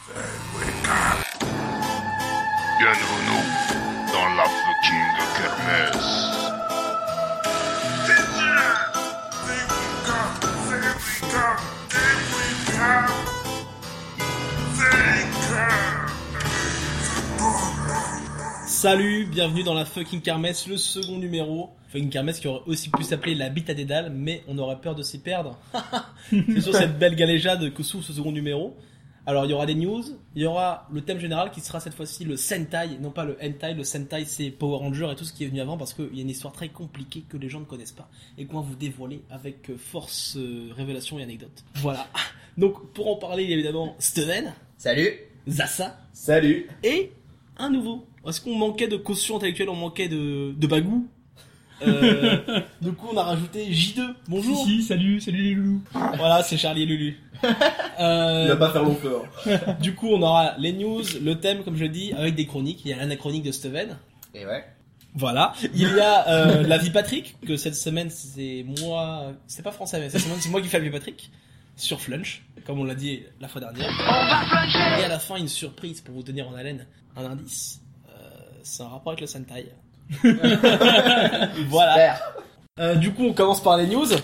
Bienvenue dans la fucking kermesse. Salut, bienvenue dans la fucking kermesse, le second numéro. Fucking kermesse qui aurait aussi pu s'appeler la bite à Dédale, mais on aurait peur de s'y perdre. C'est sur cette belle galéjade que s'ouvre ce second numéro. Alors il y aura des news, il y aura le thème général qui sera cette fois-ci le Sentai, non pas le Hentai. Le Sentai c'est Power Ranger et tout ce qui est venu avant parce qu'il y a une histoire très compliquée que les gens ne connaissent pas et qu'on va vous dévoiler avec force, révélation et anecdote. Voilà. Donc pour en parler il y a évidemment Steven. Salut. Zassa. Salut. Et un nouveau. Est-ce qu'on manquait de caution intellectuelle, on manquait de bagou? Du coup, on a rajouté J2. Bonjour. Si, salut les loulous. Voilà, c'est Charlie et Lulu. Il va pas faire long feu. Du coup, on aura les news, le thème, comme je dis, avec des chroniques. Il y a l'anachronique de Steven. Et ouais. Voilà. Il y a la vie Patrick, que cette semaine, c'est moi... C'est pas français, mais cette semaine, c'est moi qui fais la vie Patrick. Sur Flunch, comme on l'a dit la fois dernière. Et à la fin, une surprise pour vous tenir en haleine. Un indice. C'est un rapport avec le Sentai. Voilà. Du coup, on commence par les news.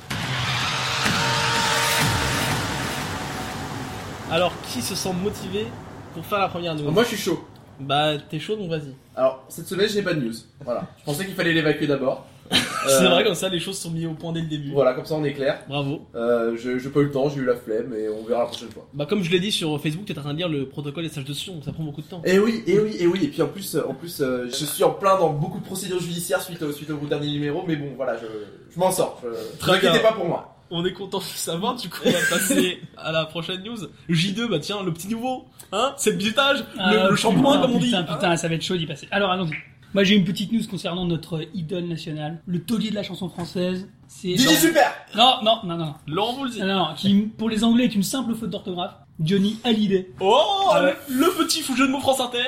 Alors, qui se sent motivé pour faire la première news? Moi je suis chaud. Bah, t'es chaud, donc vas-y. Alors, cette semaine j'ai pas de news. Voilà. Je pensais qu'il fallait l'évacuer d'abord. C'est vrai, comme ça, les choses sont mises au point dès le début. Voilà, comme ça on est clair. Bravo. J'ai pas eu le temps, j'ai eu la flemme et on verra la prochaine fois. Bah, comme je l'ai dit sur Facebook, t'es en train de lire le protocole des sages de Sion, ça prend beaucoup de temps. Et oui. Et puis en plus, je suis en plein dans beaucoup de procédures judiciaires suite au dernier numéro, mais bon, voilà, je m'en sors. Très T'inquiétez bien. pas pour moi. On est content de savoir, du coup, on va passer à la prochaine news. J2, bah tiens, le petit nouveau, hein, c'est le bisutage, le shampoing, comme on dit. Putain, ça va être chaud d'y passer. Alors, allons-y. Moi, j'ai une petite news concernant notre idole nationale, le taulier de la chanson française. C'est Gigi Super. Non. Laurent Voulzy. Non, qui, pour les Anglais, est une simple faute d'orthographe. Johnny Hallyday. Oh, Ah ouais. le petit fou jeu de mots France Inter.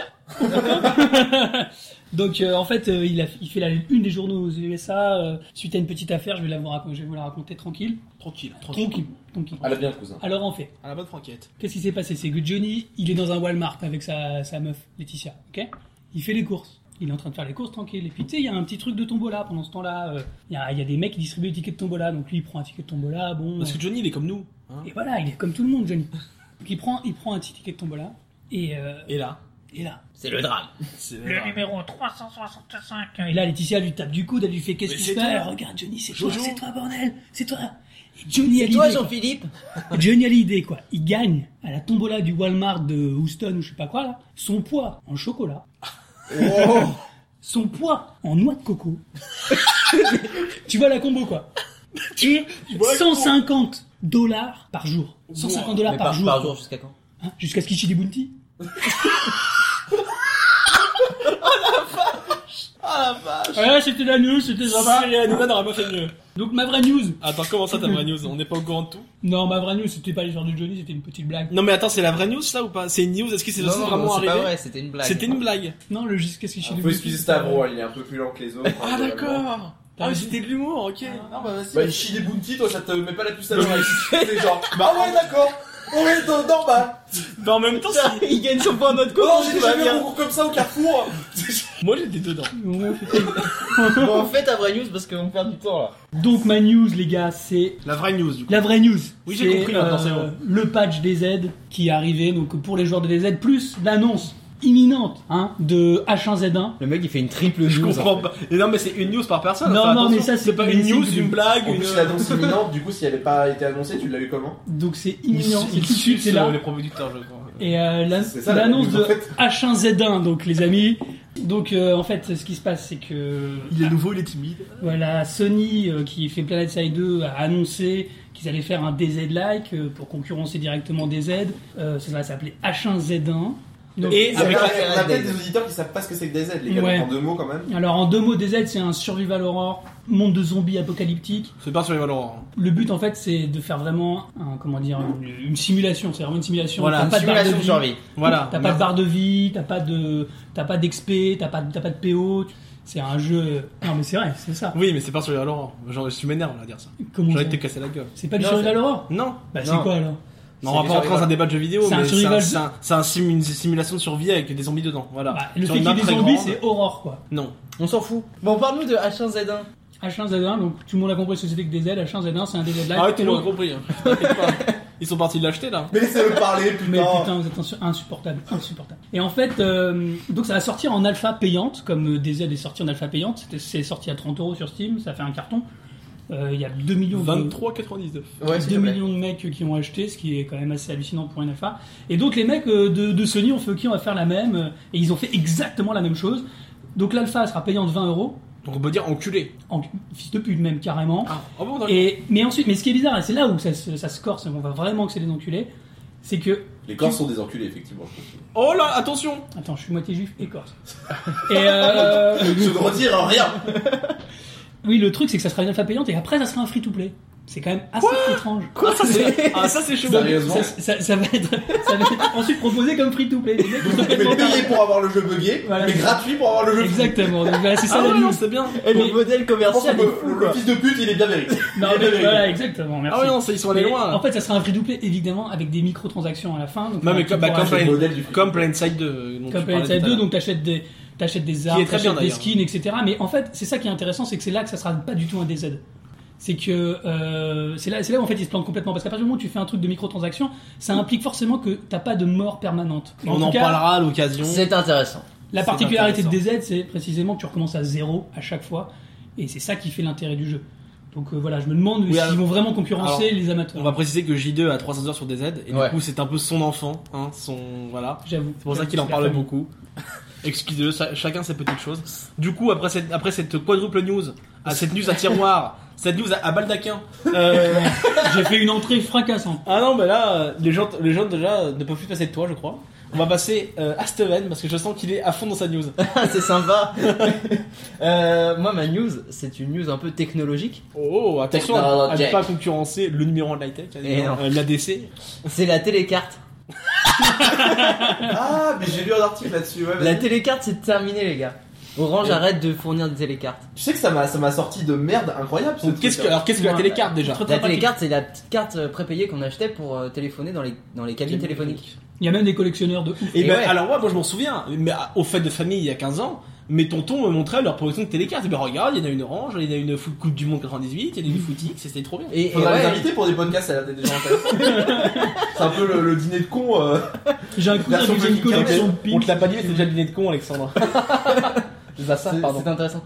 Donc, en fait, il fait la une des journaux aux USA, suite à une petite affaire, je vais vous la raconter tranquille. Tranquille. Elle a bien le cousin. Alors, en fait, À la bonne franquette. qu'est-ce qui s'est passé? C'est que Johnny, il est dans un Walmart avec sa meuf, Laetitia, ok? Il fait les courses. Il est en train de faire les courses tranquille. Et puis, tu sais, il y a un petit truc de tombola. Pendant ce temps-là, il y a des mecs qui distribuent des tickets de tombola. Donc, lui, il prend un ticket de tombola, bon. Parce que Johnny, il est comme nous. Hein. Et voilà, il est comme tout le monde, Johnny. Donc, il prend un petit ticket de tombola. Et là. C'est le drame. Le numéro 365. Et là, Laetitia lui tape du coude, elle lui fait qu'est-ce Mais qui c'est se passe? toi. Regarde, Johnny, c'est Jojo. toi, c'est toi, bordel, c'est toi. Et Johnny C'est Hallyday, toi quoi. Jean-Philippe. Johnny Hallyday, quoi. Il gagne à la tombola du Walmart de Houston ou je sais pas quoi, là, son poids en chocolat. Oh. Son poids en noix de coco. Tu vois la combo, quoi. Et vois la combo. $150 par jour. $150 par jour. Par jour jusqu'à quand? Hein, jusqu'à ce qu'il chie des bounty. Ah la vache. Ouais, c'était la news, c'était sympa. Cyril Hanouna n'aurait pas fait mieux. Donc ma vraie news. Attends, comment ça ta vraie news? On n'est pas au courant de tout? Non, ma vraie news, c'était pas l'histoire de Johnny, c'était une petite blague. Non mais attends, c'est la vraie news ça ou pas? C'est une news? Est-ce que c'est aussi vraiment c'est arrivé? pas vrai, c'était une blague. C'était une blague. Non, le jusqu'à ce qu'il chie des Faut bounty. excuser Stavro, il est un peu plus lent que les autres. Ah d'accord. Ah oui, c'était de l'humour, ok. Non bah vas-y. Bah il chie des bounty, toi ça te met pas la puce à l'oreille. C'est genre, bah ouais d'accord. Ouais, normal. Mais en même temps, si... Il gagne son point en mode Oh, courant, j'ai jamais un concours comme ça au Carrefour. moi j'étais dedans. Bon, en fait, ta vraie news parce qu'on perd du temps là. Donc ma news, les gars, c'est La vraie news du coup. la vraie news. Oui, j'ai C'est, compris maintenant, c'est bon. le patch DZ qui est arrivé, donc pour les joueurs de DZ, plus l'annonce imminente, hein, de H1Z1. Le mec il fait une triple Je news. comprends pas. Et non mais c'est une news par personne. Non, enfin, non, mais attention. ça, c'est pas mais une news, c'est- une blague, En une... plus, l'annonce imminente, du coup, si elle n'avait pas été annoncée, tu l'as eu comment? Donc c'est imminent, c'est Il tout de suite, c'est là. les producteurs, je crois. Et C'est ça, l'annonce la de news, en fait. H1Z1, donc les amis. Donc en fait, ce qui se passe, c'est que Il est nouveau, il est timide. voilà, Sony qui fait Planet Side 2 a annoncé qu'ils allaient faire un DZ-like pour concurrencer directement DZ. Ça va s'appeler H1Z1. Donc, Et avec On la... a peut-être des auditeurs qui savent pas ce que c'est que DZ, les gars, Ouais. donc en deux mots quand même. alors en deux mots, DZ c'est un survival horror, monde de zombies apocalyptique. C'est pas sur les Valorant. Le but en fait c'est de faire vraiment une simulation, c'est vraiment une simulation. Voilà, T'as une pas de barre Simulation de vie, survie. Voilà. T'as pas de barre de vie, t'as pas d'XP, t'as pas de PO. C'est un jeu. Non mais c'est vrai, c'est ça. Oui, mais c'est pas sur les Valorant. Genre, je suis m'énerve, on va dire ça. Comment J'ai ça envie de te casser la gueule. C'est pas du Non, survival horror? Non. Bah Non. c'est quoi alors? Non, on va pas rentrer dans un débat de jeux vidéo, C'est un mais survival une simulation de survie avec des zombies dedans. Voilà. Bah, le Sur fait une qu'il y ait map des très zombies, grande. c'est Aurore, quoi. Non, on s'en fout. Bon, parle-nous de H1Z1. H1Z1, donc tout le monde a compris ce que c'était que DZ. H1Z1, c'est un DZ Live. Ah ouais, tout le monde a compris. Hein. T'inquiète pas. Ils sont partis de l'acheter là. Mais laissez-le parler, Mais putain. putain, vous êtes insupportable. Et en fait, donc ça va sortir en alpha payante, comme DZ est sorti en alpha payante. C'est sorti à 30€ sur Steam, ça fait un carton. Il y a 2 millions de... 23,99. Ouais, s'il 2 te plaît. millions de mecs qui ont acheté, ce qui est quand même assez hallucinant pour une alpha. Et donc les mecs de Sony ont fait ok, on va faire la même, et ils ont fait exactement la même chose. Donc l'alpha sera payante 20€, Donc on peut dire enculé. en fils de pute même carrément. Ah bon, d'accord. Mais ensuite, mais ce qui est bizarre, et c'est là où ça se corse, on va vraiment que c'est des enculés, c'est que... Les Corses sont des enculés, effectivement. Oh là, attention. Attends, je suis moitié juif et corse. Et Je ne retire rien. oui, le truc c'est que ça sera une alpha payante et après ça sera un free-to-play. C'est quand même assez étrange. Ça c'est chaud. Sérieusement. Ça va être ensuite proposé comme free-to-play. Les mecs, ils sont Vous pouvez complètement payer tarés. pour avoir le jeu buggé, Voilà. mais gratuit pour avoir le jeu. Exactement. Donc voilà, c'est ça Ah la ouais, news. non, c'est bien. Et le modèle Je pense commercial que est fou, le quoi. fils de pute, il est bien mérité. Non, mais voilà, exactement. Merci. Ah ouais, non, ils sont allés Mais loin. en fait, ça sera un free-to-play évidemment avec des microtransactions à la fin. Donc, Non, mais tu comme, pourras comme, acheter- le modèle du free. comme Planetside 2. dont tu Comme parlais Planet tout à 2, l'heure. donc t'achètes des armes, est très bien, t'achètes des d'ailleurs. skins, etc. Mais en fait, c'est ça qui est intéressant, c'est que c'est là que ça sera pas du tout un DZ. C'est que c'est là où en fait ils se plantent complètement parce qu'à partir du moment où tu fais un truc de microtransaction, ça implique forcément que t'as pas de mort permanente. Et On tout en cas, parlera à l'occasion. C'est intéressant. La c'est particularité de intéressant. DZ, c'est précisément que tu recommences à zéro à chaque fois, et c'est ça qui fait l'intérêt du jeu. Donc voilà, je me demande Oui, alors- s'ils vont vraiment concurrencer alors, les amateurs. On va préciser que J2 a 300 heures sur DZ et Ouais. du coup c'est un peu son enfant, hein, voilà. J'avoue. C'est pour ça qu'il en parle beaucoup. Excusez-le, chacun ses petites choses. Du coup, après cette quadruple news, cette news à tiroir, cette news à baldaquin, J'ai fait une entrée fracassante. ah non, mais là, les gens déjà ne peuvent plus passer de toi, je crois. On va passer à Steven parce que je sens qu'il est à fond dans sa news. C'est sympa. Moi, ma news, c'est une news un peu technologique. Oh, attention à ne Technologic. pas concurrencer le numéro 1 de l'high-tech, non. l'ADC. C'est la télécarte. Ah, mais j'ai lu un article là-dessus. Ouais, La vas-y. télécarte, c'est terminé, les gars. Orange arrête de fournir des télécartes. Tu sais que ça m'a sorti de merde incroyable. ce Donc, qu'est-ce truc, que la télécarte déjà? La télécarte, c'est la petite carte prépayée qu'on achetait pour téléphoner dans les cabines téléphoniques. Il y a même des collectionneurs de ouf. Et Et ben, ouais. alors moi je m'en souviens, mais au fait de famille il y a 15 ans, mes tontons me montraient leur production de télécartes. Et ben regarde, il y en a une orange, il y en a une Coupe du Monde 98, il y en a une Footix, c'était trop bien. Et Faudra les ouais, inviter pour des podcasts, ça a l'air d'être des gens intéressants. C'est un peu le dîner de con. J'ai un cousin Version qui faisait une Fucking collection de On pins. te l'a pas dit, mais c'est déjà le dîner de con, Alexandre. c'est intéressant.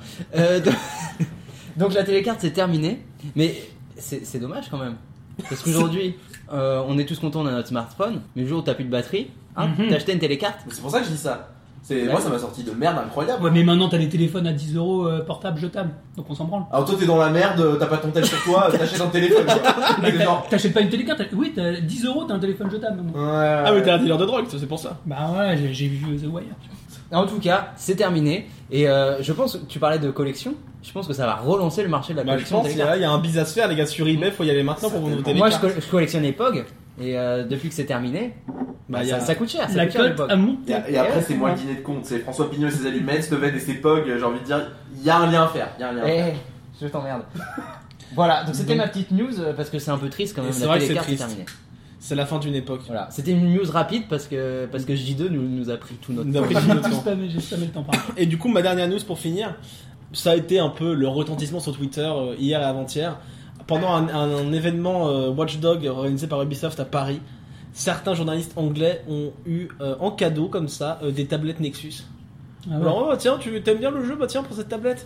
Donc la télécarte, c'est terminé. Mais c'est dommage quand même. Parce qu'aujourd'hui, on est tous contents de notre smartphone. Mais le jour où t'as plus de batterie, hein, Mhm. t'as acheté une télécarte. Mais c'est pour ça que je dis ça. Ouais. Moi, ça m'a sorti de merde incroyable. Ouais, mais maintenant t'as des téléphones à 10€ portables jetables, donc on s'en branle. Alors toi, t'es dans la merde, t'as pas ton tel sur toi, t'achètes un téléphone. Quoi. Mais C'est genre. t'achètes pas une télécarte, oui, t'as 10€, t'as un téléphone jetable maintenant. Ouais. Ah mais t'es un dealer de drogue, c'est pour ça. Bah ouais, j'ai vu The Wire. En tout cas, c'est terminé. Et je pense que tu parlais de collection. Je pense que ça va relancer le marché de la Bah je collection. pense de qu'il y télécartes. a- il y a un biz à se faire les gars sur eBay, faut y aller maintenant pour vendre vos Moi, télécartes. je collectionnais POG. Et depuis que c'est terminé, Bah, il y a- ça coûte cher. Ça La coûte cher, le cote POG. a monté. Et après, c'est moi le dîner de con. C'est François Pignot et ses allumettes, Steven et ses POG. J'ai envie de dire, il y a un lien à faire. Il y a un lien à faire. Je t'emmerde. Voilà, donc c'était Donc- ma petite news parce que c'est un peu triste quand même. Et c'est La vrai que c'est télécarte est triste. terminée. C'est la fin d'une époque. Voilà, c'était une news rapide parce que J2 nous a pris tout notre Nous a temps. pris tout notre temps. J'ai spammé le temps par là. Et du coup, ma dernière news pour finir, ça a été un peu le retentissement sur Twitter hier et avant-hier. Pendant un événement Watchdog organisé par Ubisoft à Paris, certains journalistes anglais ont eu en cadeau comme ça des tablettes Nexus. Ah ouais. Alors, oh, tiens, tu aimes bien le jeu? Bah tiens, pour cette tablette.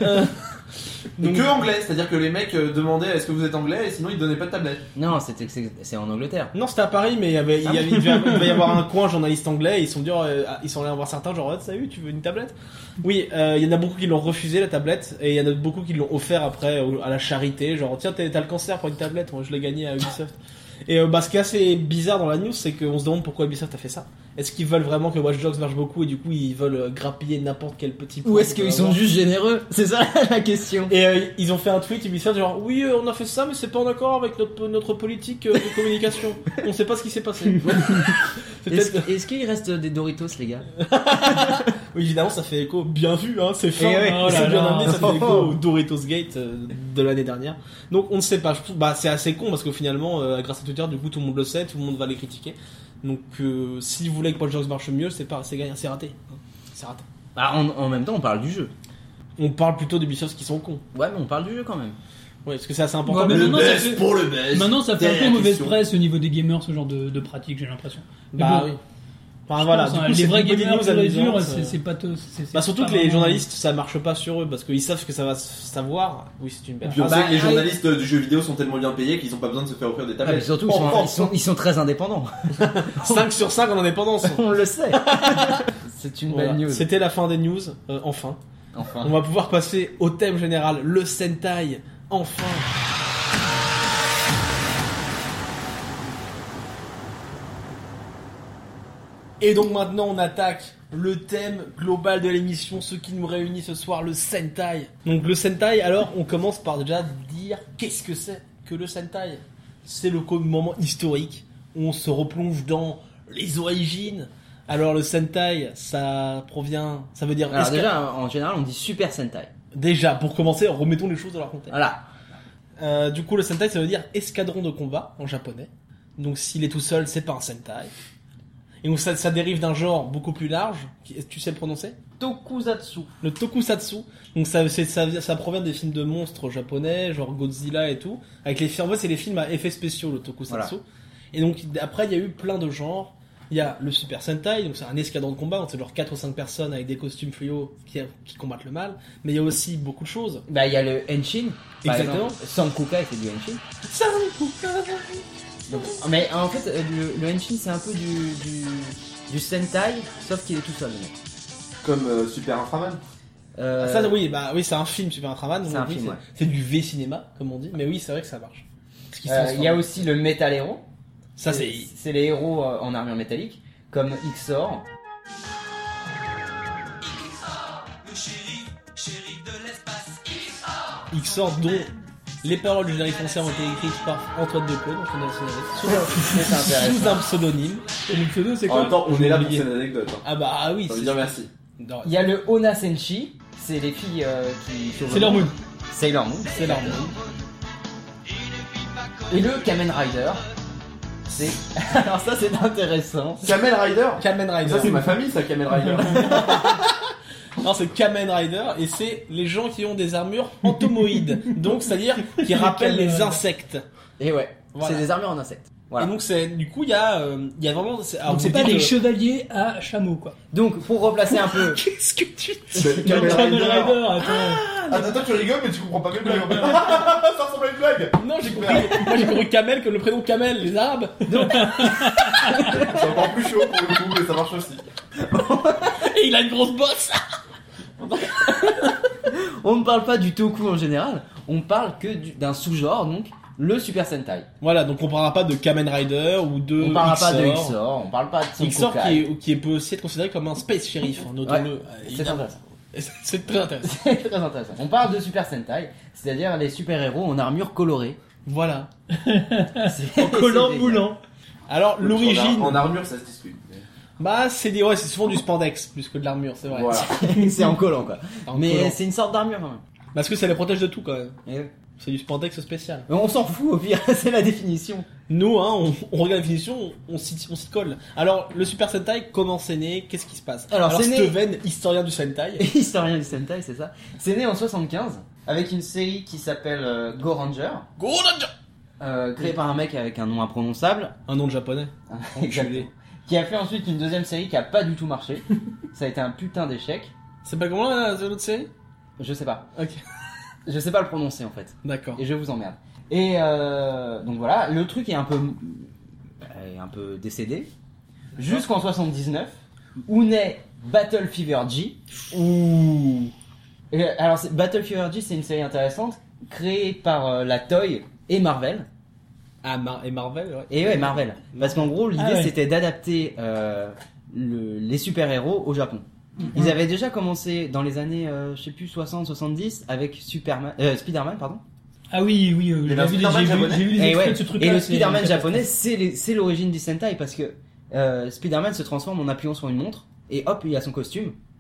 Et Donc- que anglais, c'est-à-dire que les mecs demandaient est-ce que vous êtes anglais et sinon ils donnaient pas de tablette. Non, c'est en Angleterre. Non, c'était à Paris, mais il devait y avoir un coin journaliste anglais. Et ils sont ils sont allés voir certains, genre, oh, salut, tu veux une tablette? Oui, il y en a beaucoup qui l'ont refusé la tablette, et il y en a beaucoup qui l'ont offert après à la charité, genre, tiens, t'as le cancer pour une tablette, moi je l'ai gagné à Ubisoft. Et ce qui est assez bizarre dans la news, c'est qu'on se demande pourquoi Ubisoft a fait ça. Est-ce qu'ils veulent vraiment que Watch Dogs marche beaucoup et du coup ils veulent grappiller n'importe quel petit point Ou est-ce qu'ils qu'ils peuvent sont avoir. juste généreux? C'est ça la question. Et ils ont fait un tweet Ubisoft genre oui on a fait ça mais c'est pas en accord avec notre politique de communication. On sait pas ce qui s'est passé. C'est peut-être- Est-ce qu'il reste des Doritos, les gars? Oui, évidemment, ça fait écho. Bien vu, hein, c'est fin. Et ouais. Oh là C'est bien là. amené, ça fait écho au Doritos Gate de l'année dernière. Donc, on ne sait pas. Bah, c'est assez con parce que finalement, grâce à Twitter, du coup, tout le monde le sait, tout le monde va les critiquer. Donc, si vous voulez que Paul George marche mieux, c'est raté. Hein. C'est raté. Bah, en même temps, on parle du jeu. On parle plutôt d'Ubisoft qui sont cons. Ouais, mais on parle du jeu quand même. Ouais, parce que c'est assez important. Ouais, mais Le maintenant, ça best fait- pour le best. Maintenant, ça fait un Telle peu est la mauvaise question. presse au niveau des gamers, ce genre de pratique, j'ai l'impression. Mais Bah bon, oui. Enfin voilà, je pense, du hein, coup, les c'est vrais une petite gamers news purs et durs, amusante, c'est pas tout. c'est Bah surtout pas que les vraiment- journalistes, ça marche pas sur eux parce qu'ils savent que ça va se savoir. Oui, c'est une belle Puis on phrase. sait que les journalistes du jeu vidéo sont tellement bien payés qu'ils ont pas besoin de se faire offrir des Ah, mais tablettes. surtout, ils sont très indépendants. 5 sur 5 en indépendance. On le sait. C'est une Voilà. belle news. C'était la fin des news, enfin. Enfin. On va pouvoir passer au thème général, le Sentai, enfin. Et donc maintenant on attaque le thème global de l'émission, ce qui nous réunit ce soir, le Sentai. Donc le Sentai, alors on commence par déjà dire qu'est-ce que c'est que le Sentai. C'est le moment historique où on se replonge dans les origines. Alors le Sentai, ça veut dire... Alors déjà, en général, on dit Super Sentai. Déjà, pour commencer, remettons les choses dans leur contexte. Voilà. Du coup, le Sentai, ça veut dire escadron de combat en japonais. Donc, s'il est tout seul, c'est pas un Sentai. Et donc, ça dérive d'un genre beaucoup plus large. Tu sais le prononcer? Tokusatsu. Le tokusatsu. Donc, ça provient des films de monstres japonais, genre Godzilla et tout. Avec les films, en fait, c'est les films à effets spéciaux, le tokusatsu. Voilà. Et donc, après, il y a eu plein de genres. Il y a le Super Sentai, donc c'est un escadron de combat, donc c'est genre 4 ou 5 personnes avec des costumes fluo qui combattent le mal. Mais il y a aussi beaucoup de choses. Bah, il y a le Henshin. Par Exactement. exemple, Sankuka était du Henshin. Sankuka. Donc, mais en fait, le Henshin, c'est un peu du Sentai, sauf qu'il est tout seul, le mec. Comme Super Inframan. Ça, oui, c'est un film Super Ultraman. C'est donc un oui, film, ouais. C'est du V-cinéma, comme on dit. Mais oui, c'est vrai que ça marche. Parce qu'ils se Il y a transforment. aussi le Metal Hero. Ça, C'est les héros en armure métallique, comme Xor. Xor, dont les paroles du générique français ont été écrites par Antoine Decaux, donc on a le scénariste, C'est intéressant. sous un pseudonyme. Et le pseudo, c'est En quoi? même temps, on est là pour oublié. cette anecdote. Hein. Ah bah oui, J'ai envie de dire merci. Non, Il y a le Ona Senshi, c'est les filles qui sauvent Sailor le Moon. monde. Sailor Moon. c'est l'armée. Et le Kamen Rider, c'est. Alors ça c'est intéressant. Kamen Rider. Kamen Rider. Ça c'est ma famille, ça, Kamen Rider. Non, c'est Kamen Rider et c'est les gens qui ont des armures entomoïdes. Donc, c'est-à-dire qui rappellent Kamen les Rider. insectes. Et ouais, Voilà. c'est des armures en insectes. Voilà. Et donc, du coup, il y a vraiment. Alors, Donc c'est vous pas dites, des chevaliers à chameau, quoi. Donc pour replacer un peu. Qu'est-ce que tu dis? Le Kamen Kamen Rider. Rider, attends. Attends, tu rigoles, mais tu comprends pas mes blagues en fait. Ça ressemble à une blague. Non, moi j'ai compris Kamel comme le prénom Kamel, les Arabes. C'est encore plus chaud pour le coup, mais ça marche aussi. Et il a une grosse bosse. On ne parle pas du Toku en général, on parle que d'un sous-genre, donc le Super Sentai. Voilà, donc on parlera pas de Kamen Rider ou de On parlera pas de Xor. Xor, on parle pas de Son Xor Kokai. qui peut aussi être considéré comme un space shérif, hein, notons-le. Ouais, c'est évidemment. intéressant. C'est très intéressant. C'est très intéressant. On parle de Super Sentai, c'est-à-dire les super-héros en armure colorée. Voilà. C'est Collant c'est moulant. Alors l'origine, En armure, ça se discute. bah c'est c'est souvent du spandex plus que de l'armure, c'est vrai. Voilà. génial. C'est en collant quoi. En Mais collant. c'est une sorte d'armure quand même. Parce que ça les protège de tout quand même. Et ouais. C'est du spandex spécial. Mais on s'en fout au pire, c'est la définition. Nous, hein, on regarde la définition, on s'y colle. Alors, le Super Sentai, comment c'est né? Qu'est-ce qui se passe? Alors, c'est né- Steven, historien du Sentai. Historien du Sentai, c'est ça. C'est né en 75 avec une série qui s'appelle Go Ranger, Go Ranger! créée par un mec avec un nom imprononçable. Un nom de japonais. Exactement. Qui a fait ensuite une deuxième série qui a pas du tout marché. Ça a été un putain d'échec. C'est pas comment l'autre série? Je sais pas. Ok. Je sais pas le prononcer en fait. D'accord. Et je vous emmerde. Et donc voilà, le truc est un peu décédé. Jusqu'en 79, où naît Battle Fever G. Ouh. Et, alors Battle Fever G, c'est une série intéressante, créée par la Toei et Marvel. Ah, et Marvel, ouais. Et ouais, Marvel. Parce qu'en gros, l'idée Ah ouais. c'était d'adapter les super-héros au Japon. Ils avaient déjà commencé dans les années, je sais plus, 60-70 avec Spider-Man, pardon. Ah oui, oui, j'ai un vu Spider-Man japonais. les Et, extraits ouais. de ce truc Et là. le Spider-Man japonais, c'est l'origine du Sentai parce que Spider-Man se transforme en appuyant sur une montre et hop, il a son costume.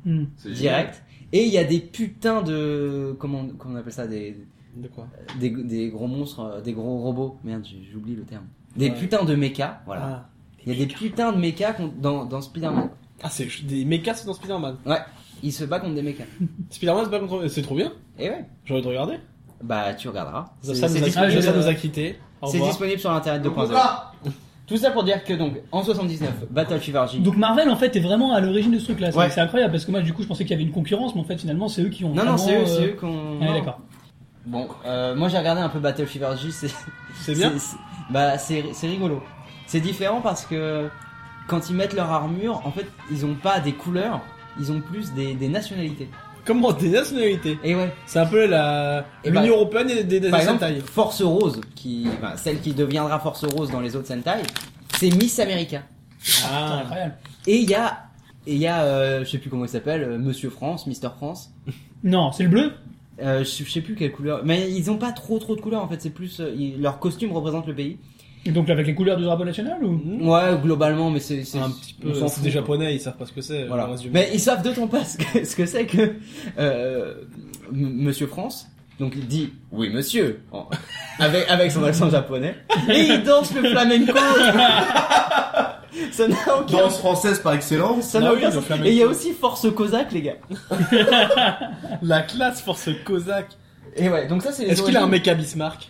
C'est direct. Et il y a des putains de comment on appelle ça De quoi? des gros monstres, des gros robots. Merde, j'oublie le terme. Des Ouais. putains de mechas, voilà. Ah. Il y a des putains de mechas dans Spider-Man. Ah, c'est des mechas, c'est dans Spider-Man. Ouais, il se bat contre des mechas. Spider-Man, c'est pas contre... C'est trop bien. Et ouais, J'ai envie de regarder. bah tu regarderas. Ça C'est nous disponible, ça nous a quittés. Au c'est revoir. disponible sur internet 2.0. Ah, Tout ça pour dire que donc en 79, Battle Fever J. Donc Marvel en fait est vraiment à l'origine de ce truc-là. Ouais. C'est incroyable parce que moi du coup je pensais qu'il y avait une concurrence, mais en fait finalement c'est eux qui ont. Non, vraiment, c'est eux qu'on. Ouais, d'accord. Bon, moi j'ai regardé un peu Battle Fever J, C'est bien. Bah c'est rigolo. C'est différent parce que quand ils mettent leur armure, en fait, ils ont pas des couleurs, ils ont plus des nationalités. Comment des nationalités? Et ouais. C'est un peu l'Union bah, Européenne et des Par exemple, Sentai. Force Rose, celle qui deviendra Force Rose dans les autres Sentai, c'est Miss America. C'est Ah. incroyable. Et il y a je sais plus comment il s'appelle, Monsieur France, Mister France. Non, c'est le bleu. Je sais plus quelle couleur, mais ils ont pas trop de couleurs en fait. C'est plus leur costume représente le pays. Et donc avec les couleurs du drapeau national ou? Ouais, globalement, mais c'est Un petit peu. on s'en C'est fout, des quoi. Japonais, ils savent pas ce que c'est. Voilà. le reste du Mais monde. ils savent d'autant pas ce que c'est que Monsieur France, donc il dit oui monsieur avec son accent japonais et il danse le flamenco. Ça n'a aucun danse française par excellence. ça n'a Ah oui, aucun le sens. flamenco. Et il y a aussi Force Cosaque les gars. La classe force cosaque. Et ouais, donc ça c'est les Est-ce qu'il a un origines. mecha Bismarck?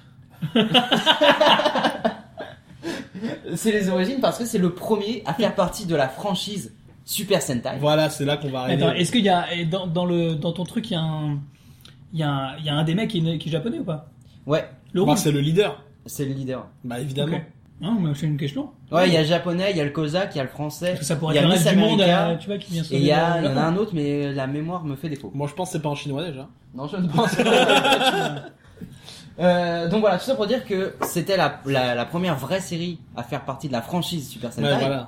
C'est les origines parce que c'est le premier à faire partie de la franchise Super Sentai. Voilà, c'est là qu'on va arriver. Attends, est-ce qu'il y a dans ton truc il y a un des mecs qui est japonais ou pas? Ouais, Le Bah, rouge. c'est le leader. c'est le leader. Bah évidemment. Ok. Non, mais c'est une question. Ouais, il y a le japonais, il y a le cosaque, il y a le français, Parce que ça il pourrait y a être le Miss reste du monde, America, tu vois, qui vient et il y en le a Japon. un autre, mais la mémoire me fait défaut. Moi je pense que c'est pas en chinois déjà. Non, je ne pense pas. Donc voilà, tout ça pour dire que c'était la première vraie série à faire partie de la franchise Super Sentai. Ouais, voilà.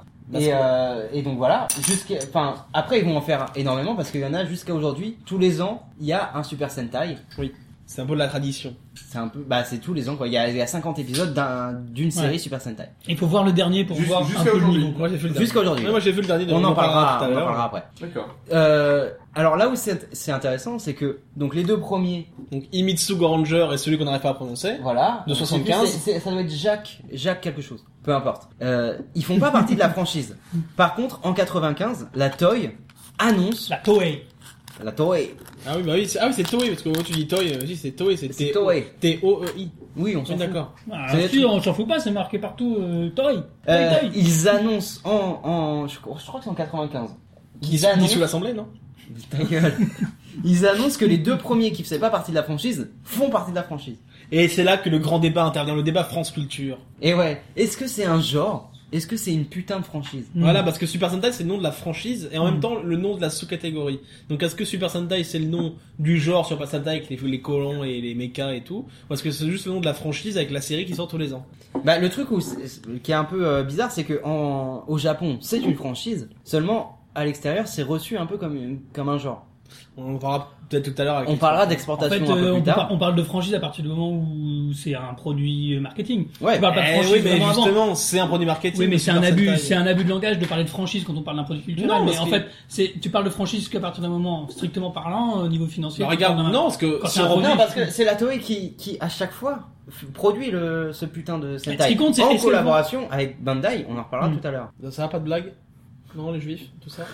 Et donc voilà, après ils vont en faire énormément parce qu'il y en a jusqu'à aujourd'hui. Tous les ans, il y a un Super Sentai. C'est un peu de la tradition. C'est un peu, c'est tous les ans quoi. Il y a 50 épisodes d'une série Super Sentai. Il faut voir le dernier pour voir un jusqu'à peu le aujourd'hui. niveau. Moi j'ai fait le dernier. Jusqu'à aujourd'hui. Ouais, moi j'ai vu le dernier. On en parlera tout à l'heure. après. D'accord. Alors là où c'est intéressant, c'est que donc les deux premiers, Donc Imitsu Goranger et celui qu'on n'arrive pas à prononcer. voilà, De donc, 75. ça doit être Jacques quelque chose, peu importe. Ils font pas partie de la franchise. Par contre, en 95, la Toei annonce La Toei. la Toei. Ah oui, bah oui, c'est Toei parce que moi tu dis Toei, aussi c'est Toei, c'est C'est Toei. T-O-E-I. Oui, on Oui, s'en fout. d'accord. Ah, C'est si, on s'en fout pas, c'est marqué partout Toei. Toei. Ils annoncent je crois que c'est en 95. Qui Ils annoncent sous l'assemblée, non? Ta gueule. Ils annoncent que les deux premiers qui faisaient pas partie de la franchise font partie de la franchise. Et c'est là que le grand débat intervient, le débat France Culture. Et ouais, est-ce que c'est un genre? Est-ce que c'est une putain de franchise? Voilà, parce que Super Sentai c'est le nom de la franchise et en même temps le nom de la sous-catégorie. Donc est-ce que Super Sentai c'est le nom du genre Super Sentai avec les colons et les mechas et tout, ou est-ce que c'est juste le nom de la franchise avec la série qui sort tous les ans? Bah le truc qui est un peu bizarre, c'est que au Japon c'est une franchise, seulement à l'extérieur c'est reçu un peu comme un genre. On en parlera peut-être tout à l'heure. Avec On parlera En d'exportation fait, un peu plus tard. on parle de franchise à partir du moment où c'est un produit marketing. Ouais. Tu parles pas de franchise oui, mais vraiment avant. justement, c'est un produit marketing. Oui, mais c'est Super un abus, Sentai. c'est un abus de langage de parler de franchise quand on parle d'un produit culturel. Non, mais parce en que- fait, tu parles de franchise qu'à partir d'un moment strictement parlant, au niveau financier. Bah, tu regarde, parles d'un- non, parce que Quand si c'est un on produit- revient, Non, parce que c'est la Toei qui à chaque fois produit ce putain de ce Sentai qui compte, c'est en est-ce que collaboration avec Bandai, on en reparlera tout à l'heure. ça va pas de blague? Non, les juifs, tout ça?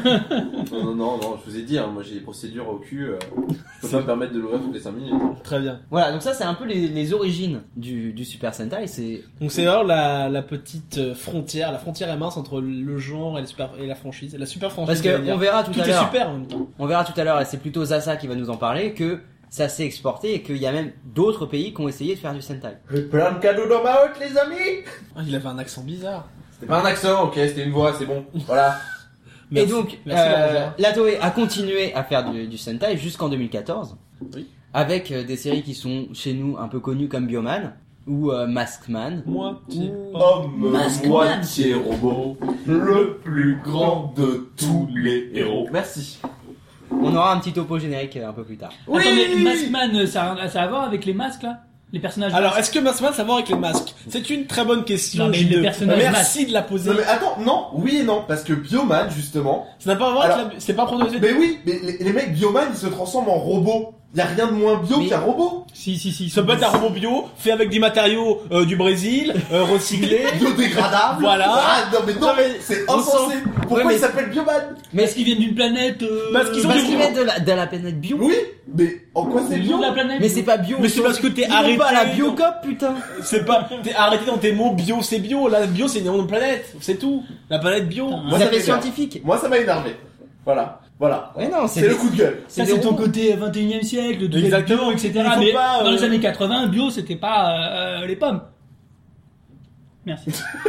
Non, je vous ai dit, moi j'ai des procédures au cul, je peux pas me permettre de l'ouvrir toutes les 5 minutes. Très bien. Voilà, donc ça c'est un peu les origines du Super Sentai, c'est Donc c'est alors la petite frontière, la frontière est mince entre le genre et la franchise, la super franchise. parce que j'allais dire. on verra tout Tout à est l'heure. super en même temps. On verra tout à l'heure, et c'est plutôt Zasa qui va nous en parler, que ça s'est exporté et qu'il y a même d'autres pays qui ont essayé de faire du Sentai. J'ai plein de cadeaux dans ma hotte, les amis! Ah, il avait un accent bizarre. C'était pas un accent, ok, c'était une voix, c'est bon. Voilà. Merci. Et donc, Merci, Laurent. la Toei a continué à faire du Sentai jusqu'en 2014, Oui. avec des séries qui sont chez nous un peu connues comme Bioman ou Maskman. Moi, Homme, Maskman. moitié robot, le plus grand de tous les héros. Merci. On aura un petit topo générique un peu plus tard. Attends, mais Maskman, ça a à voir avec les masques là? Les personnages. Alors, est-ce que Massman ça va avec les masques? C'est une très bonne question. Non, mais J2. les personnages Merci de la poser. Non mais attends, non, oui et non, parce que Bioman justement. Ça n'a pas à voir Alors- avec c'est pas prononcé. Mais oui, mais les mecs Bioman ils se transforment en robots. Y a rien de moins bio Mais- qu'un robot. Si. Se battre un robot bio, fait avec des matériaux du Brésil, recyclés. Biodégradable. Voilà. Ah, non mais non, Non, mais c'est on insensé. Pourquoi Ouais, mais- il s'appelle Bioman? Mais Parce qu'ils viennent d'une planète. Parce qu'ils ont parce des qu'ils robots. viennent de la planète bio. Oui, mais en quoi C'est c'est le nom bio? de la planète. Mais c'est pas bio. Mais c'est parce que t'es Ils vont arrêté. pas à la biocop, putain. C'est pas, t'es arrêté dans tes mots bio, c'est bio. La bio, c'est une nom de planète. C'est tout. La planète bio. Putain. Moi, Ça ça fait m'énerve. scientifique. Moi ça m'a énervé. Voilà. Ouais, non, C'est le coup de gueule. Ça, des c'est ton robots. côté 21e siècle, de Exactement. bio, etc. Il faut Mais pas, dans les années 80, bio, c'était pas les pommes. Merci.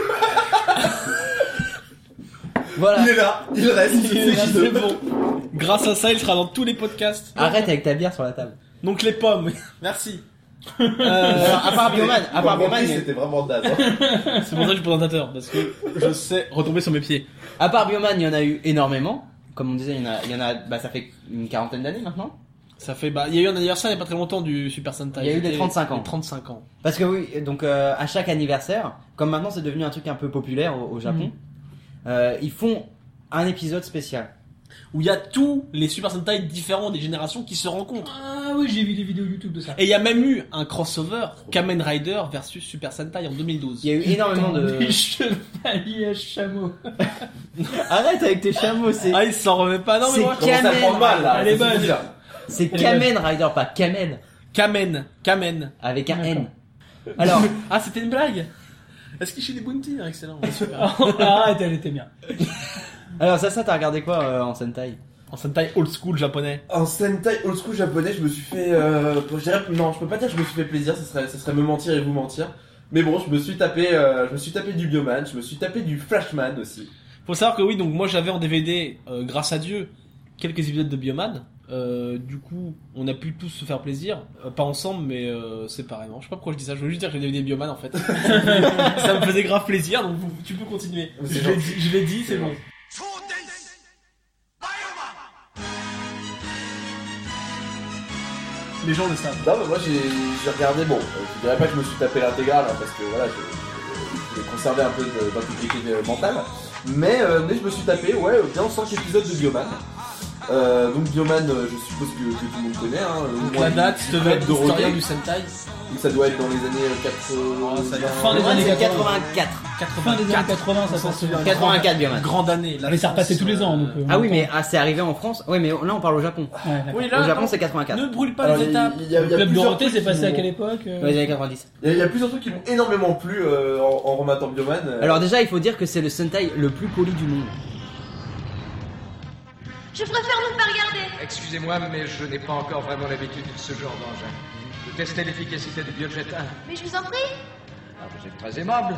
Voilà. Il est là, il reste, C'est c'est bon. Grâce à ça, il sera dans tous les podcasts. Arrête avec ta bière sur la table. Donc les pommes. Merci. À part Bioman, c'était vraiment naze. Hein. C'est pour ça que je suis présentateur, parce que je sais retomber sur mes pieds. à part Bioman, il y en a eu énormément. Comme on disait, il y en a, bah, ça fait une quarantaine d'années maintenant. Ça fait, il y a eu un anniversaire il y a pas très longtemps du Super Sentai. Il y a eu les C'était 35 ans. les 35 ans. Parce que oui, donc à chaque anniversaire, comme maintenant c'est devenu un truc un peu populaire au Japon, ils font un épisode spécial. Où il y a tous les Super Sentai différents des générations qui se rencontrent. Ah oui, j'ai vu des vidéos YouTube de ça. Et il y a même eu un crossover Kamen Rider versus Super Sentai en 2012. Il y a eu énormément de... Les chevaliers à chameau. Arrête avec tes chameaux, c'est... Ah, il s'en remet pas. Non, mais C'est moi, Commence à Kamen. prendre mal là. Elle est ça suffit, bonne. là. C'est Kamen Rider, pas Kamel, Kamen. avec un N. D'accord. Alors, Ah, c'était une blague. Est-ce qu'il chez des bounty? Excellent. Super. Arrête, elle était bien. ça t'as regardé quoi en Sentai? En Sentai old school japonais. En Sentai old school japonais, je me suis fait, je dirais, non, je peux pas dire que je me suis fait plaisir, ça serait me mentir et vous mentir. Mais bon, je me suis tapé du Bioman, je me suis tapé du Flashman aussi. Faut savoir que oui, donc moi j'avais en DVD, grâce à Dieu, quelques épisodes de Bioman. Du coup, on a pu tous se faire plaisir, pas ensemble, mais séparément. Je sais pas pourquoi je dis ça. Je veux juste dire que j'ai des DVD Bioman en fait. Ça me faisait grave plaisir, donc tu peux continuer. C'est Je l'ai dit, c'est bon. Les gens le savent. Non, mais moi j'ai regardé, bon, je dirais pas que je me suis tapé l'intégrale, hein, parce que voilà, je voulais conserver un peu d'intégrité mentale. Mais je me suis tapé, ouais, bien 5 épisodes de Bioman. Donc Bioman, je suppose que tout le monde connaît. Hein, Donc la date, de devait être Dorothée. historien du Sentai. Donc ça doit être dans les années 80. ça y est. Fin des années 84. Fin des années 80, ça s'en souvient. 84 Bioman. Grande année. Mais ça repassait tous les ans, donc. Ah oui, mais c'est arrivé en France. Oui, mais là on parle au Japon. Ouais, d'accord. Oui, Au là, Japon non, c'est 84. ne brûle pas Alors, les étapes. il y a Le Club plusieurs Dorothée, trucs c'est qui passé à m'ont- quelle époque Dans les années 90. Il y a plusieurs trucs qui m'ont énormément plu en rematant Bioman. Alors déjà, il faut dire que c'est le Sentai le plus poli du monde. Je préfère ne pas regarder. Excusez-moi, mais je n'ai pas encore vraiment l'habitude de ce genre d'engin. De tester l'efficacité du biojet 1. Mais je vous en prie. Ah, vous êtes très aimable.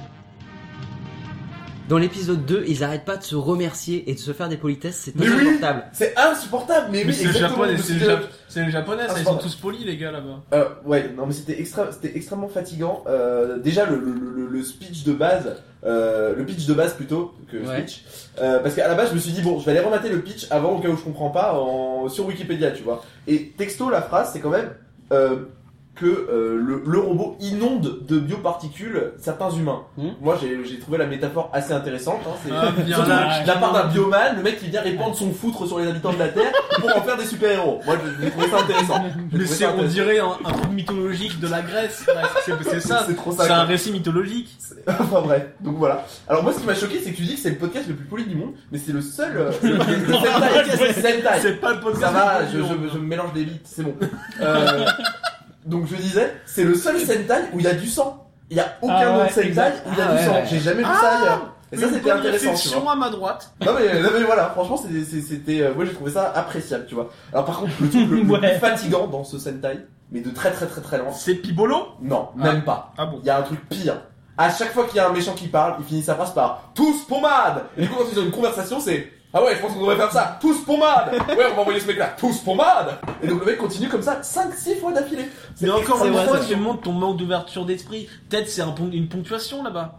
Dans l'épisode 2, ils arrêtent pas de se remercier et de se faire des politesses, c'est Mais oui. insupportable. C'est insupportable, mais oui, c'est le exactement. japonais, C'était- c'est les japonais, ça, ils sont tous polis les gars là-bas. Ouais, non mais c'était extrêmement fatigant. Déjà le speech de base, le pitch de base plutôt que le Ouais. speech, parce qu'à la base je me suis dit bon, je vais aller remater le pitch avant au cas où je comprends pas sur Wikipédia, tu vois. Et texto la phrase c'est quand même que le robot inonde de bioparticules certains humains. Moi j'ai trouvé la métaphore assez intéressante. Hein, c'est bien surtout là, de la part d'un bioman, le mec qui vient répandre son foutre sur les habitants de la Terre pour en faire des super-héros. Moi j'ai trouvé ça intéressant. J'ai Mais trouvé c'est, ça on intéressant. dirait un truc mythologique de la Grèce. Ouais, c'est ça. C'est trop ça, C'est quoi. un récit mythologique. Enfin bref, donc voilà. Alors moi ce qui m'a choqué c'est que tu dis que c'est le podcast le plus poli du monde, mais c'est le seul... le Sentai. C'est pas le podcast. Ça va, le plus dur. je me mélange des vites, c'est bon. Donc je disais, c'est le seul Sentai où il y a du sang. Il y a aucun Ah ouais, autre Sentai exact. où il y a Ah du ouais, sang. ouais. J'ai jamais vu ça ailleurs. Et ça Une c'était bonne intéressant, tu réflexion vois. à ma droite. Non mais voilà, franchement c'était moi j'ai trouvé ça appréciable, tu vois. Alors par contre le truc le Ouais. plus fatigant dans ce Sentai, mais de très loin, C'est Pibolo. non, même pas. Ah bon. Il y a un truc pire. À chaque fois qu'il y a un méchant qui parle, il finit sa phrase par tous pommade. Et du coup quand ils ont une conversation, c'est Ah ouais, je pense qu'on devrait faire ça. Tous pommade. Ouais, on va envoyer ce mec-là. Tous pommade. Et donc le mec continue comme ça 5-6 fois d'affilée. Mais encore c'est une vrai, fois, c'est tu montres ton manque d'ouverture d'esprit. Peut-être c'est une ponctuation là-bas.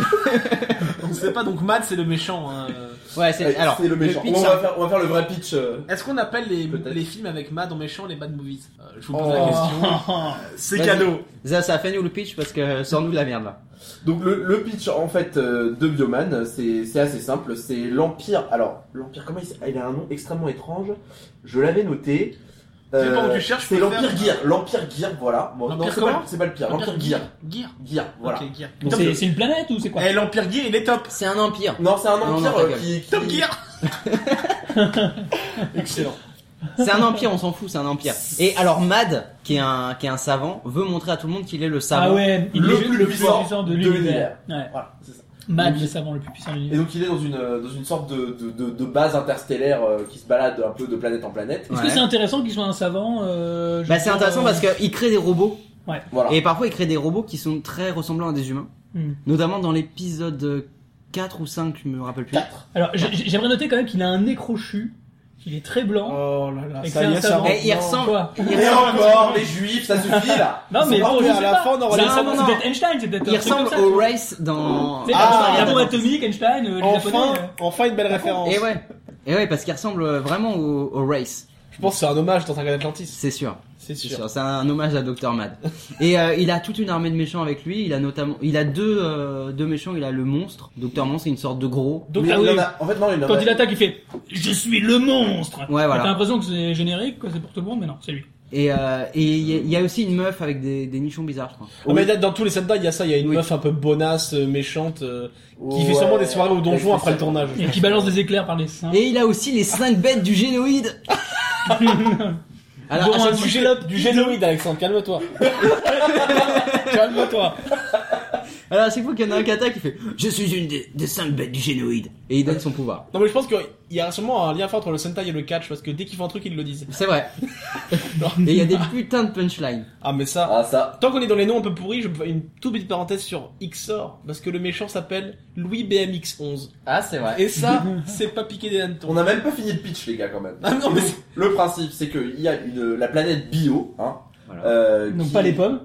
On sait pas, donc Matt c'est le méchant. Hein. Ouais, c'est alors c'est le méchant. pitch, on, hein. va faire le vrai pitch. Est-ce qu'on appelle Peut-être. les films avec Mad en méchant les bad movies? Je vous pose la question. C'est Vas-y. cadeau. Ça a fait nous le pitch parce que sans nous de la merde là. Donc le pitch en fait de Bioman, c'est assez simple. C'est l'Empire. Alors l'Empire, comment il a un nom extrêmement étrange. Je l'avais noté. C'est pas où tu cherches, C'est je peux l'Empire faire- Gear. L'Empire Gear, voilà. Bon, non, L'Empire c'est comment pas, c'est pas le pire. L'Empire Gear. Gear. Gear, voilà. Ok, Gear. Donc c'est une planète ou c'est quoi? Eh, l'Empire Gear, il est top. C'est un empire. Non, c'est un Non, empire non, ta gueule. qui Top Gear. Excellent. C'est un empire, on s'en fout, c'est un empire. Et alors Mad, qui est un savant, veut montrer à tout le monde qu'il est le savant. Ah ouais, il le est plus le puissant de de l'univers. Ouais. Voilà, c'est ça. Mad, Donc, le savant le plus puissant de Et l'univers. donc il est dans une sorte de base interstellaire qui se balade un peu de planète en planète. Est-ce Ouais. que c'est intéressant qu'il soit un savant Bah c'est intéressant parce qu'il crée des robots. Voilà. Et parfois il crée des robots qui sont très ressemblants à des humains. Hmm. Notamment dans l'épisode 4 ou 5, je me rappelle plus. 4. Alors j'aimerais noter quand même qu'il a un nez crochu, qu'il est très blanc. Oh là là, Et ça que y c'est est, un ça savant. Et il rentre. ressemble. Quoi Il Et ressemble, encore, les juifs, ça suffit là. Non mais Ils sont bon, pas je à sais la pas. fin, on aura C'est les un- savants. c'est peut-être Einstein, c'est peut-être il un truc ressemble comme ça, au tu vois. Race dans. Tu sais, Ah, la bombe atomique, Einstein, les Enfin, Japonais. enfin une belle référence. Et ouais, parce qu'il ressemble vraiment au Race. Je pense que c'est un hommage dans Saga d'Atlantis. C'est sûr. C'est C'est sûr. sûr, c'est un hommage à Dr. Mad. Et il a toute une armée de méchants avec lui. Il a deux méchants. Il a le monstre. Dr. Monstre, c'est une sorte de gros. Donc Mais ah il oui, en a- en fait, non, il en quand a- il attaque, il fait « Je suis le monstre !» Ouais, voilà. T'as l'impression que c'est générique, que c'est pour tout le monde, mais non, c'est lui. Et il y a aussi une meuf avec des nichons bizarres, je crois. Oh, mais dans tous les Sentai, il y a ça, il y a une Oui. meuf un peu bonasse, méchante, qui fait Ouais. sûrement des soirées au donjon Ouais, après le c'est ça. tournage. Et qui balance des éclairs par les seins. Et il a aussi les 5 bêtes du génoïde. Alors, Bon, à chaque un fois- Du génoïde, Alexandre, calme-toi. Calme-toi. alors, à chaque fois qu'il y en a un qui attaque, il fait « Je suis une des 5 bêtes du génoïde. » Et il donne son pouvoir. Non, mais je pense qu'il y a sûrement un lien fort entre le Sentai et le catch, parce que dès qu'ils font un truc, ils le disent. C'est vrai. Et il y a des putains de punchlines. Ah, mais ça. Ah, ça. Tant qu'on est dans les noms un peu pourris, je peux faire une toute petite parenthèse sur XOR, parce que le méchant s'appelle Louis BMX11. Ah, c'est vrai. Et ça, c'est pas piqué des hannetons. On a même pas fini le pitch, les gars, quand même. Ah non, mais Donc, le principe, c'est qu'il y a la planète Bio, hein. Voilà. Donc pas les pommes.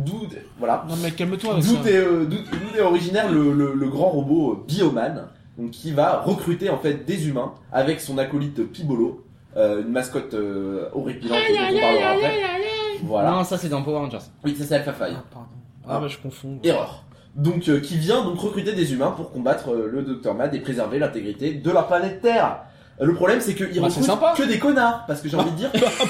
Voilà. Non, mais calme-toi avec ça. D'où est originaire le grand robot Bioman, donc qui va recruter en fait des humains avec son acolyte Pibolo, une mascotte horripilante dont on parlera après. Voilà. Non, ça c'est dans Power Rangers. Oui, ça c'est Alpha Fly. Ah, pardon. Ah, bah, je confonds. Erreur. Donc qui vient donc recruter des humains pour combattre le Dr. Mad et préserver l'intégrité de la planète Terre. Le problème c'est qu'il Bah, c'est recrute sympa. que des connards, parce que j'ai envie de dire.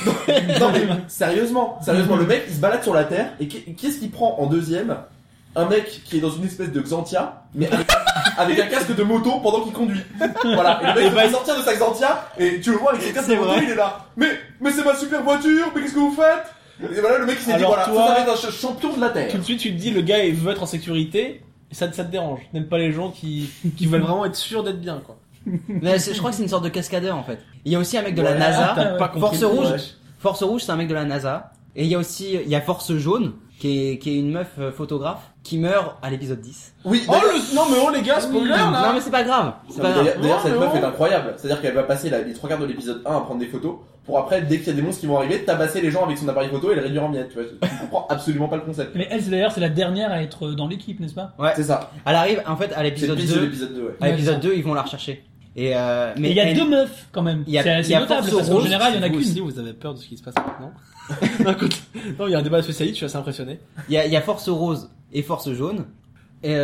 Non mais sérieusement, le mec il se balade sur la Terre et qu'est-ce qu'il prend en deuxième? Un mec qui est dans une espèce de Xantia, mais avec un casque de moto pendant qu'il conduit. Voilà. Et le mec il va sortir de sa Xantia et tu le vois avec son casque de moto, il est là. Mais c'est ma super voiture, mais qu'est-ce que vous faites? Et voilà, le mec il s'est dit Alors, voilà, toi- ça va être un champion de la Terre. Tout de suite, tu te dis, le gars, il veut être en sécurité, et ça te dérange. N'aime pas les gens qui veulent vraiment être sûrs d'être bien, quoi. Mais je crois que c'est une sorte de cascadeur en fait. Il y a aussi un mec de la Ouais. NASA. T'as pas compris. Force Rouge. Ouais. Force Rouge, c'est un mec de la NASA. Et il y a aussi Force Jaune, qui est une meuf photographe, qui meurt à l'épisode 10. Oui, Oh, d'ailleurs- non, mais oh, les gars, spoiler, là! Non mais c'est pas grave. C'est pas Non, grave. D'ailleurs, cette Non, meuf mais est incroyable. C'est-à-dire qu'elle va passer les 3 quarts de l'épisode 1 à prendre des photos pour après, dès qu'il y a des monstres qui vont arriver, tabasser les gens avec son appareil photo et les réduire en miettes. Tu vois, tu comprends absolument pas le concept. Mais elle, d'ailleurs, c'est la dernière à être dans l'équipe, n'est-ce pas? Ouais. C'est ça. Elle arrive en fait à C'est le l'épisode pitch de 2. l'épisode 2, ouais. À l'épisode 2, ils vont la rechercher. Et Mais il y a elle- deux meufs, quand même. Il y a- C'est il y a notable, Force parce qu'en Rose, général, il y en a Vous qu'une. aussi, vous avez peur de ce qui se passe maintenant? Non, écoute, non, il y a un débat spécialiste, je suis assez impressionné. il y a Force Rose et Force Jaune. Et,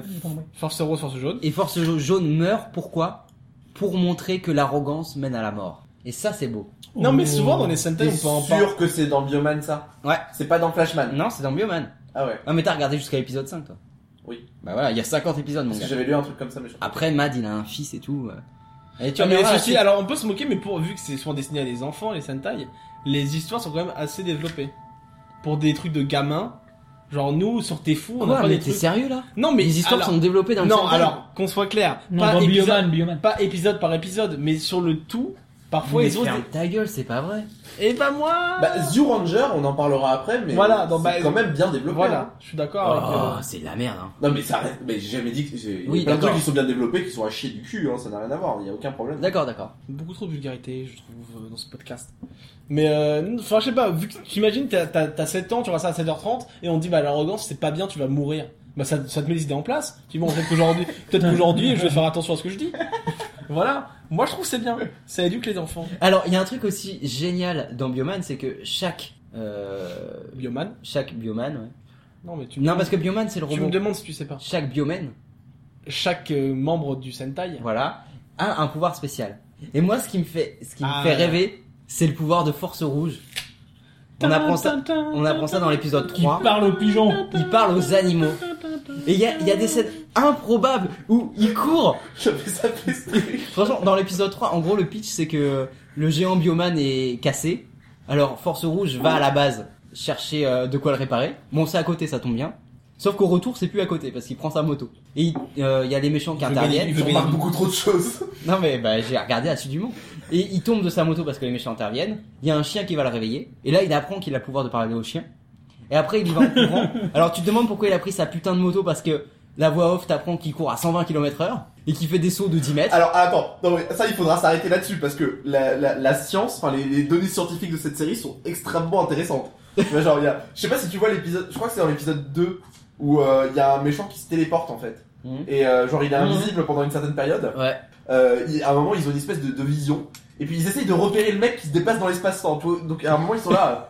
Force rose, force jaune. et Force Jaune meurt. Pourquoi? Pour montrer que l'arrogance mène à la mort. Et ça, c'est beau. Non, mais Oh. souvent dans les Sentai, T'es on peut en parler. sûr que c'est dans Bioman ça? Ouais. C'est pas dans Flashman? Non, c'est dans Bioman. Ah ouais. Ah, mais t'as regardé jusqu'à l'épisode 5, toi? Oui. Bah voilà, il y a 50 épisodes, mon Parce que gars. j'avais lu un truc comme ça, mais je Après, Mad, il a un fils et tout. Et tu Ah, mais regarderas la ceci, suite. alors on peut se moquer, mais vu que c'est souvent destiné à des enfants, les Sentai, les histoires sont quand même assez développées. Pour des trucs de gamins, genre nous, sur T'es fou, on a Ouais, pas mais des t'es trucs. sérieux là? Non, mais Les histoires alors- sont développées dans le Non, Sentai. alors, qu'on soit clair. Non, pas dans épisode- Bioman. Pas épisode par épisode, mais sur le tout, Parfois, Mais ils ont ferme ta gueule, c'est pas vrai. Et bah moi. Bah, The Ranger, on en parlera après, mais Voilà, donc, c'est quand même bien développé. Voilà, hein. je suis d'accord avec. Oh, c'est de la merde. Hein. Non, mais ça reste. Mais j'ai jamais dit que. Il y a Oui, plein de d'accord. trucs qui sont bien développés, qui sont à chier du cul, hein, ça n'a rien à voir, il y a aucun problème. D'accord. Beaucoup trop de vulgarité, je trouve, dans ce podcast. Mais, enfin, je sais pas, vu que t'imagines, t'as 7 ans, tu vois ça à 7h30, et on te dit, bah, l'arrogance, c'est pas bien, tu vas mourir. Bah, ça te met les idées en place. Tu dis, bon, peut-être qu'aujourd'hui, je vais faire attention à ce que je dis. Voilà. Moi, je trouve que c'est bien. Ça éduque les enfants. Alors, il y a un truc aussi génial dans Bioman, c'est que chaque Bioman? bioman, ouais. Non, mais Non, parce que bioman, c'est le tu robot. me demandes si tu sais pas. Chaque bioman, Chaque membre du Sentai. voilà, a un pouvoir spécial. Et moi, ce qui me fait rêver, c'est le pouvoir de Force Rouge. On apprend ça dans l'épisode Qui 3. parle aux pigeons. Il parle aux animaux. Et il y a des scènes improbables où il court. J'avais zappé ce truc. Franchement, dans l'épisode 3, en gros, le pitch, c'est que le géant Bioman est cassé. Alors, Force Rouge va à la base chercher de quoi le réparer. Bon, c'est à côté, ça tombe bien. Sauf qu'au retour, c'est plus à côté, parce qu'il prend sa moto. Et il y a les méchants qui interviennent. Il remarque beaucoup trop de choses. Non mais bah, j'ai regardé assidûment. Et il tombe de sa moto parce que les méchants interviennent. Il y a un chien qui va le réveiller. Et là, il apprend qu'il a le pouvoir de parler au chien. Et après, il y va en courant. Alors, tu te demandes pourquoi il a pris sa putain de moto, parce que la voix off t'apprend qu'il court à 120 km/h et qu'il fait des sauts de 10 mètres. Alors attends, non mais ça il faudra s'arrêter là-dessus parce que la science, enfin les données scientifiques de cette série sont extrêmement intéressantes. Tu vois, genre il y a, je sais pas si tu vois l'épisode, je crois que c'est dans l'épisode 2 où il y a un méchant qui se téléporte en fait. Et genre il est invisible pendant une certaine période. Ouais. À un moment ils ont une espèce de vision. Et puis ils essayent de repérer le mec qui se déplace dans l'espace-temps. Tu vois. Donc à un moment ils sont là,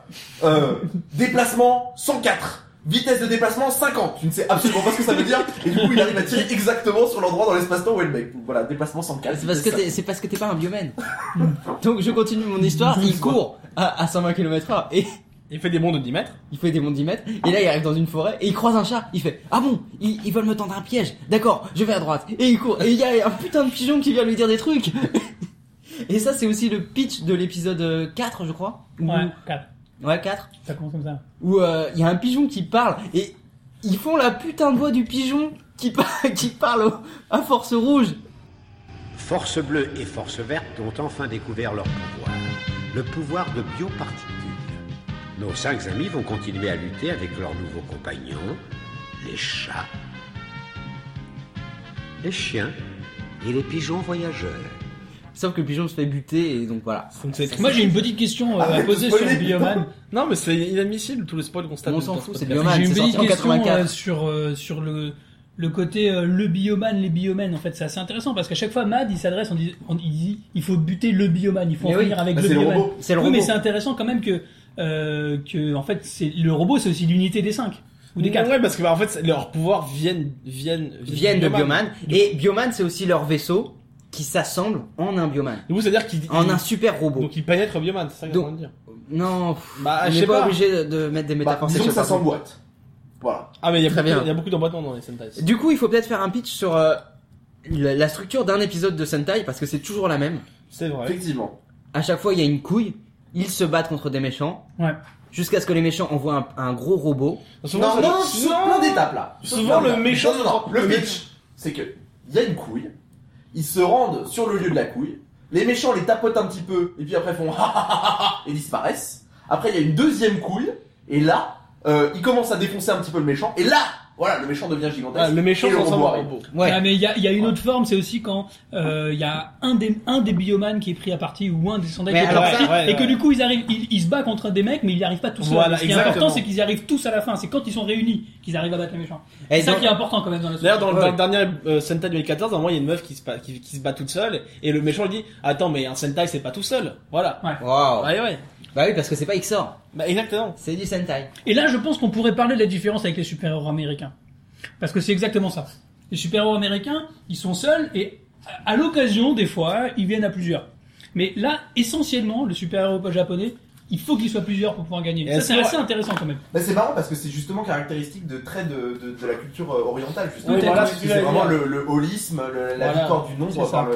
déplacement 104. Vitesse de déplacement 50. Tu ne sais absolument pas ce que ça veut dire. Et du coup, il arrive à tirer exactement sur l'endroit dans l'espace-temps où est le mec. Donc, voilà, déplacement 104. C'est parce que t'es pas un bioman. Donc je continue mon histoire. Il court à 120 km/h et Il fait des bonds de 10 mètres. il fait des bonds de 10 mètres. Et là, il arrive dans une forêt et il croise un chat. Il fait ah bon, ils veulent me tendre un piège. D'accord, je vais à droite. Et il court. Et il y a un putain de pigeon qui vient lui dire des trucs. Et ça, c'est aussi le pitch de l'épisode 4, je crois. Ouais, 4. Ouais, 4. Ça commence comme ça. Où il y a un pigeon qui parle et ils font la putain de voix du pigeon qui parle à Force Rouge. Force Bleue et Force Verte ont enfin découvert leur pouvoir, le pouvoir de bioparticules. Nos 5 amis vont continuer à lutter avec leurs nouveaux compagnons, les chats, les chiens et les pigeons voyageurs. Sauf que le pigeon se fait buter et donc voilà. Moi j'ai une petite question à poser sur le Bioman. Non, mais c'est inadmissible, tout le spoil qu'on On s'en fout, c'est bien. Bioman, J'ai une c'est petite sorti en question 84. sur le côté le bioman, les biomen. En fait, c'est assez intéressant parce qu'à chaque fois Mad il s'adresse, il dit il faut buter le bioman, il faut en Mais oui, finir avec bah, le c'est le bioman. robot. C'est le Oui, robot. mais c'est intéressant quand même que en fait c'est le robot, c'est aussi l'unité des 5 ou des 4. Ouais, parce que bah, en fait, leurs pouvoirs viennent Viennent de Bioman. Et Bioman, c'est aussi leur vaisseau qui s'assemble en un Bioman. Du coup, c'est-à-dire qu'ils En un super robot. donc ils pénètrent Bioman, c'est ça que Donc, je veux dire. Non, Bah, on je n'est sais pas pas. obligé de mettre des Bah, métaphores disons que ça sexuelles. s'emboîte. Voilà. Ah, mais il Très bien. y a beaucoup d'emboîtements dans les Sentai. Du coup, il faut peut-être faire un pitch sur la structure d'un épisode de Sentai parce que c'est toujours la même. C'est vrai. Effectivement. À chaque fois, il y a une couille. Ils se battent contre des méchants. Ouais. Jusqu'à ce que les méchants envoient un gros robot. Souvent, Non, ça- non, tu sautes plein d'étapes là. Tu sautes Souvent, plein le d'étapes. méchant- Non, le pitch, c'est que il y a une couille, ils se rendent sur le lieu de la couille, les méchants les tapotent un petit peu, et puis après font ha ha ha ha et disparaissent. Après, il y a une deuxième couille, et là, ils commencent à défoncer un petit peu le méchant, et là, voilà, le méchant devient gigantesque. Ah, le méchant et le transforme robot en arrive. robot. Ouais. Ah, mais il y a une autre forme, c'est aussi quand il y a un des bioman qui est pris à partie ou un des Sentai qui Mais est pris à alors partie ça- ouais, et que ouais. du coup ils se battent contre des mecs mais ils n'y arrivent pas tous seuls. Voilà, Ce qui est exactement. important c'est qu'ils y arrivent tous à la fin, c'est quand ils sont réunis qu'ils arrivent à battre les méchants. Et C'est ça dans- qui est important quand même dans la D'ailleurs, dans Ouais. le dernier Sentai 2014, à un moment, il y a une meuf qui se bat toute seule, et le méchant lui dit, attends, mais un Sentai, c'est pas tout seul. Voilà. Waouh. Ouais. Bah oui, parce que c'est pas XOR. Bah, exactement. C'est du Sentai. Et là je pense qu'on pourrait parler de la différence avec les super-héros américains. Parce que c'est exactement ça. Les super-héros américains, ils sont seuls et à l'occasion, des fois, ils viennent à plusieurs. Mais là, essentiellement, le super-héros japonais, il faut qu'il soit plusieurs pour pouvoir gagner. Et Ça, c'est est-ce que- assez intéressant quand même. Bah, c'est marrant parce que c'est justement caractéristique de traits de la culture orientale, justement. Oui, voilà, Parce c'est que ce que c'est j'allais vraiment dire. le holisme, la Voilà, victoire du nombre c'est ça. par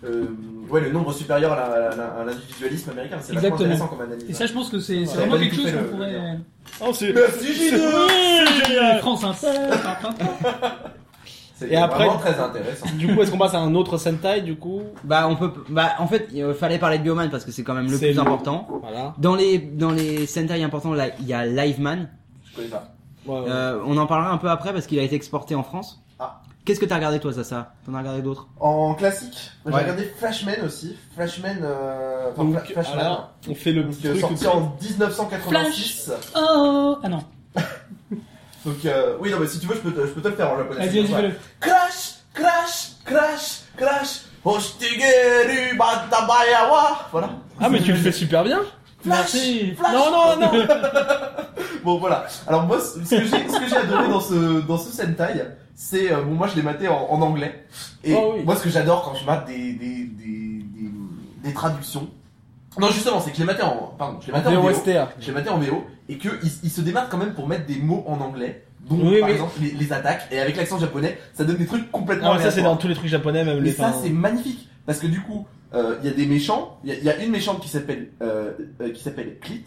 le nombre supérieur à l'individualisme américain. C'est vachement Exactement. intéressant comme analyse. Et ça, je pense que c'est Ouais. vraiment Pas du quelque tout chose fait qu'on le pourrait... lien. Oh, c'est... Merci Gino. France Inter. C'est Et après- vraiment très intéressant. Du coup, est-ce qu'on passe à un autre Sentai, du coup? Bah, en fait, il fallait parler de Bioman parce que c'est quand même le C'est plus important. Voilà. Dans les Sentai importants, là, il y a Liveman. Je connais pas. Ouais, ouais. On en parlera un peu après parce qu'il a été exporté en France. Ah. Qu'est-ce que t'as regardé toi, ça? T'en as regardé d'autres? En classique, j'ai Ouais. regardé Flashman aussi. Flashman, Donc, Flashman. alors, on fait le Donc, petit truc. sorti en 1986. Oh ah non. Donc, oui, non, mais si tu veux, je peux te le faire en japonais. Vas-y, fais-le. Crash, crash, crash, crash. Hoshitigeru batabayawa. Voilà. Ah, mais tu le fais super bien. Flash, Merci. flash. Non. Bon, voilà. Alors, moi, ce que j'ai adoré dans ce Sentai, c'est, bon, moi, je l'ai maté en anglais. Et Oh oui. moi, ce que j'adore quand je mate des traductions. Non, justement, c'est que je l'ai maté en VO. VOSTA. Je l'ai maté en VO et que il se démarque quand même pour mettre des mots en anglais, dont Oui, par oui. exemple les attaques, et avec l'accent japonais, ça donne des trucs complètement Ah, mais ça, c'est aléatoires. dans tous les trucs japonais, même Mais les ça c'est magnifique parce que du coup il y a des méchants, il y a une méchante qui s'appelle Clit.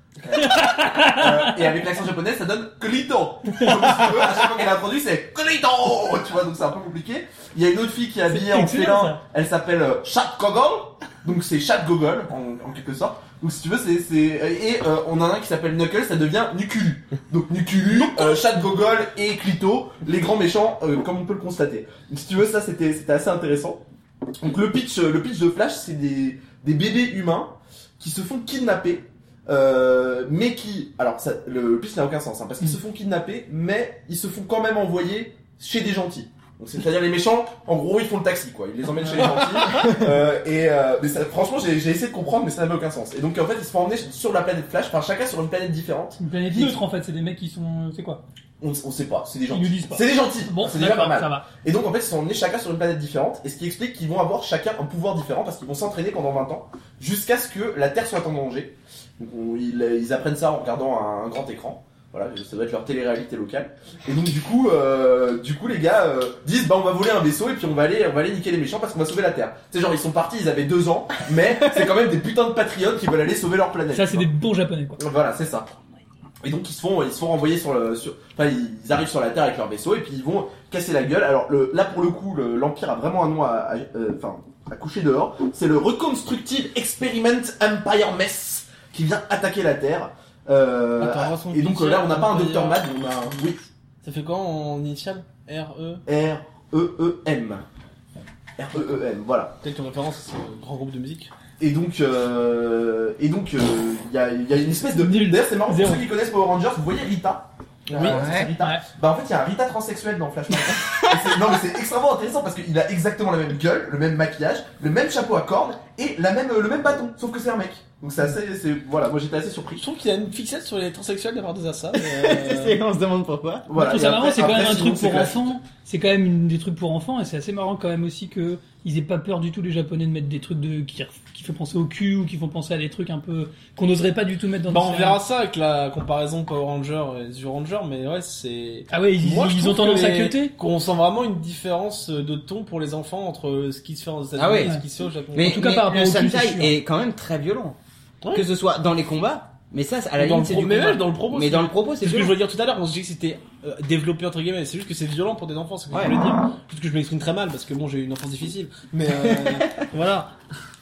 Et avec l'accent japonais ça donne Clito. Donc, si tu veux, à chaque fois qu'elle a introduit c'est Clito, tu vois, donc c'est un peu compliqué. Il y a une autre fille qui est habillée en excellent, félin, ça. elle s'appelle Chat Gogol, donc c'est Chat Gogol en quelque sorte. Donc si tu veux on en a un qui s'appelle Knuckles, ça devient Nukulu. Donc Nukulu, Chat Gogol et Clito, les grands méchants comme on peut le constater. Donc si tu veux ça c'était assez intéressant. Donc le pitch de Flash c'est des bébés humains qui se font kidnapper. Mais qui, alors ça, le pitch n'a aucun sens, hein, parce qu'ils se font kidnapper, mais ils se font quand même envoyer chez des gentils. Donc c'est-à-dire les méchants, en gros ils font le taxi quoi, ils les emmènent chez les gentils. Mais ça, franchement j'ai essayé de comprendre, mais ça n'avait aucun sens. Et donc en fait ils se font emmener sur la planète Flash, enfin chacun sur une planète différente. Une planète neutre en fait, c'est des mecs qui sont. C'est quoi? On sait pas, c'est des Ils gentils. nous disent pas. C'est des gentils. Bon, c'est déjà pas d'accord, mal. ça va. Et donc en fait ils sont emmenés chacun sur une planète différente, et ce qui explique qu'ils vont avoir chacun un pouvoir différent parce qu'ils vont s'entraîner pendant 20 ans jusqu'à ce que la Terre soit en danger. Donc ils apprennent ça en regardant un grand écran. Voilà, ça doit être leur télé-réalité locale. Et donc du coup les gars disent bah on va voler un vaisseau et puis on va aller niquer les méchants parce qu'on va sauver la Terre. C'est genre ils sont partis, ils avaient 2 ans, mais c'est quand même des putains de patriotes qui veulent aller sauver leur planète. Ça, tu c'est vois. des bons japonais quoi. Voilà, c'est ça. Et donc ils se font renvoyer ils arrivent sur la Terre avec leur vaisseau et puis ils vont casser la gueule. Alors là pour le coup l'Empire a vraiment un nom à coucher dehors. C'est le Reconstructive Experiment Empire Mess qui vient attaquer la Terre. Attends, Et donc là on n'a pas un Dr Mad, on a un oui, Ça fait quoi en initial? R-E? R-E-E-M. R-E-E-M, voilà. Peut-être une référence à ce grand groupe de musique. Et donc il y a une espèce de Nul. d'ailleurs c'est marrant pour Zéro. ceux qui connaissent Power Rangers, vous voyez Rita. Oui, c'est Rita. Ouais. Bah en fait il y a un Rita transsexuel dans Flash. Non mais c'est extrêmement intéressant parce qu'il a exactement la même gueule, le même maquillage, le même chapeau à cornes et le même bâton, sauf que c'est un mec. Donc voilà, moi j'étais assez surpris. Je trouve qu'il y a une fixette sur les transsexuels de part des Asa. Mais On se demande pourquoi. Voilà. Je trouve Et ça marrant, après- c'est quand même après, un sinon, truc c'est pour classique. enfants. C'est quand même des trucs pour enfants et c'est assez marrant quand même aussi que ils aient pas peur du tout les japonais de mettre des trucs qui fait penser au cul ou qui font penser à des trucs un peu qu'on n'oserait pas du tout mettre dans bah, des on séries. verra ça avec la comparaison Power Ranger et The Ranger, mais ouais, c'est. Ah ouais, Moi, je ils ont trouve tendance que à cuter. qu'on sent vraiment une différence de ton pour les enfants entre ce qui se fait aux États-Unis Ah ouais. et ce qui se fait au Japon. Mais, En tout cas, par rapport le au cul, c'est Sentai sûr. est quand même très violent. Ouais. Que ce soit dans les combats, mais ça, à la dans limite, c'est du mais combat. même dans le propos. Mais c'est- dans le propos, c'est C'est ce que je violent. voulais dire tout à l'heure, on se dit que c'était développé entre guillemets, c'est juste que c'est violent pour des enfants, c'est ce que Ouais. je voulais dire. Juste que je m'exprime très mal parce que bon, j'ai eu une enfance difficile. Mais voilà.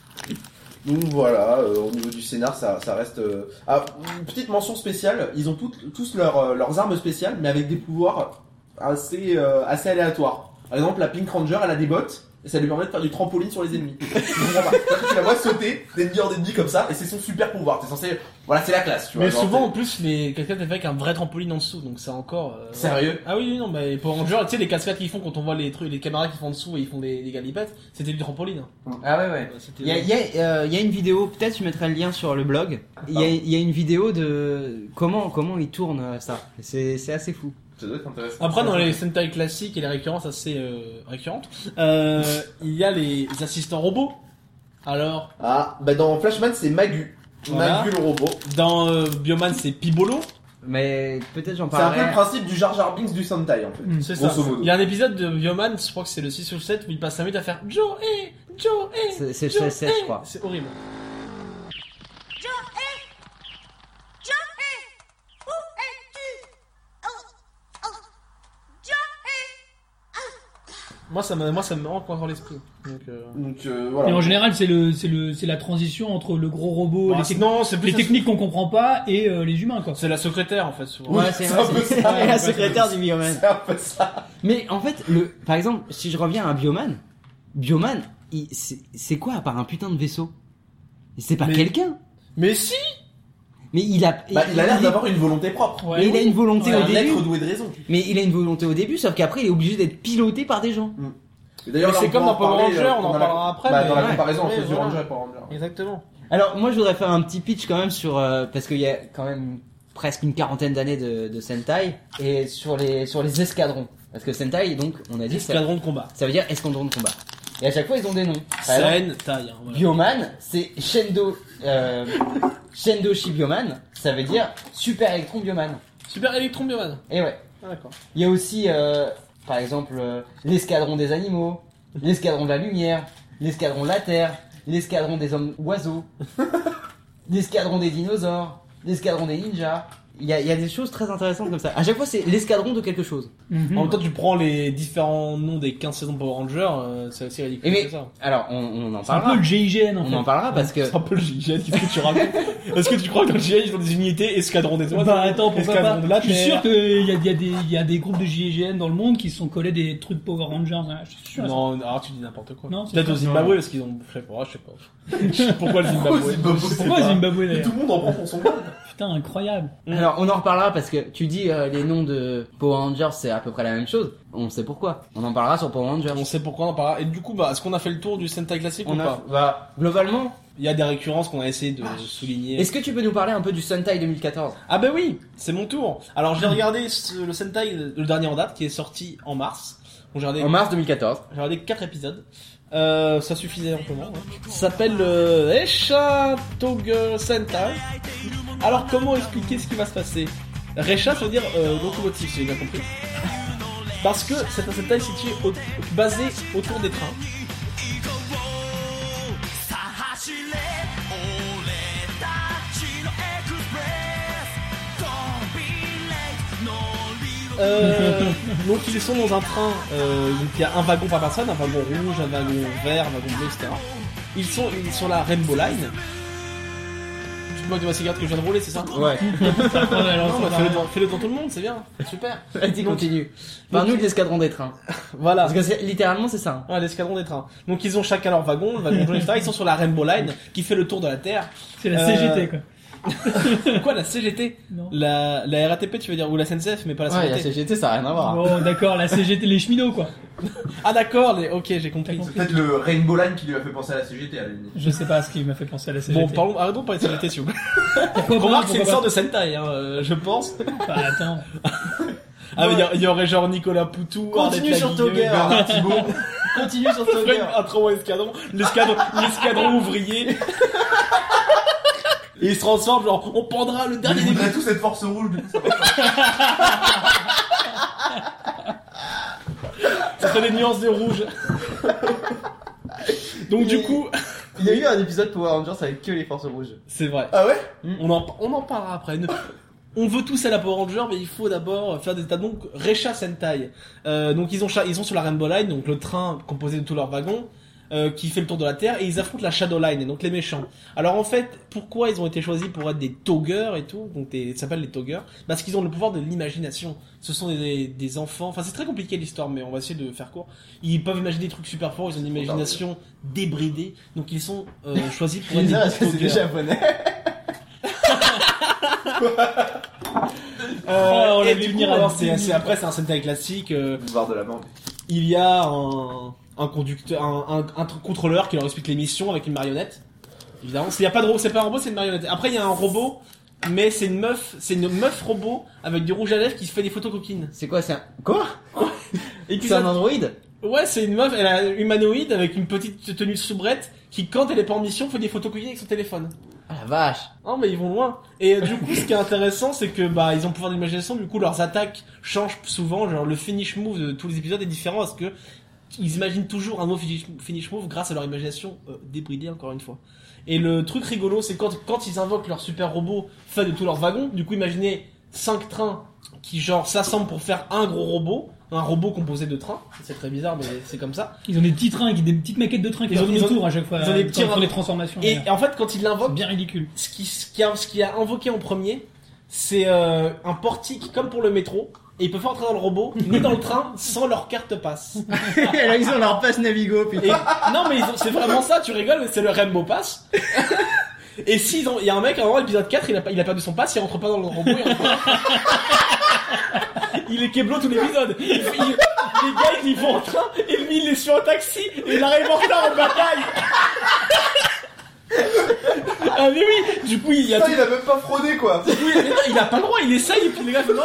Donc voilà, au niveau du scénar, ça reste. Ah, une petite mention spéciale, ils ont tous leurs armes spéciales, mais avec des pouvoirs assez aléatoires. Par exemple, la Pink Ranger, elle a des bottes, et ça lui permet de faire du trampoline sur les ennemis. Je comprends pas. C'est-à-dire que tu la vois sauter d'ennemi en ennemi comme ça, et c'est son super pouvoir. T'es censé. Voilà, c'est la classe, tu vois. Mais genre, souvent en t'es- plus les cascades étaient avec un vrai trampoline en dessous, donc c'est encore. Sérieux? Ah oui, non, mais Power Ranger, tu sais les cascades qu'ils font quand on voit les trucs, les caméras qui font en dessous et ils font des galipettes, c'était du trampoline. Ah ouais, ouais. C'était- Il y a une vidéo, peut-être je mettrai le lien sur le blog. Il y a une vidéo de comment ils tournent ça. C'est assez fou. Ça doit être intéressant. Après, dans les Sentai classiques et les récurrences assez récurrentes, il y a les assistants robots. Alors, Ah, bah dans Flashman, c'est Magu. Voilà. Magu le robot. dans Bioman, c'est Pibolo. Mais peut-être j'en C'est un peu parlerai. le principe du Jar Jar Binks du Sentai en fait. C'est ça. Grosso modo. Il y a un épisode de Bioman, je crois que c'est le 6 ou le 7, où il passe 5 minutes à faire Joey, Joey. C'est Joey. le 7, je crois. C'est horrible. Où es-tu? Oh, oh, Joey! Moi, ça me rend encore l'esprit. Donc, voilà. Et en général, c'est la transition entre le gros robot, Bah, c'est plus les techniques qu'on comprend pas et les humains, quoi. C'est la secrétaire, en fait, souvent. Ouais, c'est la secrétaire du bioman. C'est un peu ça. Mais en fait, par exemple, si je reviens à un bioman, c'est quoi à part un putain de vaisseau? C'est pas Mais- quelqu'un. Mais si! Mais il a l'air d'avoir une volonté propre. Ouais, mais il a une volonté C'est au un début. être doué de raison. Mais il a une volonté au début, sauf qu'après il est obligé d'être piloté par des gens. Et d'ailleurs, Mais là, c'est on comme pourra dans Power parler, Ranger, on en dans la- parlera après, Bah, mais- dans la ouais. comparaison entre Ouais, The voilà. Ranger et Power Ranger. Exactement. Alors moi je voudrais faire un petit pitch quand même sur parce qu'il y a quand même presque une quarantaine d'années de Sentai et sur les escadrons. Parce que Sentai donc on a dit Escadron de combat. ça veut dire escadron de combat. Et à chaque fois ils ont des noms. Par exemple, Scène, taille. Hein, voilà. Bioman, c'est Shendoshi Bioman, ça veut dire Super Electron Bioman. Super Electron Bioman. Et ouais. Ah, d'accord. Il y a aussi, par exemple, l'escadron des animaux, l'escadron de la lumière, l'escadron de la terre, l'escadron des hommes oiseaux, l'escadron des dinosaures, l'escadron des ninjas. Il y a des choses très intéressantes comme ça. À chaque fois, c'est l'escadron de quelque chose. Mhm. En même temps, tu prends les différents noms des 15 saisons de Power Rangers, c'est aussi ridicule Et mais, que ça. alors, on en C'est un peu parlera. le GIGN, en On fait. en parlera parce que C'est un peu le GIGN, qu'est-ce que tu racontes? Est-ce que tu crois que dans le GIGN, ils ont des unités escadron des oiseaux? Bah attends, pourquoi escadron pas? de la Je suis terre. sûr qu'il y a des groupes de GIGN dans le monde qui se sont collés des trucs Power Rangers. Hein. Je suis sûr. Non, alors tu dis n'importe quoi. Non, c'est peut-être pas au ça. Zimbabwe parce qu'ils ont fait je sais pas. Pourquoi le Zimbabwe? Pourquoi Zimbabwe Et d'ailleurs? tout le monde en prend pour son compte. Putain, incroyable. alors on en reparlera parce que tu dis les noms de Power Rangers c'est à peu près la même chose. On sait pourquoi. On en parlera sur Power Rangers. On sait pourquoi on en parlera. Et du coup, est-ce qu'on a fait le tour du Sentai classique ou On a, pas? bah, globalement, Il y a des récurrences qu'on a essayé de souligner. est-ce que tu peux nous parler un peu du Sentai 2014? Ah bah oui, c'est mon tour. Alors j'ai regardé le Sentai, le dernier en date, qui est sorti en mars. Donc, j'ai regardé, En mars 2014. j'ai regardé 4 épisodes. Ça suffisait amplement. Ouais. Ça s'appelle Reisha Toge Sentai. Alors comment expliquer ce qui va se passer? Reisha, ça veut dire locomotive, si j'ai bien compris. Parce que c'est un Sentai situé basé autour des trains. Donc ils sont dans un train, donc il y a un wagon par personne, un wagon rouge, un wagon vert, un wagon bleu, etc. Ils sont sur la Rainbow Line. Tu te moques de ma cigarette que je viens de rouler, c'est ça? Ouais. Non, bah, fais-le devant tout le monde, c'est bien, super. Vas-y, continue. Parle-nous de l'escadron des trains. Voilà. Parce que littéralement c'est ça. Ouais, l'escadron des trains. Donc ils ont chacun leur wagon, le wagon jaune, etc. Ils sont sur la Rainbow Line qui fait le tour de la Terre. C'est la CGT, quoi. Quoi, la CGT? Non. La RATP, tu veux dire, ou la SNCF, mais pas la Ouais, la CGT. CGT ça a rien à voir. Bon, d'accord, la CGT, les cheminots, quoi. Ah d'accord, ok, j'ai compris. C'est peut-être le Rainbow Line qui lui a fait penser à la CGT à la limite. Je sais pas ce qui m'a fait penser à la CGT. Bon, arrêtons de parler de CGT, s'il vous plaît. pourquoi pas, Remarque, c'est une pourquoi sorte de Sentai, je pense. pas. Bah, attends. Ah, mais il y aurait genre Nicolas Poutou, Continue Arlette sur Laguilleux, Togger. Bernard Thibault. Continue sur On ferait Togger. un trop bon escadron. L'escadron ouvrier. Et il se transforme, genre, on prendra le Ils dernier voudraient tous être force rouge, du coup ça va. Ça fait des nuances de rouge. Donc, du coup, Il y a eu un épisode Power Rangers avec que les forces rouges. c'est vrai. Ah ouais? On en parlera après. On veut tous aller à Power Ranger, mais il faut d'abord faire des états. Donc, Reisha Sentai. Donc, ils sont sur la Rainbow Line, donc le train composé de tous leurs wagons, qui fait le tour de la Terre, et ils affrontent la Shadow Line, et donc les méchants. Alors, en fait, pourquoi ils ont été choisis pour être des Toggers et tout? Donc, ça s'appelle les Toggers. Parce qu'ils ont le pouvoir de l'imagination. Ce sont des enfants. Enfin, c'est très compliqué l'histoire, mais on va essayer de faire court. Ils peuvent imaginer des trucs super forts, ils ont une imagination débridée. Donc, ils sont choisis pour être des Est-ce que c'est des Toggers. japonais? on l'a Et vu du venir coup, à alors, 10 c'est après c'est un Sentai classique. Boulevard de la Bande. Il y a un conducteur, un contrôleur qui leur explique les missions avec une marionnette. Évidemment, il y a pas de robot, c'est pas un robot, c'est une marionnette. Après il y a un robot, mais c'est une meuf robot avec du rouge à lèvres qui se fait des photos coquines. C'est quoi, c'est un... Quoi? Et puis C'est un ça- android? ouais, c'est une meuf, elle a humanoïde avec une petite tenue de soubrette qui quand elle est pas en mission fait des photos coquines avec son téléphone. Ah la vache. Non mais ils vont loin. Et du coup ce qui est intéressant c'est que ils ont pouvoir d'imagination, du coup leurs attaques changent souvent, genre le finish move de tous les épisodes est différent parce que ils imaginent toujours un nouveau finish move grâce à leur imagination débridée encore une fois. Et le truc rigolo c'est quand ils invoquent leur super robot fait de tous leurs wagons, du coup imaginez 5 trains qui genre s'assemblent pour faire un gros robot un robot composé de trains. C'est très bizarre, mais c'est comme ça. Ils ont des petits trains, des petites maquettes de trains qui Ils ont- tournent ils ont- autour à chaque fois. ils ont des petits pour les transformations. Et d'ailleurs. en fait, quand il C'est l'invoque, bien ridicule. ce qui a invoqué en premier, c'est un portique comme pour le métro. Et ils peuvent pas entrer dans le robot ni dans le train sans leur carte passe. Et là, ils ont leur passe Navigo, putain. Et, non mais c'est vraiment ça, tu rigoles, mais c'est le Rainbow Pass. Et s'ils ont, il y a un mec à un moment, épisode 4, il a perdu son pass, il rentre pas dans le robot. Il est keblo tout l'épisode. Les gars ils vont en train et lui il est sur un taxi et il arrive en retard en bataille. Ah mais oui, du coup il y a Putain, il a même pas fraudé quoi. mais non, il a pas le droit, il essaye et puis les gars font non.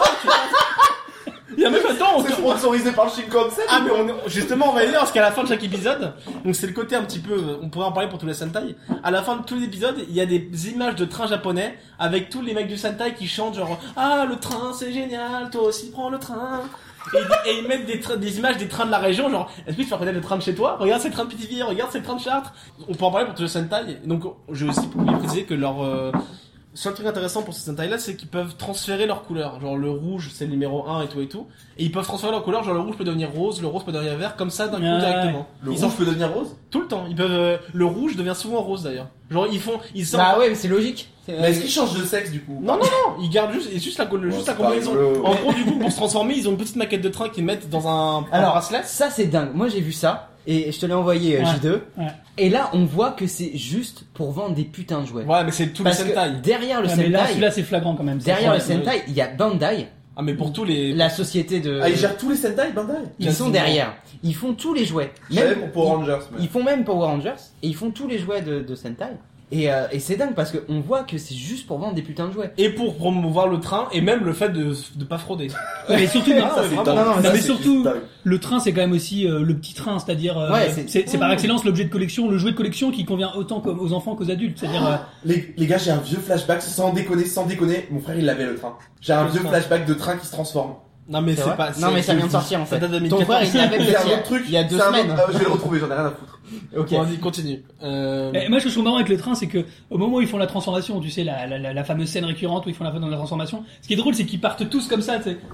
Il y a même attends, C'est sponsorisé par le Shinkansen. ah mais justement on va y dire parce qu'à la fin de chaque épisode, donc c'est le côté un petit peu, on pourrait en parler pour tous les Sentai. À la fin de tous les épisodes, il y a des images de trains japonais avec tous les mecs du Sentai qui chantent genre ah le train c'est génial, toi aussi prends le train. Et ils mettent des images des trains de la région, genre est-ce que tu vas reconnaître le train de chez toi? Regarde c'est le train de Pithiviers, regarde c'est le train de Chartres. On peut en parler pour tous les Sentai. Donc j'ai aussi oublié de préciser que leur seul truc intéressant pour ces Sentai là, c'est qu'ils peuvent transférer leur couleur. Genre le rouge c'est le numéro 1 et tout et tout. Et ils peuvent transférer leur couleur, genre le rouge peut devenir rose, le rose peut devenir vert, comme ça d'un coup Ouais. directement. Le Ils rouge peut devenir rose. tout le temps, ils peuvent le rouge devient souvent rose d'ailleurs. Genre ils sortent. Bah ouais, mais c'est logique. Mais est-ce qu'ils changent de sexe du coup? Non, ils gardent juste la c'est combinaison. pas rigolo. En gros, du coup, pour se transformer, ils ont une petite maquette de train qu'ils mettent dans un Alors, bracelet. ça c'est dingue. Moi j'ai vu ça et je te l'ai envoyé Ouais. J2. Ouais. Et là on voit que c'est juste pour vendre des putains de jouets. Ouais, mais c'est tous les Parce Sentai. que derrière le Ah, mais là, Sentai, celui-là c'est flagrant quand même. derrière Ouais, le Sentai, il y a Bandai, Ah, mais pour tous les. la société de. Ah, ils gèrent tous les Sentai, Bandai. Ils sont derrière. Ils font tous les jouets. Je savais pour Power Rangers. Ils font même Power Rangers et ils font tous les jouets de Sentai. Et c'est dingue parce qu'on voit que c'est juste pour vendre des putains de jouets. Et pour promouvoir le train, et même le fait de pas frauder. Mais surtout, Non, Ça, mais c'est vraiment. dingue. Non, non, Ça, mais c'est surtout- dingue. le train c'est quand même aussi le petit train, c'est-à-dire Ouais, c'est par excellence l'objet de collection, le jouet de collection qui convient autant aux enfants qu'aux adultes. C'est-à-dire Les gars, j'ai un vieux flashback, sans déconner, mon frère il l'avait le train. J'ai un vieux flashback de train qui se transforme. Non, mais c'est vrai pas. Non mais ça vient de sortir en Ça fait. date de Ton 2014. frère il l'avait C'est un fait autre truc. il y a 2 c'est un semaines. autre- je vais le retrouver, j'en ai rien à foutre. Ok. Bon, vas-y, continue. Et moi, ce que je trouve marrant avec le train, c'est que au moment où ils font la transformation, tu sais, la fameuse scène récurrente où ils font la transformation, ce qui est drôle, c'est qu'ils partent tous comme ça, tu sais.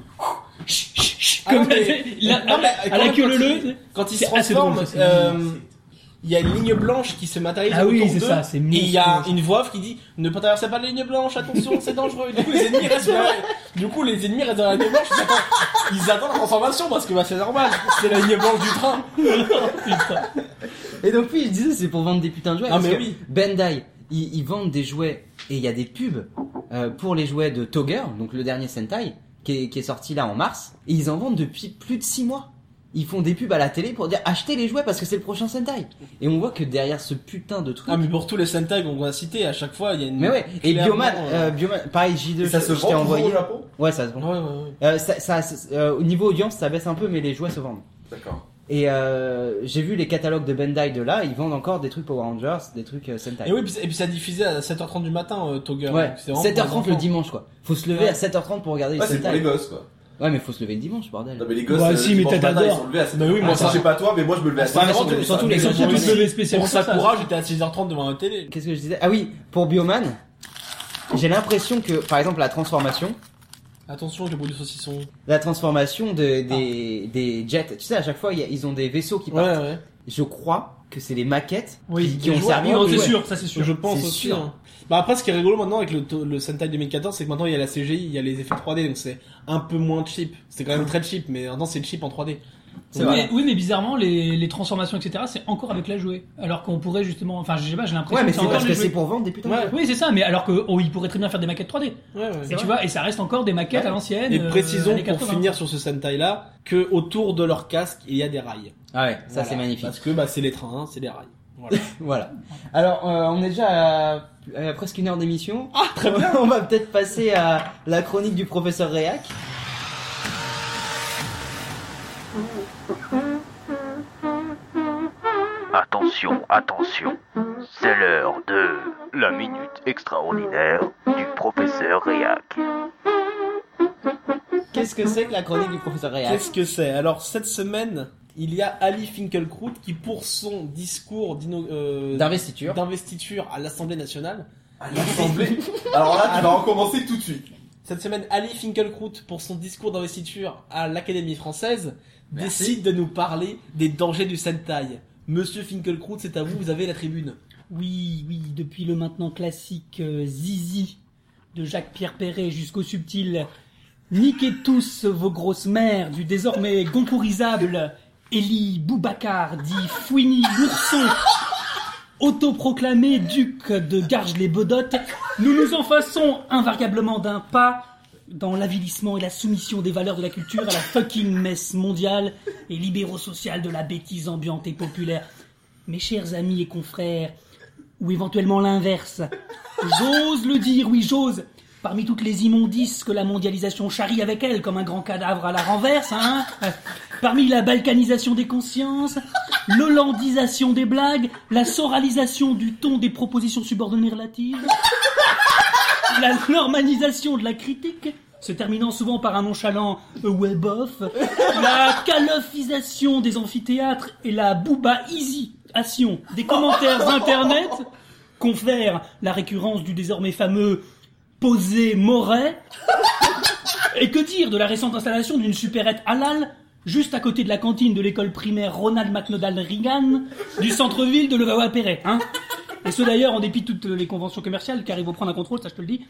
Ah, Comme non, mais- à la quand queue il- leu. Quand ils se C'est assez transforment, drôle, ça, c'est- il y a une ligne blanche qui se matérialise Ah oui, autour c'est d'eux, ça, c'est et il y a monstrueux, ça. une voix off qui dit ne pas traverser pas la ligne blanche, attention, c'est dangereux. Du coup, les ennemis restent dans la ligne blanche. Ils attendent la transformation parce que bah, c'est normal, c'est la ligne blanche du train. Et donc oui, je disais c'est pour vendre des putains de jouets. Ah, parce mais que oui. Bandai, ils vendent des jouets et il y a des pubs pour les jouets de Togger, donc le dernier Sentai qui est sorti là en mars, et ils en vendent depuis plus de 6 mois. Ils font des pubs à la télé pour dire achetez les jouets parce que c'est le prochain Sentai. Et on voit que derrière ce putain de truc. Ah mais pour tous les Sentai qu'on va citer, à chaque fois il y a une. Mais ouais, et clairement, Bioman, pareil J2, Et ça se je vend t'ai toujours envoyé. au Japon? Ouais, ça se vend. Ouais. Au niveau audience, ça baisse un peu, mais les jouets se vendent. D'accord. Et j'ai vu les catalogues de Bandai de là, ils vendent encore des trucs Power Rangers, des trucs Sentai. Et oui, et puis ça diffusait à 7h30 du matin, Togger. Ouais, donc c'est vraiment pour les 7h30 le enfants. dimanche quoi. Faut se lever Ouais. à 7h30 pour regarder Ouais, les c'est pour les Sentai. gosses quoi. Ouais, mais faut se lever le dimanche, bordel. Non, mais les gosses, Ouais, si, mais dimanche t'as matin, ils d'adore. sont levés à 7h30. Bah oui, moi, ça, ça- je sais pas toi, mais moi je me levais à Ouais, 7h30. surtout les Surtout japonais. tous les spéciaux Pour ça. Sakura, j'étais à 6h30 devant la télé. Qu'est-ce que je disais? Ah oui, pour Bioman, j'ai l'impression que, par exemple, la transformation Attention avec le bruit du saucisson. des jets, tu sais, à chaque fois, ils ont des vaisseaux qui partent. Ouais. Je crois que c'est les maquettes Oui, qui ont les jouets. servi Non, aux c'est jouets. sûr, ça c'est sûr. Je pense C'est aussi. sûr. Hein. Bah après, ce qui est rigolo maintenant avec le Sentai 2014, c'est que maintenant il y a la CGI, il y a les effets 3D, donc c'est un peu moins cheap. C'est quand même très cheap, mais maintenant c'est cheap en 3D. C'est vrai. Oui, mais bizarrement, les transformations, etc., c'est encore avec la jouet. Alors qu'on pourrait justement, enfin, je sais pas, j'ai l'impression Ouais, mais que c'est encore parce les que jouets. c'est pour vendre des putains de Ouais. jouets. Oui, c'est ça, mais alors qu'ils pourraient très bien faire des maquettes 3D. Ouais. Et tu vois, et ça reste encore des maquettes à l'ancienne. Et précisons années pour 80. finir sur ce Sentai là que autour de leur casque il y a des rails. Ah ouais, ça Voilà. c'est magnifique. Parce que bah c'est les trains, hein, c'est des rails. Voilà. Voilà. Alors, on est déjà à presque 1 heure d'émission. Ah, très bien. On va peut-être passer à la chronique du professeur Réac. Attention, c'est l'heure de la minute extraordinaire du professeur Réac. Qu'est-ce que c'est que la chronique du professeur Réac? Qu'est-ce que c'est? Alors cette semaine, il y a Ali Finkielkraut qui pour son discours D'investiture. d'investiture à l'Assemblée nationale. À l'Assemblée. Alors là, tu vas recommencer tout de suite. Cette semaine, Ali Finkielkraut, pour son discours d'investiture à l'Académie française, Merci. décide de nous parler des dangers du Sentai. Monsieur Finkielkraut, c'est à vous, vous avez la tribune. Oui, depuis le maintenant classique Zizi de Jacques-Pierre Perret jusqu'au subtil niquez tous vos grosses mères du désormais goncourisable Élie Boubacar dit Fouini l'ourson autoproclamé duc de Garges-les-Bedottes, nous nous enfonçons invariablement d'un pas dans l'avilissement et la soumission des valeurs de la culture à la fucking messe mondiale et libéraux-sociale de la bêtise ambiante et populaire. Mes chers amis et confrères, ou éventuellement l'inverse, j'ose le dire, oui j'ose, parmi toutes les immondices que la mondialisation charrie avec elle comme un grand cadavre à la renverse, parmi la balkanisation des consciences, l'hollandisation des blagues, la soralisation du ton des propositions subordonnées relatives, la normanisation de la critique, se terminant souvent par un nonchalant « ouais bof », la calofisation des amphithéâtres et la boobaisation des commentaires internet confèrent la récurrence du désormais fameux « posé Moret ». Et que dire de la récente installation d'une supérette halal juste à côté de la cantine de l'école primaire Ronald McDonald Reagan du centre-ville de Levallois-Perret, Et ce d'ailleurs en dépit de toutes les conventions commerciales qui arrivent au prendre un contrôle, ça je te le dis.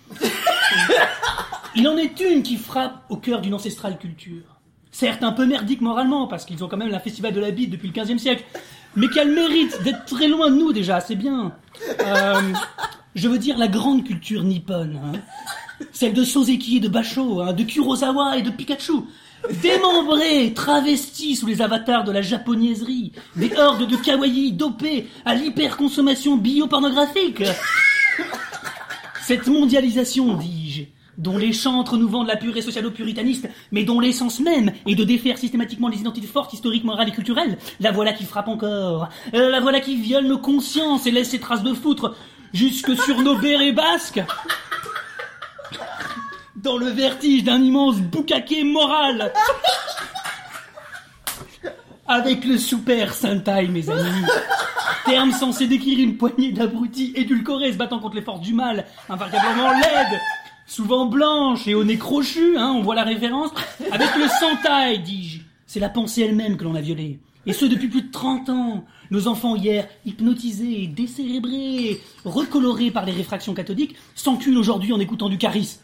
Il en est une qui frappe au cœur d'une ancestrale culture. Certes un peu merdique moralement, parce qu'ils ont quand même la festival de la bite depuis le 15e siècle, mais qui a le mérite d'être très loin de nous déjà, c'est bien. Je veux dire la grande culture nippone, celle de Soseki et de Basho, de Kurosawa et de Pikachu. Démembrés, travestis sous les avatars de la japonaiserie, des hordes de kawaii dopés à l'hyperconsommation biopornographique. Cette mondialisation, dis-je, dont les chantres nous vendent la purée socialo-puritaniste, mais dont l'essence même est de défaire systématiquement les identités fortes, historiques, morales et culturelles, la voilà qui frappe encore, la voilà qui viole nos consciences et laisse ses traces de foutre jusque sur nos bérets basques. Dans le vertige d'un immense boucaquet moral. Avec le super Sentai, mes amis. Terme censé décrire une poignée d'abrutis édulcorés se battant contre les forces du mal, invariablement laides, souvent blanches et au nez crochu, on voit la référence. Avec le Sentai, dis-je, c'est la pensée elle-même que l'on a violée. Et ce depuis plus de 30 ans. Nos enfants hier, hypnotisés, décérébrés, recolorés par les réfractions cathodiques, s'enculent aujourd'hui en écoutant du Caris.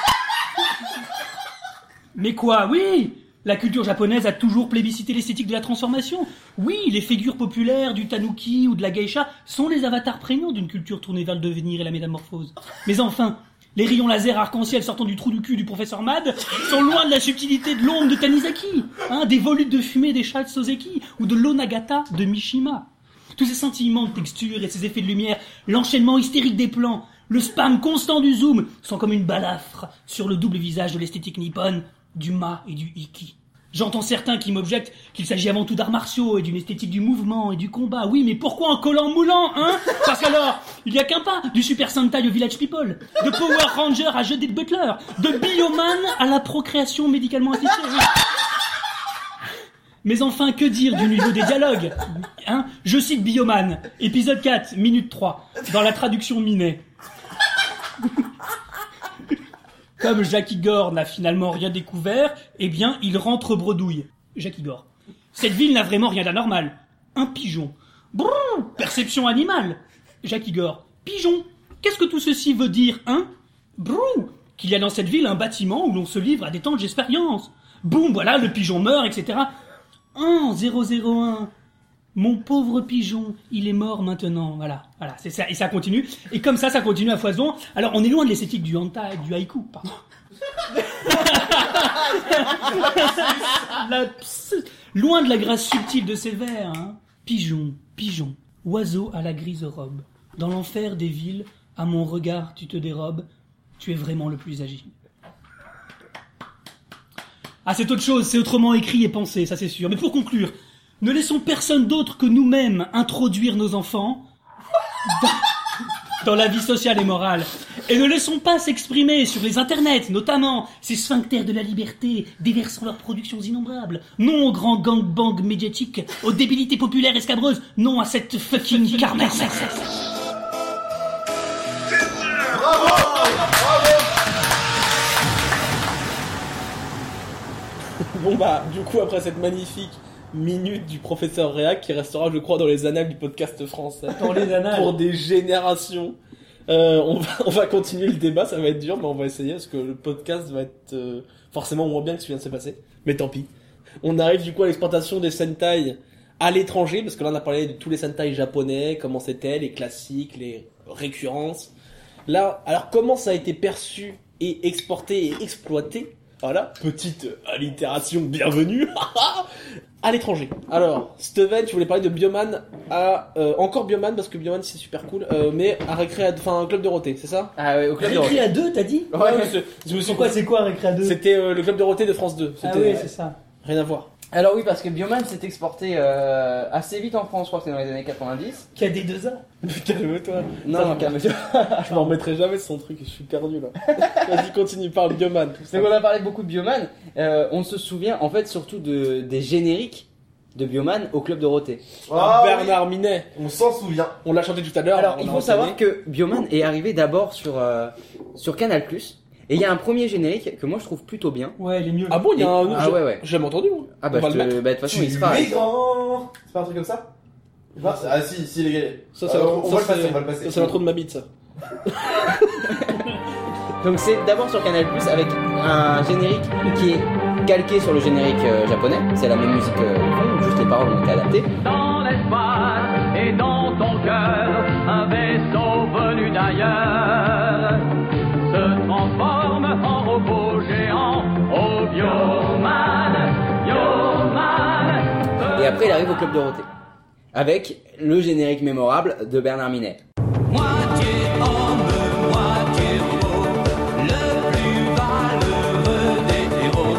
Mais quoi, oui, la culture japonaise a toujours plébiscité l'esthétique de la transformation. Oui, les figures populaires du tanuki ou de la geisha sont les avatars prégnants d'une culture tournée vers le devenir et la métamorphose. Mais enfin, les rayons laser arc-en-ciel sortant du trou du cul du professeur Mad sont loin de la subtilité de l'ombre de Tanizaki, des volutes de fumée des chats de Soseki ou de l'onagata de Mishima. Tous ces sentiments de texture et ces effets de lumière, l'enchaînement hystérique des plans, le spam constant du zoom sont comme une balafre sur le double visage de l'esthétique nippone, du ma et du iki. J'entends certains qui m'objectent qu'il s'agit avant tout d'arts martiaux et d'une esthétique du mouvement et du combat. Oui, mais pourquoi en collant moulant, Parce qu'alors, il n'y a qu'un pas du Super Sentai au Village People, de Power Ranger à Judith Butler, de Bioman à la procréation médicalement assistée. Oui. Mais enfin, que dire du niveau des dialogues Je cite Bioman, épisode 4, minute 3, dans la traduction Minet. Comme Jacques Igor n'a finalement rien découvert, eh bien, il rentre bredouille. Jacques Igor. Cette ville n'a vraiment rien d'anormal. Un pigeon. Brrr, perception animale. Jacques Igor. Pigeon. Qu'est-ce que tout ceci veut dire, Brrr, qu'il y a dans cette ville un bâtiment où l'on se livre à des temps d'expérience. Boum, voilà, le pigeon meurt, etc. 001. Mon pauvre pigeon, il est mort maintenant. Voilà, c'est ça. Et ça continue. Et comme ça continue à foison. Alors, on est loin de l'esthétique du hentai, du haïku, pardon. Loin de la grâce subtile de ces vers, Pigeon, pigeon, oiseau à la grise robe. Dans l'enfer des villes, à mon regard tu te dérobes. Tu es vraiment le plus agile. Ah, c'est autre chose, c'est autrement écrit et pensé, ça c'est sûr. Mais pour conclure, ne laissons personne d'autre que nous-mêmes introduire nos enfants dans la vie sociale et morale. Et ne laissons pas s'exprimer sur les internets, notamment ces sphincters de la liberté, déversant leurs productions innombrables. Non au grand gangbang médiatique, aux débilités populaires et scabreuses. Non à cette fucking kermesse. Bravo. Bon bah, du coup, après cette magnifique minute du professeur Réac qui restera, je crois, dans les annales du podcast français. Dans les annales. Pour des générations. On va continuer le débat, ça va être dur, mais on va essayer parce que le podcast va être forcément moins bien que ce qui vient de se passer. Mais tant pis. On arrive du coup à l'exportation des Sentai à l'étranger, parce que là on a parlé de tous les Sentai japonais, comment c'était, les classiques, les récurrences. Là, alors comment ça a été perçu et exporté et exploité? Voilà, petite allitération bienvenue à l'étranger. Alors, Steven, tu voulais parler de Bioman encore Bioman parce que Bioman c'est super cool, mais à un club Dorothée, c'est ça? Ah ouais, au club de Récré à 2, t'as dit? Ouais, je me suis C'est quoi Récré à 2? C'était le club Dorothée de France 2. Ah C'était oui, c'est ça. rien à voir. Alors oui, parce que Bioman s'est exporté assez vite en France, je crois que c'est dans les années 90. KD2A. Calme-toi. Non, calme-toi. Je m'en remettrai jamais de son truc, je suis perdu là. Vas-y, continue, parle Bioman. Tout ça. Donc on a parlé beaucoup de Bioman, on se souvient en fait surtout des génériques de Bioman au club Dorothée. Ah, Bernard Minet, oui, on s'en souvient. on l'a chanté tout à l'heure. Alors on il a faut savoir entendu. que Bioman est arrivé d'abord sur Canal+, et il y a un premier générique que moi je trouve plutôt bien. Ouais, il est mieux. Ah bon, il y a un Ah ouais. j'ai jamais entendu moi. Ah bah On va de le mettre. toute façon il sera... Mais grand. C'est pas un truc comme ça? Ah si, les gars. Ça, c'est on va le passer, c'est- on va le passer. Ça, c'est l'intro de ma bite ça. Donc c'est d'abord sur Canal+, avec un générique qui est calqué sur le générique japonais. C'est la même musique au fond, juste les paroles ont été adaptées. Dans l'espace et dans ton cœur, un vaisseau venu d'ailleurs se transforme en robot géant, au Bioman. Et après il arrive au club Dorothée, avec le générique mémorable de Bernard Minet. Moitié homme, moitié robot, le plus valeureux des héros.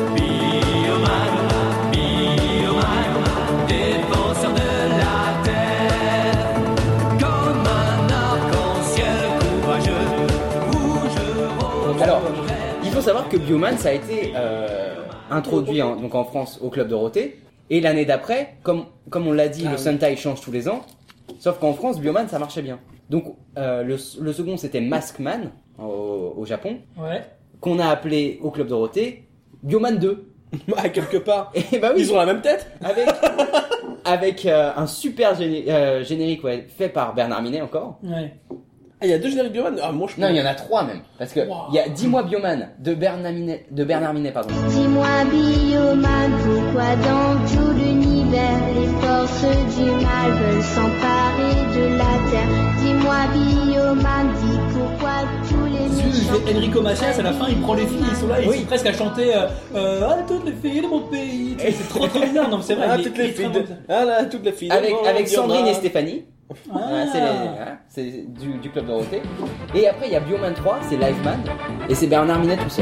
Bioman, défenseur de la terre, comme un arc-en-ciel courageux, rouge. Alors, il faut savoir que Bioman ça a été introduit donc en France au club Dorothée, et l'année d'après, comme on l'a dit, le Sentai change tous les ans, sauf qu'en France Bioman ça marchait bien. Donc le second c'était Maskman au Japon, Ouais. qu'on a appelé au club Dorothée Bioman 2. Ah, quelque part. Et bah oui, Ils ont la même tête. avec un super générique fait par Bernard Minet encore. Ouais. Ah, il y a deux génériques Bioman. Ah, moi je Non, il y en a 3 même, parce que Wow. il y a Dis-moi Bioman de Bernard Minet, pardon. Dis-moi Bioman, pourquoi dans tout l'univers les forces du mal veulent s'emparer de la terre? Dis-moi Bioman, dis pourquoi tous les méchants... Enrico Macias, à la fin, il prend les filles, ils sont là, ils Oui. sont presque à chanter ah, toutes les filles de mon pays. Tu sais, c'est trop bizarre, non, c'est vrai. Ah, il est toutes les filles extrêmement de... Ah là, toutes les filles. Avec Oh, Sandrine Bioman. et Stéphanie. Ah. C'est du club Dorothée. Et après il y a Bioman 3, c'est Liveman, et c'est Bernard Minet tout seul.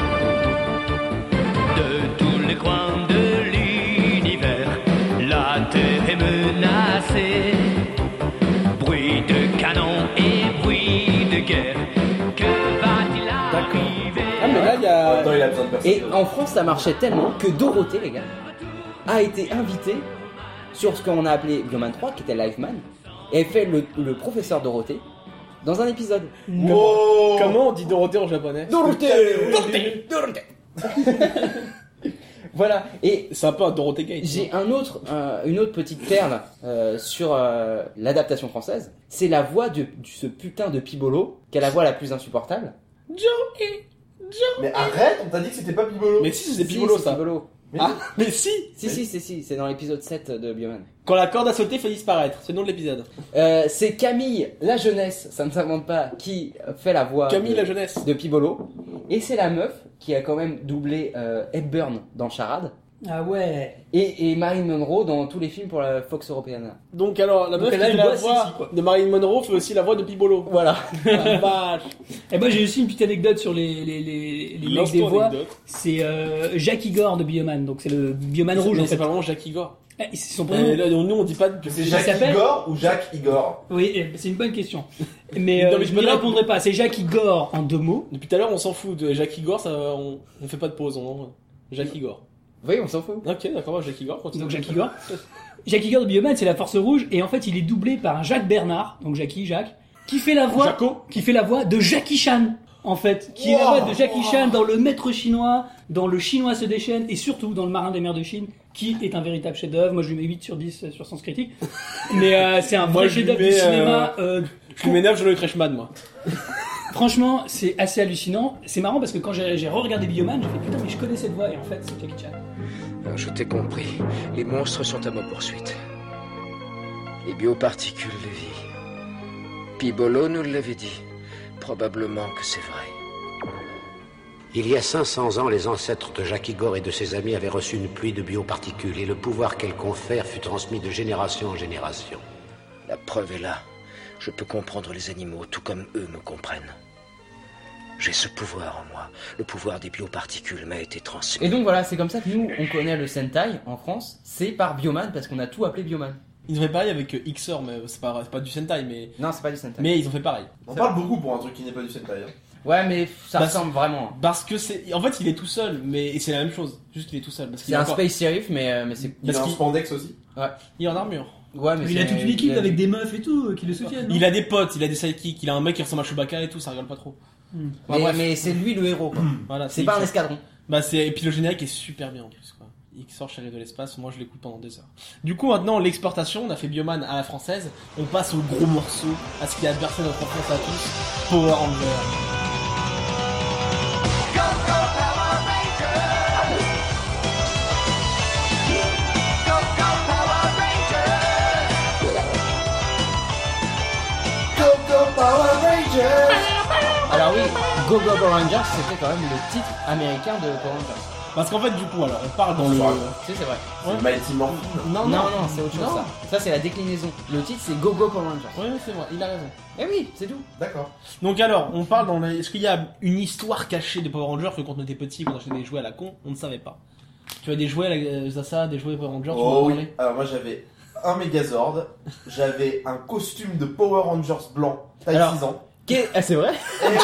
De tous les coins de l'univers, la terre est menacée. Bruit de canon et bruit de guerre. Que va-t-il arriver? Ah, mais là, il y a... Attends, il a besoin de personne. Et en France ça marchait tellement que Dorothée, les gars, a été invitée sur ce qu'on a appelé Bioman 3, qui était Liveman, et elle fait le professeur Dorothée dans un épisode. Wow. Comment on dit Dorothée en japonais? Dorothée. Voilà, et C'est un peu un Dorothée Gate. j'ai une autre petite perle sur l'adaptation française. C'est la voix de ce putain de Pibolo, qui a la voix la plus insupportable. Mais arrête, on t'a dit que c'était pas Pibolo. Mais si, c'est Si, Pibolo c'est ça. Pibolo. Ah, mais si. Si, c'est dans l'épisode 7 de Bioman. Quand la corde a sauté, fait disparaître. C'est le nom de l'épisode. C'est Camille, la jeunesse, ça ne s'invente pas, qui fait la voix Camille de, la jeunesse. de Pibolo. Et c'est la meuf qui a quand même doublé Hepburn dans Charade. Ah ouais. Et Marilyn Monroe dans tous les films pour la Fox Européana. Donc alors, la Donc meuf elle a qui fait une la voix voix sexy, quoi. de Marilyn Monroe fait aussi la voix de Pibolo. Voilà. La vache. Et moi, j'ai aussi une petite anecdote sur les mecs Lance des ton voix. anecdote. C'est Jacques Igor de Bioman, donc c'est le Bioman rouge en Mais fait. c'est pas vraiment Jacques Igor. C'est son prénom. Là, nous, on dit pas de... C'est Il Jacques s'appelle Igor ou Jacques Igor? Oui, c'est une bonne question. Mais, Non, mais je je me n'y demande- répondrai pas. C'est Jacques Igor en 2 mots. Depuis tout à l'heure, on s'en fout de Jacques Igor, ça, on fait pas de pause, Jacques Igor. Oui, on s'en fout. Ok, d'accord, Jacques Igor, continue. Donc Jacques Igor. Jacques Igor de Bioman, c'est la Force Rouge, et en fait, il est doublé par un Jacques Bernard, donc Jacques, qui fait la voix, Jaco. qui fait la voix de Jackie Chan. en fait, qui est la voix de Jackie Chan dans Le Maître chinois, dans Le Chinois se déchaîne et surtout dans Le Marin des mers de Chine, qui est un véritable chef-d'œuvre. Moi, je lui mets 8 sur 10 sur Sens Critique. Mais c'est un vrai chef-d'œuvre du cinéma. Je m'énerve, je le Crashman, moi. Franchement, c'est assez hallucinant. C'est marrant parce que quand j'ai re-regardé Bioman, j'ai fait putain, mais je connais cette voix et en fait, c'est Jackie Chan. Je t'ai compris. Les monstres sont à ma poursuite. Les bioparticules de vie. Pibolo nous l'avait dit. Probablement que c'est vrai. Il y a 500 ans, les ancêtres de Jacques Igor et de ses amis avaient reçu une pluie de bioparticules et le pouvoir qu'elles confèrent fut transmis de génération en génération. La preuve est là. Je peux comprendre les animaux tout comme eux me comprennent. J'ai ce pouvoir en moi. Le pouvoir des bioparticules m'a été transmis. Et donc voilà, c'est comme ça que nous, on connaît le Sentai en France. C'est par Bioman parce qu'on a tout appelé Bioman. Ils ont fait pareil avec XOR, mais c'est pas du Sentai, mais. Non, c'est pas du Sentai. Mais ils ont fait pareil. On parle beaucoup pour un truc qui n'est pas du Sentai. Hein. Ouais, mais ça ressemble vraiment. Parce que c'est. En fait, il est tout seul, mais c'est la même chose. Juste qu'il est tout seul. Parce c'est un Space Sheriff, mais c'est. Il est en spandex aussi. Ouais. Il est en armure. Ouais, mais il a toute une équipe avec des meufs et tout qui le soutiennent. Il a des potes, il a des sidekicks, il a un mec qui ressemble à Chewbacca et tout, ça rigole pas trop. Mais c'est lui le héros, quoi. Voilà, c'est pas un escadron. Et puis le générique est super bien en plus, quoi. Il sort Chéri de l'espace, moi je l'écoute pendant 2 heures. Du coup, maintenant, l'exportation, on a fait Bioman à la française, on passe au gros morceau, à ce qui a bercé notre enfance à tous, Power Rangers. Alors oui, Go Go Power Rangers, c'était quand même le titre américain de Power Rangers. Parce qu'en fait, du coup, alors, on parle dans le... C'est vrai. C'est Mighty Morphin. Non, c'est autre chose, ça. Ça, c'est la déclinaison. Le titre, c'est Go Go Power Rangers. Oui, c'est vrai, il a raison. Eh oui, c'est tout. D'accord. Donc alors, on parle dans les... Est-ce qu'il y a une histoire cachée des Power Rangers que quand on était petit, quand on achetait des jouets à la con, on ne savait pas? Tu as des jouets, Zassa, des jouets Power Rangers, tu Oh oui. Alors moi, j'avais un Megazord, j'avais un costume de Power Rangers blanc, taille 6 ans. Ah, c'est vrai?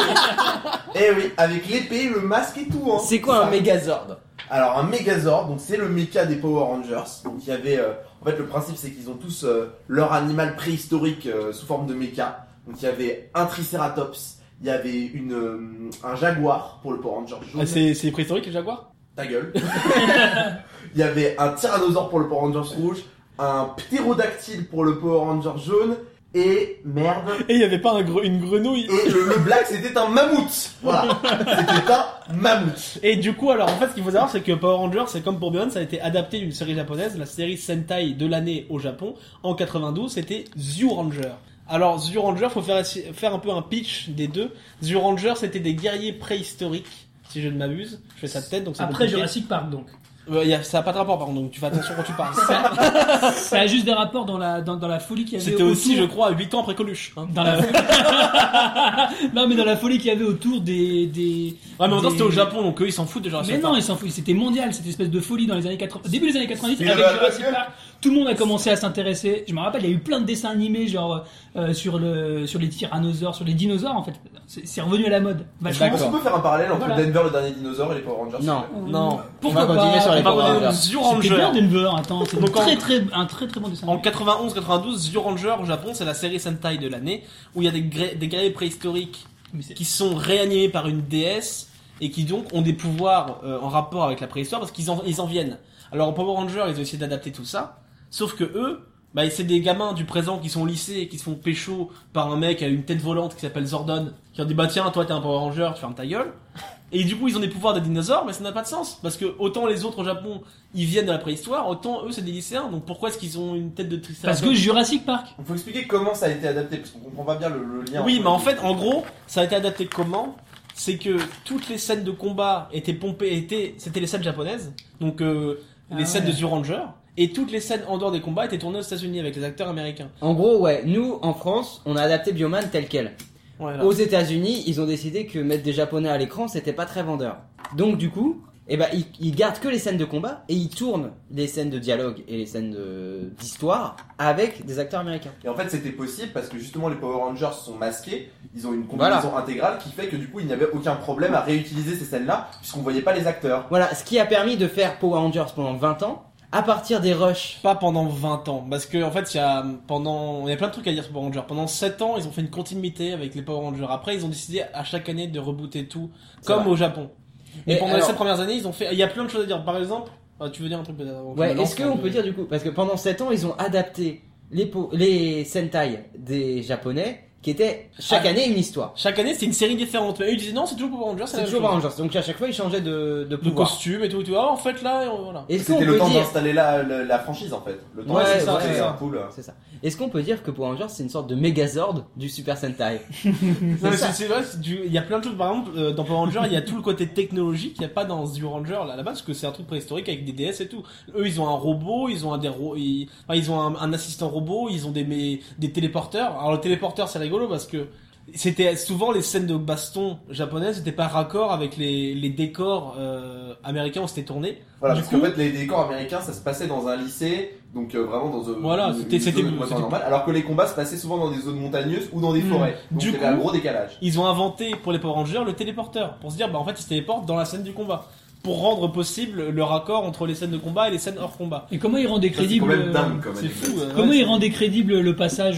Eh oui, avec l'épée, le masque et tout. Hein. C'est quoi un Megazord? Alors un Megazord, donc c'est le mecha des Power Rangers. Donc il y avait, en fait le principe c'est qu'ils ont tous leur animal préhistorique sous forme de mecha. Donc il y avait un Triceratops, il y avait un jaguar pour le Power Ranger jaune. Ah, c'est préhistorique les jaguars? Ta gueule. Il y avait un tyrannosaure pour le Power Rangers rouge, un ptérodactyle pour le Power Ranger jaune. Et merde. Et il y avait pas une grenouille. Et le black c'était un mammouth. Voilà. C'était un mammouth. Et du coup, alors en fait, ce qu'il faut savoir, c'est que Power Rangers, c'est comme pour Beyond, ça a été adapté d'une série japonaise, la série Sentai de l'année au Japon, en 92, c'était Zyuranger. Alors Zyuranger, faut faire un peu un pitch des deux. Zyuranger, c'était des guerriers préhistoriques, si je ne m'abuse. Je fais ça de tête, donc c'est après compliqué. Jurassic Park, donc. Ça n'a pas de rapport, par contre, donc tu fais attention quand tu parles. Ça a juste des rapports dans la folie qu'il y avait C'était autour. aussi, je crois, à 8 ans après Coluche. Hein. Dans la non, mais dans la folie qu'il y avait autour des... Ouais, mais en même temps, c'était au Japon, donc eux, ils s'en foutent de Jurassic Park. Mais non, ils s'en foutent. C'était mondial, cette espèce de folie dans les années 80. Début des années 90, avec Jurassic Park, tout le monde a commencé à s'intéresser. Je me rappelle, il y a eu plein de dessins animés, genre, sur les tyrannosaures, sur les dinosaures, en fait. C'est revenu à la mode. Est-ce qu'on peut faire un parallèle entre Denver, le dernier dinosaure, et les Power Rangers? Non. Pourquoi pas? On va continuer sur les Power Rangers. Zyuranger. C'était bien Denver, attends, c'est un très bon dessin. En 91-92, Zyuranger au Japon, c'est la série Sentai de l'année, où il y a des guerriers préhistoriques qui sont réanimés par une déesse, et qui donc ont des pouvoirs en rapport avec la préhistoire, parce qu'ils en viennent. Alors en Power Rangers, ils ont essayé d'adapter tout ça, sauf que eux, c'est des gamins du présent qui sont au lycée et qui se font pécho par un mec à une tête volante qui s'appelle Zordon, qui leur dit bah tiens, toi t'es un Power Ranger, tu fermes ta gueule. Et du coup ils ont des pouvoirs de dinosaures, mais ça n'a pas de sens, parce que autant les autres au Japon ils viennent de la préhistoire, autant eux c'est des lycéens, donc pourquoi est-ce qu'ils ont une tête de Triceratops? Parce que Jurassic Park. Il faut expliquer comment ça a été adapté, parce qu'on comprend pas bien le lien. Oui, mais en fait, en gros, ça a été adapté comment? C'est que toutes les scènes de combat étaient pompées, c'était les scènes japonaises, donc les scènes de Zyuranger. Et toutes les scènes en dehors des combats étaient tournées aux États-Unis avec les acteurs américains. En gros, ouais, nous, en France, on a adapté Bioman tel quel. Voilà. Aux États-Unis, ils ont décidé que mettre des Japonais à l'écran, c'était pas très vendeur. Donc, du coup, ils gardent que les scènes de combat et ils tournent les scènes de dialogue et les scènes d'histoire avec des acteurs américains. Et en fait, c'était possible parce que justement, les Power Rangers sont masqués. Ils ont une combinaison intégrale qui fait que du coup, il n'y avait aucun problème à réutiliser ces scènes-là puisqu'on voyait pas les acteurs. Voilà, ce qui a permis de faire Power Rangers pendant 20 ans. à partir des rushs. Pas pendant 20 ans, parce que en fait il y a plein de trucs à dire sur Power Rangers. Pendant 7 ans, ils ont fait une continuité avec les Power Rangers. Après, ils ont décidé à chaque année de rebooter tout, comme au Japon. Et pendant les 7 premières années, ils ont fait. Il y a plein de choses à dire. Par exemple, tu veux dire un truc peut-être avant que je me lance, est-ce qu'on peut dire du coup, parce que pendant 7 ans, ils ont adapté les Sentai des Japonais, qui étaient chaque année une histoire. Chaque année, c'était une série différente. Mais eux, ils disaient non, c'est toujours Power Rangers. C'est toujours Power Rangers. Donc à chaque fois, ils changeaient de pouvoir. Costume et tout. Ah, en fait, là, voilà. C'était le temps d'installer la franchise en fait. Le temps c'est ça. C'est ça. Est-ce qu'on peut dire que Power Rangers, c'est une sorte de Megazord du Super Sentai? Non, mais c'est vrai, il y a plein de choses. Par exemple, dans Power Rangers, il y a tout le côté technologique qu'il n'y a pas dans Zero Ranger là-bas, parce que c'est un truc préhistorique avec des DS et tout. Eux, ils ont un robot, ils ont ils ont un assistant robot, ils ont des téléporteurs. Alors le téléporteur, c'est rigolo parce que c'était souvent les scènes de baston japonaises n'étaient pas raccord avec les décors américains où c'était tourné. Voilà, parce qu'en fait les décors américains ça se passait dans un lycée, donc vraiment dans une zone normale, alors que les combats se passaient souvent dans des zones montagneuses ou dans des forêts. Donc il y avait un gros décalage. Ils ont inventé pour les Power Rangers le téléporteur pour se dire en fait ils se téléportent dans la scène du combat, pour rendre possible le raccord entre les scènes de combat et les scènes hors combat. Et comment ils rendaient crédible c'est fou. Comment ils rendaient crédible le passage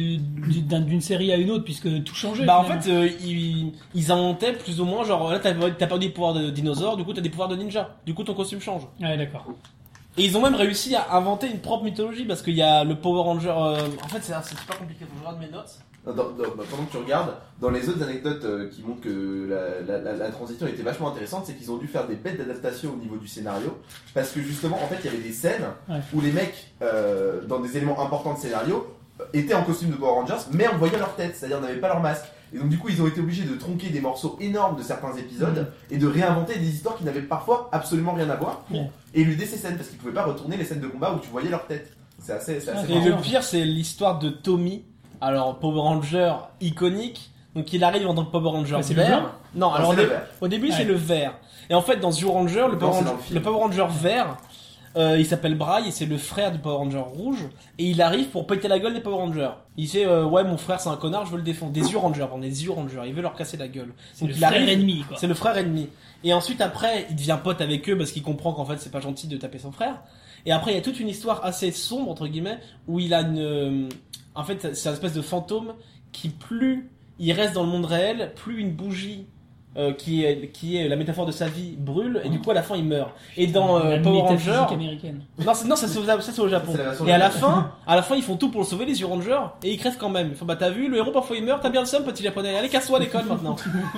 d'une série à une autre, puisque tout changeait. En fait ils inventaient plus ou moins genre là t'as pas des pouvoirs de dinosaures, du coup t'as des pouvoirs de ninja, du coup ton costume change. Ouais, d'accord. Et ils ont même réussi à inventer une propre mythologie, parce qu'il y a le Power Ranger en fait c'est pas compliqué, faut que je regarde mes notes. Pendant que tu regardes, dans les autres anecdotes qui montrent que la transition était vachement intéressante, c'est qu'ils ont dû faire des bêtes d'adaptation au niveau du scénario, parce que justement en fait il y avait des scènes où les mecs dans des éléments importants de scénario étaient en costume de Power Rangers mais on voyait leur tête, c'est-à-dire n'avaient pas leur masque. Et donc du coup ils ont été obligés de tronquer des morceaux énormes de certains épisodes et de réinventer des histoires qui n'avaient parfois absolument rien à voir pour éluder ces scènes, parce qu'ils pouvaient pas retourner les scènes de combat où tu voyais leur tête. C'est assez et le pire c'est l'histoire de Tommy. Alors, Power Ranger iconique, donc il arrive en tant que Power Ranger vert. Non, alors au début c'est le vert. Et en fait, dans Zero Ranger, le Power Ranger vert, il s'appelle Bry et c'est le frère du Power Ranger rouge. Et il arrive pour péter la gueule des Power Rangers. Il sait, ouais, mon frère c'est un connard, je veux le défendre. Des Zero Rangers, il veut leur casser la gueule. C'est le frère ennemi, quoi. C'est le frère ennemi. Et ensuite, après, il devient pote avec eux parce qu'il comprend qu'en fait c'est pas gentil de taper son frère. Et après, il y a toute une histoire assez sombre, entre guillemets, où il a en fait, c'est une espèce de fantôme qui, plus il reste dans le monde réel, plus une bougie qui est la métaphore de sa vie brûle, et du coup à la fin il meurt. Et dans Power Ranger, non, ça c'est au Japon. Et à la fin ils font tout pour le sauver, les Zero Rangers, et ils crèvent quand même. Ils font t'as vu, le héros parfois il meurt, t'as bien le seum petit japonais, allez casse-toi à l'école maintenant.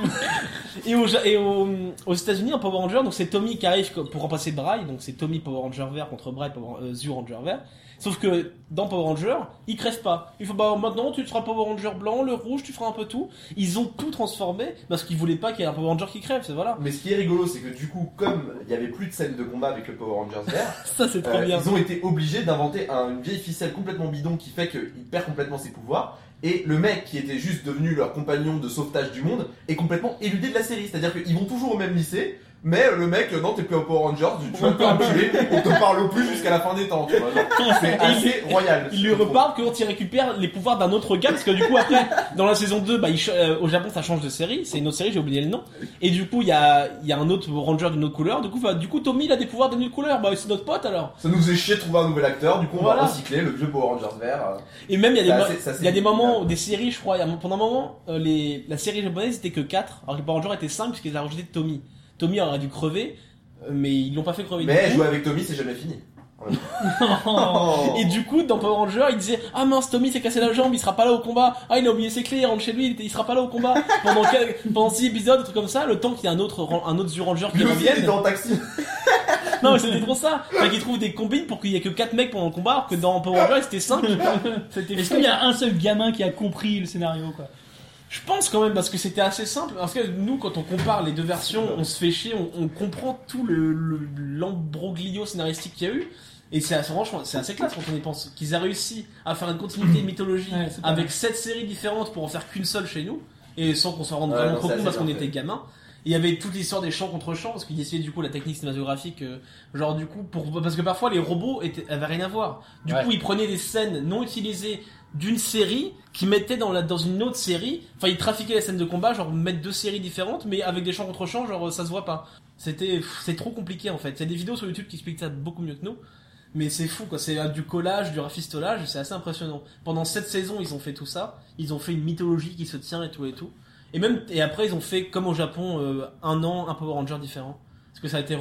Et aux États-Unis en Power Ranger, donc c'est Tommy qui arrive pour remplacer Bry, donc c'est Tommy Power Ranger vert contre Bry Zero Ranger vert. Sauf que dans Power Ranger, ils crèvent pas. Il faut maintenant tu seras Power Ranger blanc, le rouge, tu feras un peu tout. Ils ont tout transformé parce qu'ils voulaient pas qu'il y ait un Power Ranger qui crève, c'est voilà. Mais ce qui est rigolo, c'est que du coup, comme il y avait plus de scènes de combat avec le Power Rangers vert, ça c'est trop bien. Ils ont été obligés d'inventer une vieille ficelle complètement bidon qui fait qu'il perd complètement ses pouvoirs. Et le mec qui était juste devenu leur compagnon de sauvetage du monde est complètement éludé de la série. C'est-à-dire qu'ils vont toujours au même lycée, mais le mec, non, t'es plus un Power Rangers, tu vas te faire tuer, on te parle plus jusqu'à la fin des temps, tu vois. C'est assez royal. Il lui reparle quand il récupère les pouvoirs d'un autre gars, parce que du coup après, dans la saison 2, au Japon ça change de série, c'est une autre série, j'ai oublié le nom. Et du coup il y a un autre Ranger d'une autre couleur, du coup Tommy il a des pouvoirs d'une autre couleur, c'est notre pote alors. Ça nous faisait chier de trouver un nouvel acteur, du coup on va recycler le vieux Power Rangers vert. Et même il y a des moments, des séries je crois, pendant un moment, la série japonaise était que 4, alors que les Power Rangers étaient 5 puisqu'ils ont rajouté Tommy. Tommy aurait dû crever, mais ils l'ont pas fait crever. Mais jouer avec Tommy, c'est jamais fini. Et du coup, dans Power Ranger, il disait ah mince, Tommy s'est cassé la jambe, il sera pas là au combat. Ah, il a oublié ses clés, il rentre chez lui, il sera pas là au combat pendant 6 épisodes, un truc comme ça. Le temps qu'il y a un autre Zero Ranger qui revienne. Il était en taxi. Non, mais c'était trop ça. Fait qu'ils trouvent des combines pour qu'il y ait que 4 mecs pendant le combat, alors que dans Power Ranger c'était 5. Est-ce qu'il y a un seul gamin qui a compris le scénario, quoi? Je pense quand même, parce que c'était assez simple. Parce que nous, quand on compare les deux versions, on se fait chier, on comprend tout l'embroglio scénaristique qu'il y a eu. Et franchement, c'est assez classe quand on y pense. Qu'ils aient réussi à faire une continuité de mythologie avec 7 séries différentes pour en faire qu'une seule chez nous. Et sans qu'on s'en rende vraiment trop compte parce qu'on était gamins. Il y avait toute l'histoire des champs contre champs, parce qu'ils essayaient du coup la technique cinématographique, genre du coup, parce que parfois les robots avaient rien à voir. Du coup, ils prenaient des scènes non utilisées d'une série, qui mettaient dans une autre série, enfin ils trafiquaient les scènes de combat, genre mettre 2 séries différentes, mais avec des champs contre champs, genre ça se voit pas. C'est trop compliqué en fait. Il y a des vidéos sur YouTube qui expliquent ça beaucoup mieux que nous. Mais c'est fou quoi, c'est du collage, du rafistolage, c'est assez impressionnant. Pendant 7 saisons, ils ont fait tout ça, ils ont fait une mythologie qui se tient et tout. Et après, ils ont fait, comme au Japon, un an, un Power Ranger différent. Parce que ça a été,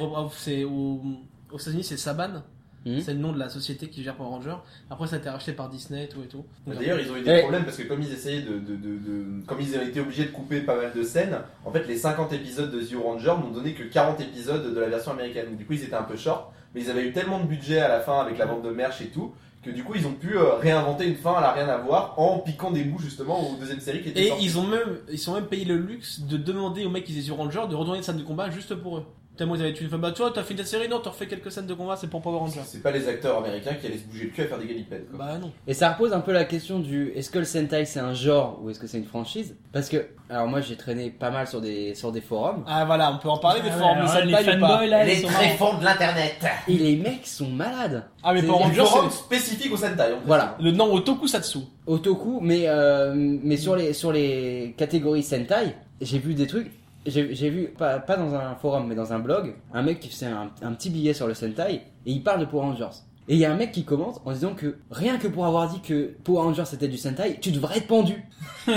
aux États-Unis, c'est Saban. C'est le nom de la société qui gère Power Ranger. Après, ça a été racheté par Disney et tout. Donc, d'ailleurs, ils ont eu des problèmes parce que comme ils essayaient comme ils avaient été obligés de couper pas mal de scènes, en fait, les 50 épisodes de Zeo Ranger n'ont donné que 40 épisodes de la version américaine. Donc, du coup, ils étaient un peu short, mais ils avaient eu tellement de budget à la fin avec la vente de merch et tout, que du coup, ils ont pu réinventer une fin à la rien à voir en piquant des bouts justement aux deuxième série qui était sortie. Et ils sont même payé le luxe de demander aux mecs qui faisaient Zeo Ranger de retourner une scène de combat juste pour eux. Tellement ils avaient tué une femme, bah toi t'as fait ta série, non t'as refait quelques scènes de combat, c'est pour Power Rangers. C'est pas les acteurs américains qui allaient se bouger le cul à faire des galipettes quoi. Bah non. Et ça repose un peu la question du est-ce que le Sentai c'est un genre ou est-ce que c'est une franchise? Parce que, alors moi j'ai traîné pas mal sur des forums. Ah voilà, on peut en parler des forums de les Sentai ou pas. fanboys là, Les ils sont tréfonds de l'internet. Et les mecs sont malades. Ah mais C'est Power Un Rangers forum c'est spécifique au Sentai. Voilà. le nom Otokusatsu. Otoku, mais sur les catégories Sentai, j'ai vu des trucs. J'ai vu, pas dans un forum, mais dans un blog, un mec qui faisait un petit billet sur le Sentai, et il parle de Power Rangers. Et il y a un mec qui commente en disant que rien que pour avoir dit que Power Rangers c'était du Sentai, tu devrais être pendu.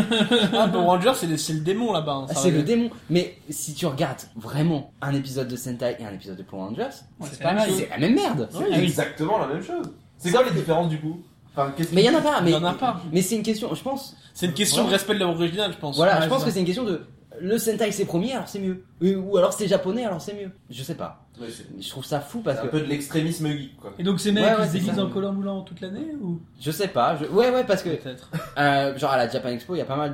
Ah Power Rangers c'est le démon là-bas. Hein, C'est le démon. Mais si tu regardes vraiment un épisode de Sentai et un épisode de Power Rangers, c'est pas mal. c'est la même merde. C'est exactement la même chose. C'est quoi les différences du coup? Enfin, Mais il y en a pas. Il y en a pas. Mais c'est une question, je pense. C'est une question de respect de l'œuvre originale, je pense. Voilà, Ouais, je pense ça. que c'est une question de le Sentai c'est premier alors c'est mieux. Ou alors c'est japonais alors c'est mieux. Je sais pas. Ouais, Je trouve ça fou parce c'est un que peu de l'extrémisme geek quoi. Et donc ces mecs Ouais, ils ouais, se c'est déguisent ça. en collant moulant toute l'année ou? je sais pas. Ouais parce que Peut-être. genre à la Japan Expo il y a pas mal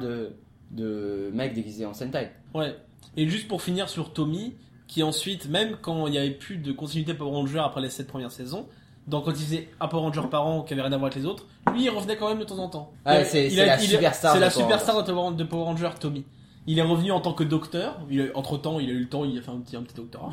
de mecs déguisés en Sentai. Ouais. Et juste pour finir sur Tommy, qui ensuite, même quand il n'y avait plus de continuité Power Ranger après les 7 premières saisons, donc quand il faisait un Power Ranger par an qui avait rien à voir avec les autres, lui il revenait quand même de temps en temps. Ouais, c'est la superstar. C'est de la Power superstar de Power Ranger, Tommy. Il est revenu en tant que docteur. Entre temps, il a eu le temps, il a fait un petit doctorat.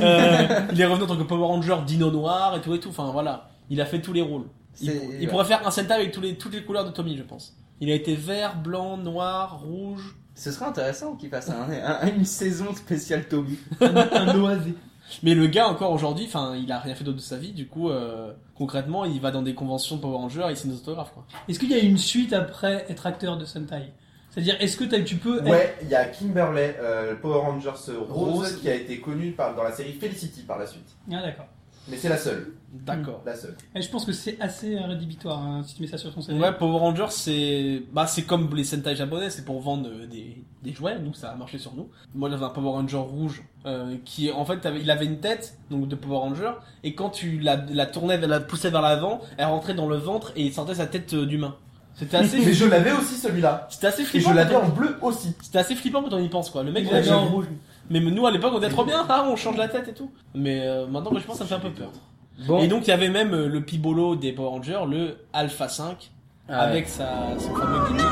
Il est revenu en tant que Power Ranger Dino Noir et tout. Enfin voilà, il a fait tous les rôles. Il pourrait faire un Sentai avec toutes les couleurs de Tommy, je pense. Il a été vert, blanc, noir, rouge. Ce serait intéressant qu'il fasse une saison spéciale Tommy. Un oasé. Mais le gars encore aujourd'hui, enfin, il a rien fait d'autre de sa vie. Du coup, concrètement, il va dans des conventions de Power Ranger et il signe des autographes quoi. Est-ce qu'il y a une suite après être acteur de Sentai? C'est-à-dire, est-ce que tu peux être... Ouais, il y a Kimberley, Power Rangers Rose, qui a été connue dans la série Felicity par la suite. Ah d'accord. Mais c'est la seule. D'accord. La seule. Et je pense que c'est assez rédhibitoire hein, si tu mets ça sur ton CV. Ouais, Power Rangers, c'est comme les Sentai japonais, c'est pour vendre des jouets. Nous, ça a marché sur nous. Moi, j'avais un Power Ranger rouge qui, en fait, il avait une tête donc de Power Ranger, et quand tu la tournais, la poussais vers l'avant, elle rentrait dans le ventre et il sortait sa tête d'humain. C'était assez. Mais je l'avais aussi celui-là. C'était assez Et flippant. je l'avais en bleu aussi. C'était assez flippant quand on y pense quoi. Le mec, il Ouais, avait en j'avoue. rouge. Mais nous, à l'époque, on était trop bien. Ah, on change la tête et tout. Mais maintenant que je pense, ça me fait un peu peur. Bon. Et donc, il y avait même le Pibolo des Power Rangers, le Alpha 5, Ah ouais. avec son fameux gimmick.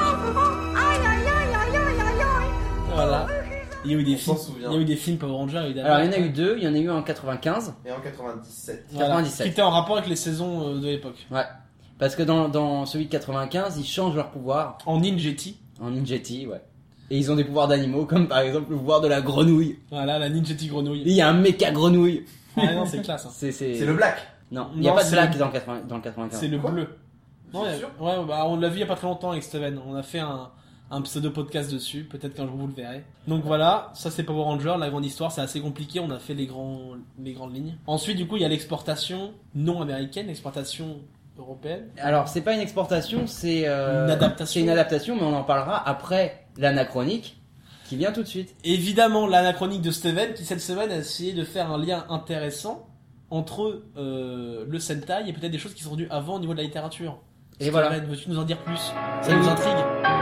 Voilà. Il y a eu des films. souvient. Il y a eu des films Power Rangers évidemment. Alors il y en a eu deux, il y en a eu en 95. Et en 97. Voilà. 97. Qui était en rapport avec les saisons de l'époque. Ouais. Parce que dans celui de 95, ils changent leur pouvoir En Ninjetti. en Ninjetti, ouais. Et ils ont des pouvoirs d'animaux, comme par exemple le pouvoir de la grenouille. Voilà, la Ninjetti Et grenouille. il y a un méca grenouille. Ah non, c'est classe. Hein. C'est le black. Non, il n'y a Non, pas de c'est black le- dans le 95. C'est le Quoi bleu. Non, C'est il y a- sûr ouais, bah, on l'a vu il y a pas très longtemps avec Steven. On a fait un pseudo-podcast dessus. Peut-être qu'un jour vous le verrez. Donc voilà, ça c'est Power Ranger. La grande histoire, c'est assez compliqué. On a fait les grandes lignes. Ensuite, du coup, il y a l'exportation non américaine, l'exportation européenne. Alors c'est pas une exportation, c'est Une adaptation. C'est une adaptation, mais on en parlera après l'anachronique qui vient tout de suite. Évidemment, l'anachronique de Steven, qui cette semaine a essayé de faire un lien intéressant entre le Sentai et peut-être des choses qui sont venues avant au niveau de la littérature. Et voilà. Steven, veux-tu nous en dire plus? Ça nous intrigue.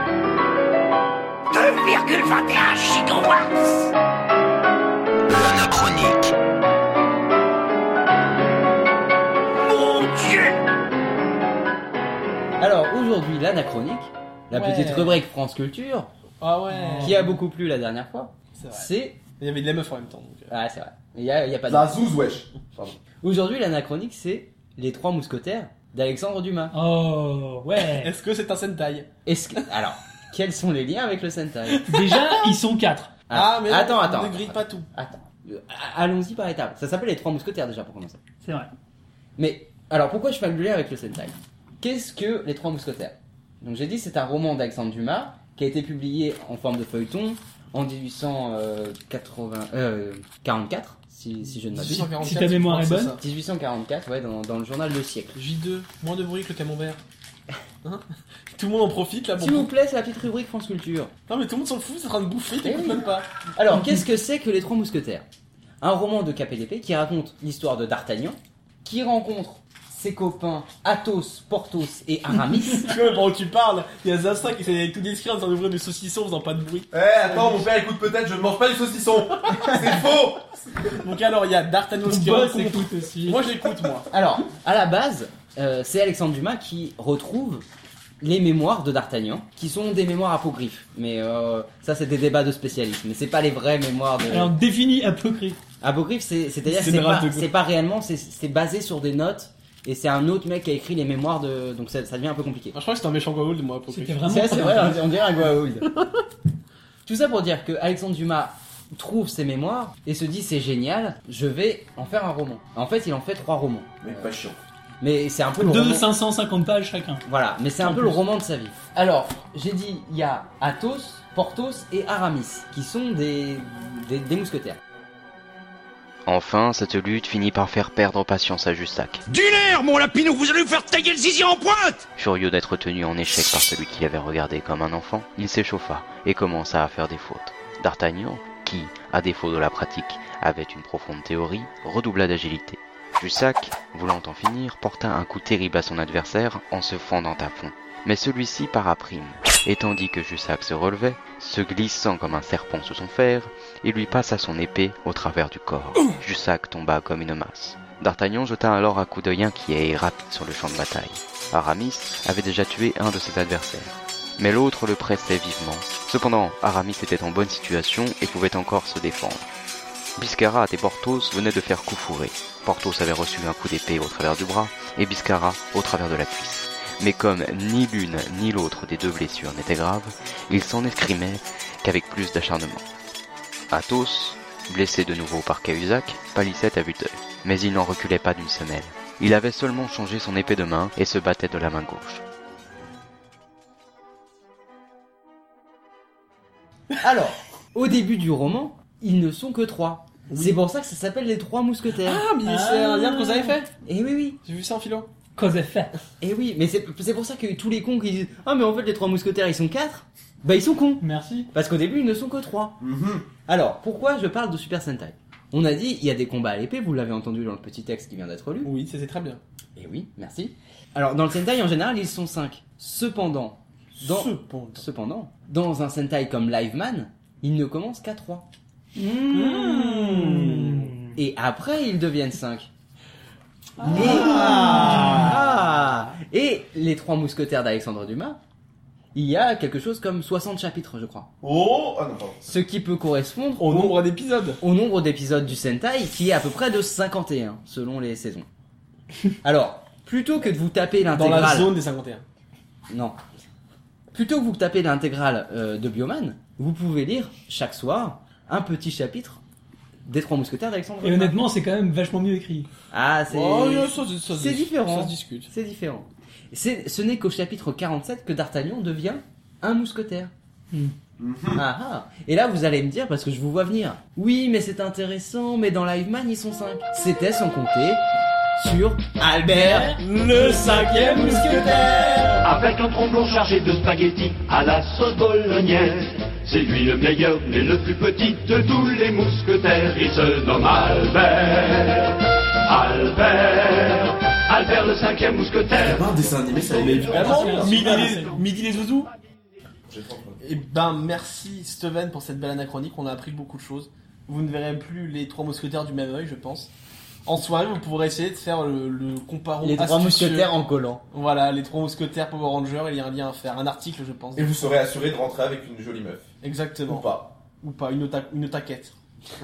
2,21 gigawatts. L'anachronique. Mon Dieu. Alors aujourd'hui l'anachronique, la Ouais. petite rubrique France Culture, Ah ouais. qui a beaucoup plu la dernière fois, C'est vrai. c'est... Il y avait de la meuf en même temps. Donc, Ah c'est vrai, il y a pas de... La Zouz, wesh. Pardon. Aujourd'hui l'anachronique c'est Les Trois Mousquetaires d'Alexandre Dumas. Oh, ouais. Est-ce que c'est un Sentai? Est-ce que... Alors, quels sont les liens avec le Sentai? Déjà, ils sont 4. Mais attends, on ne grille pas tout. Attends. Allons-y par étapes. Ça s'appelle Les Trois Mousquetaires déjà pour commencer. C'est vrai. Mais Alors pourquoi je fais le lien avec le Sentai? Qu'est-ce que les Trois Mousquetaires? Donc j'ai dit c'est un roman d'Alexandre Dumas qui a été publié en forme de feuilleton en 1844, si je ne m'abuse. 1844, Si ta mémoire est c'est bonne. ça. 1844, ouais, dans le journal Le Siècle. J2, moins de bruit que le camembert. Hein? Tout le monde en profite là. S'il vous plaît, c'est la petite rubrique France Culture. Non mais tout le monde s'en fout, c'est en train de bouffer, t'écoutes oui. même pas. Alors, qu'est-ce que c'est que les Trois Mousquetaires? Un roman de Cap et d'Épée qui raconte l'histoire de D'Artagnan, qui rencontre ses copains Athos, Porthos et Aramis. Tu vois, pendant que tu parles, il y a Zaza qui essaie de tout décrire en train d'ouvrir des saucissons en faisant pas de bruit. Attends, mon père écoute peut-être, je ne mange pas du saucisson. C'est faux. Donc alors il y a D'Artagnan Ton qui boss rencontre. écoute aussi. Moi j'écoute moi. Alors, à la base, c'est Alexandre Dumas qui retrouve les mémoires de D'Artagnan, qui sont des mémoires apocryphes. Mais ça, c'est des débats de spécialistes. Mais c'est pas les vraies mémoires de... Alors définis apocryphe. Apocryphe, c'est-à-dire C'est que une race de c'est pas réellement, c'est basé sur des notes. Et c'est un autre mec qui a écrit les mémoires de... Donc ça devient un peu compliqué. Moi, je crois que c'était un méchant Goa'uld moi. Pour C'était que- vraiment. C'est vrai, on dirait un Goa'uld. Tout ça pour dire que Alexandre Dumas trouve ses mémoires et se dit c'est génial, je vais en faire un roman. En fait, il en fait 3 romans. Mais pas chiant. Mais c'est un peu le De roman... 550 pages chacun. Voilà, mais c'est un En peu plus. le roman de sa vie. Alors, j'ai dit, il y a Athos, Porthos et Aramis, qui sont des mousquetaires. Enfin, cette lutte finit par faire perdre patience à Jussac. Du nerf, mon lapinou, vous allez me faire tailler le zizi en pointe! Furieux d'être tenu en échec par celui qui l'avait regardé comme un enfant, il s'échauffa et commença à faire des fautes. D'Artagnan, qui, à défaut de la pratique, avait une profonde théorie, redoubla d'agilité. Jussac, voulant en finir, porta un coup terrible à son adversaire en se fendant à fond. Mais celui-ci para prime, et tandis que Jussac se relevait, se glissant comme un serpent sous son fer, il lui passa son épée au travers du corps. Jussac tomba comme une masse. D'Artagnan jeta alors un coup d'œil inquiet et rapide sur le champ de bataille. Aramis avait déjà tué un de ses adversaires, mais l'autre le pressait vivement. Cependant, Aramis était en bonne situation et pouvait encore se défendre. Biscarat et Porthos venaient de faire coup fourré. Porthos avait reçu un coup d'épée au travers du bras et Biscarat au travers de la cuisse. Mais comme ni l'une ni l'autre des deux blessures n'était grave, ils s'en escrimaient qu'avec plus d'acharnement. Athos, blessé de nouveau par Cahuzac, pâlissait à vue d'œil, mais il n'en reculait pas d'une semelle. Il avait seulement changé son épée de main et se battait de la main gauche. Alors, au début du roman, ils ne sont que 3. C'est pour ça que ça s'appelle les Trois Mousquetaires. Ah mais c'est un lien que vous avez fait. Et oui. J'ai vu ça en philo. Cause effet. Et oui, mais c'est pour ça que tous les cons qui disent « Ah mais en fait les Trois Mousquetaires ils sont 4 », bah ils sont cons. Merci. Parce qu'au début ils ne sont que 3. Alors, pourquoi je parle de Super Sentai? On a dit, il y a des combats à l'épée, vous l'avez entendu dans le petit texte qui vient d'être lu. Oui, c'est très bien. Et oui, merci. Alors, dans le Sentai, en général, ils sont 5. Cependant, dans un Sentai comme Liveman, il ne commence qu'à 3. Et après, ils deviennent 5. Et les Trois Mousquetaires d'Alexandre Dumas, il y a quelque chose comme 60 chapitres, je crois. Oh, ah non, pardon. Ce qui peut correspondre Au nombre d'épisodes. au nombre d'épisodes du Sentai, qui est à peu près de 51, selon les saisons. Alors, plutôt que de vous taper Dans l'intégrale... la zone des 51. Non. Plutôt que vous tapez l'intégrale de Bioman, vous pouvez lire, chaque soir, un petit chapitre des Trois Mousquetaires d'Alexandre Et Dumas. honnêtement, c'est quand même vachement mieux écrit. Ah, c'est... Oh, ça c'est différent. Ça se discute. C'est différent. Ce n'est qu'au chapitre 47 que D'Artagnan devient un mousquetaire. Et là, vous allez me dire, parce que je vous vois venir, oui, mais c'est intéressant, mais dans Liveman, ils sont 5. C'était sans compter sur Albert, le 5e mousquetaire. Avec un tromblon chargé de spaghettis à la sauce bolognaise. C'est lui le meilleur, mais le plus petit de tous les mousquetaires. Il se nomme Albert. Albert le 5e mousquetaire. Un dessin animé, ça avait Évidemment, Super, Midi les zouzous. J'ai trop faim. Et ben merci Steven pour cette belle anachronique, on a appris beaucoup de choses. Vous ne verrez plus les Trois Mousquetaires du même œil, je pense. En soirée, vous pourrez essayer de faire le comparo Les Trois astucieux. Mousquetaires en collant. Voilà, les Trois Mousquetaires Power Rangers, il y a un lien à faire, un article je pense. Et vous serez assuré de rentrer avec une jolie meuf. Exactement. Ou pas. Ou pas, une taquette.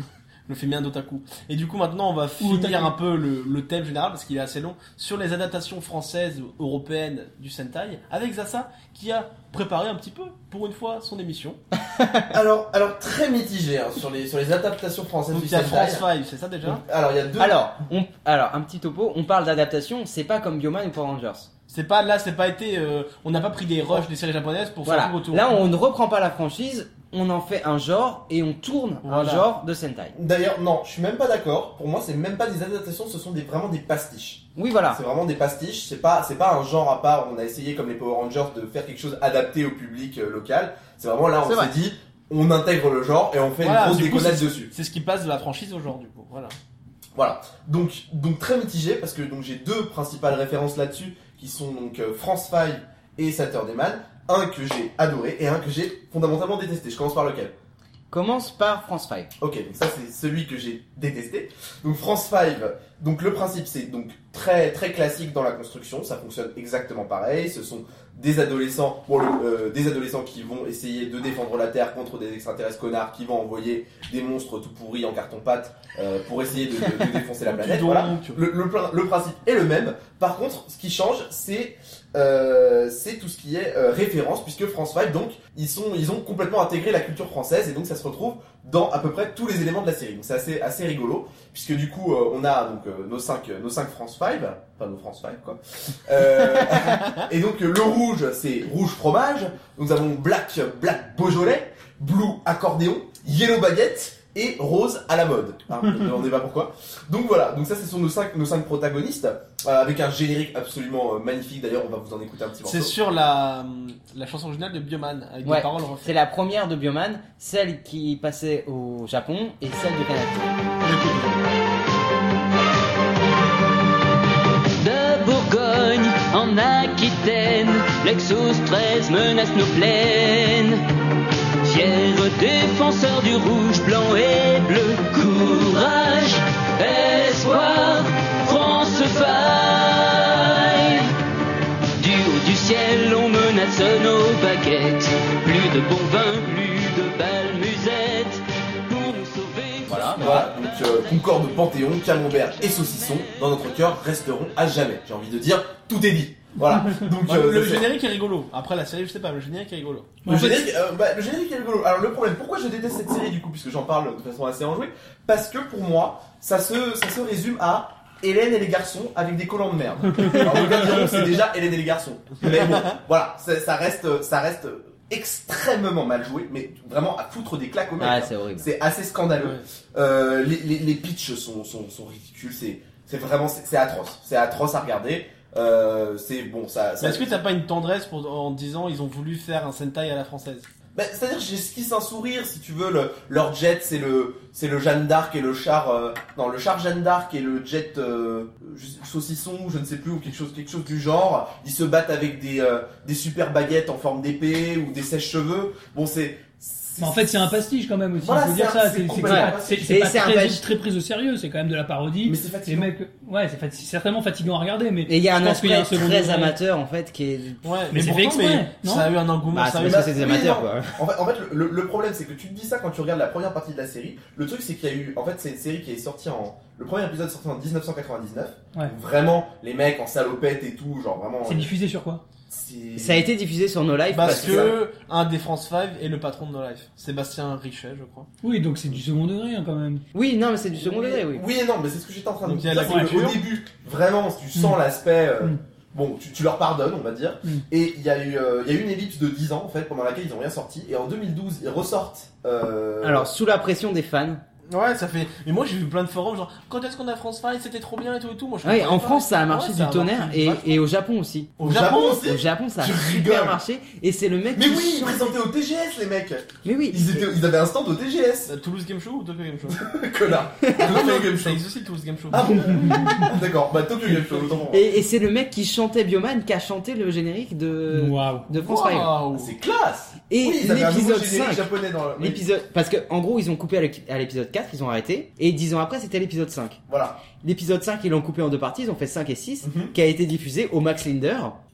le féminin d'otaku. Et du coup, maintenant, on va finir un peu le thème général, parce qu'il est assez long, sur les adaptations françaises ou européennes du Sentai, avec Zassa, qui a préparé un petit peu, pour une fois, son émission. Alors très mitigé hein, sur les adaptations françaises Donc du il y a Sentai. France 5, c'est ça déjà? Donc, alors il y a deux. Alors, un petit topo, on parle d'adaptation, c'est pas comme Bioman ou Power Rangers. C'est pas été, on n'a pas pris des rushs des séries japonaises pour faire Voilà. tout retour. Là, on ne reprend pas la franchise, on en fait un genre et on tourne un genre de Sentai. D'ailleurs, non, je suis même pas d'accord. Pour moi, c'est même pas des adaptations, ce sont vraiment des pastiches. Oui, voilà. C'est vraiment des pastiches. C'est pas un genre à part. On a essayé comme les Power Rangers de faire quelque chose adapté au public local. C'est vraiment là, on s'est dit, on intègre le genre et on fait une grosse déconnade dessus. C'est ce qui passe de la franchise au genre du coup. Voilà. Donc très mitigé parce que donc j'ai deux principales références là-dessus qui sont donc France 5 et Saturday Man. Un que j'ai adoré et un que j'ai fondamentalement détesté. Je commence par lequel? Commence par France 5. Ok, donc ça c'est celui que j'ai détesté. Donc France 5, donc le principe c'est donc très très classique dans la construction, ça fonctionne exactement pareil. Ce sont des adolescents, des adolescents qui vont essayer de défendre la Terre contre des extraterrestres connards qui vont envoyer des monstres tout pourris en carton-pâte pour essayer de défoncer la planète. Voilà. Le principe est le même. Par contre, ce qui change, c'est tout ce qui est référence, puisque France 5, donc, ils ont complètement intégré la culture française, et donc ça se retrouve dans à peu près tous les éléments de la série. Donc c'est assez rigolo, puisque du coup, on a donc nos 5 France 5, enfin nos France 5, quoi. Et donc, le rouge, c'est rouge fromage, nous avons black Beaujolais, blue accordéon, yellow baguette, et rose à la mode. Hein, je ne me demandez pas pourquoi. Donc voilà, donc ça ce sont nos cinq protagonistes, avec un générique absolument magnifique. D'ailleurs, on va vous en écouter un petit morceau. C'est sur la chanson originale de Bioman, avec des paroles refaites. C'est la première de Bioman, celle qui passait au Japon et celle de Canada. De Bourgogne en Aquitaine, l'Exos 13 menace nos plaines. Fiers défenseurs du rouge, blanc et bleu, courage, espoir, France 5. Du haut du ciel, on menace nos baguettes. Plus de bon vin, plus de balles musettes pour nous sauver. Voilà, donc Concorde, Panthéon, Camembert et Saucisson, dans notre cœur, resteront à jamais. J'ai envie de dire, tout est dit. Voilà. Donc le générique est rigolo. Après la série, je sais pas, le générique est rigolo. Le générique est rigolo. Alors le problème, pourquoi je déteste cette série du coup, puisque j'en parle de façon assez enjouée, parce que pour moi, ça se résume à Hélène et les garçons avec des collants de merde. Alors le gars diront, c'est déjà Hélène et les garçons. Mais bon, voilà, ça reste extrêmement mal joué, mais vraiment à foutre des claques au mec. Ah, c'est horrible. C'est assez scandaleux. Ouais. Les pitchs sont ridicules. C'est vraiment atroce. C'est atroce à regarder. C'est bon, ça. Est-ce que t'as pas une tendresse en disant ils ont voulu faire un Sentai à la française? C'est-à-dire j'esquisse un sourire, si tu veux. Leur jet, c'est le Jeanne d'Arc et le char. Le char Jeanne d'Arc et le jet saucisson, je ne sais plus, ou quelque chose du genre. Ils se battent avec des super baguettes en forme d'épée ou des sèche-cheveux. Bon, en fait, c'est un pastiche quand même aussi. Voilà, il faut dire ça. C'est pas très pris au sérieux. C'est quand même de la parodie. Mais c'est fatigant. Les mecs, c'est certainement fatigant à regarder. Mais et il y a un aspect très amateur en fait qui est. Ouais, mais c'est fait exprès. Ça a eu un engouement. Bah, c'est parce que c'est des amateurs quoi. En fait, le problème c'est que tu te dis ça quand tu regardes la première partie de la série. Le truc c'est qu'il y a eu, en fait, c'est une série qui est sortie le premier épisode est sorti en 1999. Ouais. Vraiment, les mecs en salopette et tout, genre vraiment. C'est diffusé sur quoi? Ça a été diffusé sur No Life parce que un des France 5 est le patron de No Life, Sébastien Richet, je crois. Oui, donc c'est du second degré quand même. Oui, non, mais c'est du second degré, oui. Oui et non, mais c'est ce que j'étais en train de dire. Au début, vraiment, tu sens l'aspect. Bon, tu leur pardonnes, on va dire. Et il y a eu une ellipse de 10 ans en fait pendant laquelle ils n'ont rien sorti. Et en 2012, ils ressortent. Alors sous la pression des fans. Ouais, ça fait. Mais moi j'ai vu plein de forums genre quand est-ce qu'on a France 5, c'était trop bien et tout. Moi, ouais, en France ça a marché du tonnerre et au Japon aussi. Au Japon aussi. Au Japon ça a super marché et c'est le mec. Mais oui, ils présentaient au TGS les mecs. Mais oui. Ils avaient un stand au TGS. Toulouse Game Show ou Tokyo Game Show? Connard. Tokyo Game Show. Ça existe aussi Toulouse Game Show. Ah bon. D'accord. Bah Tokyo Game Show. Et c'est le mec qui chantait Bioman qui a chanté le générique de France 5. C'est classe. Et oui, l'épisode 5 japonais dans l'épisode parce que en gros ils ont coupé à l'épisode 4, ils ont arrêté et 10 ans après c'était l'épisode 5. Voilà. L'épisode 5 ils l'ont coupé en deux parties, ils ont fait 5 et 6 qui a été diffusé au Max Linder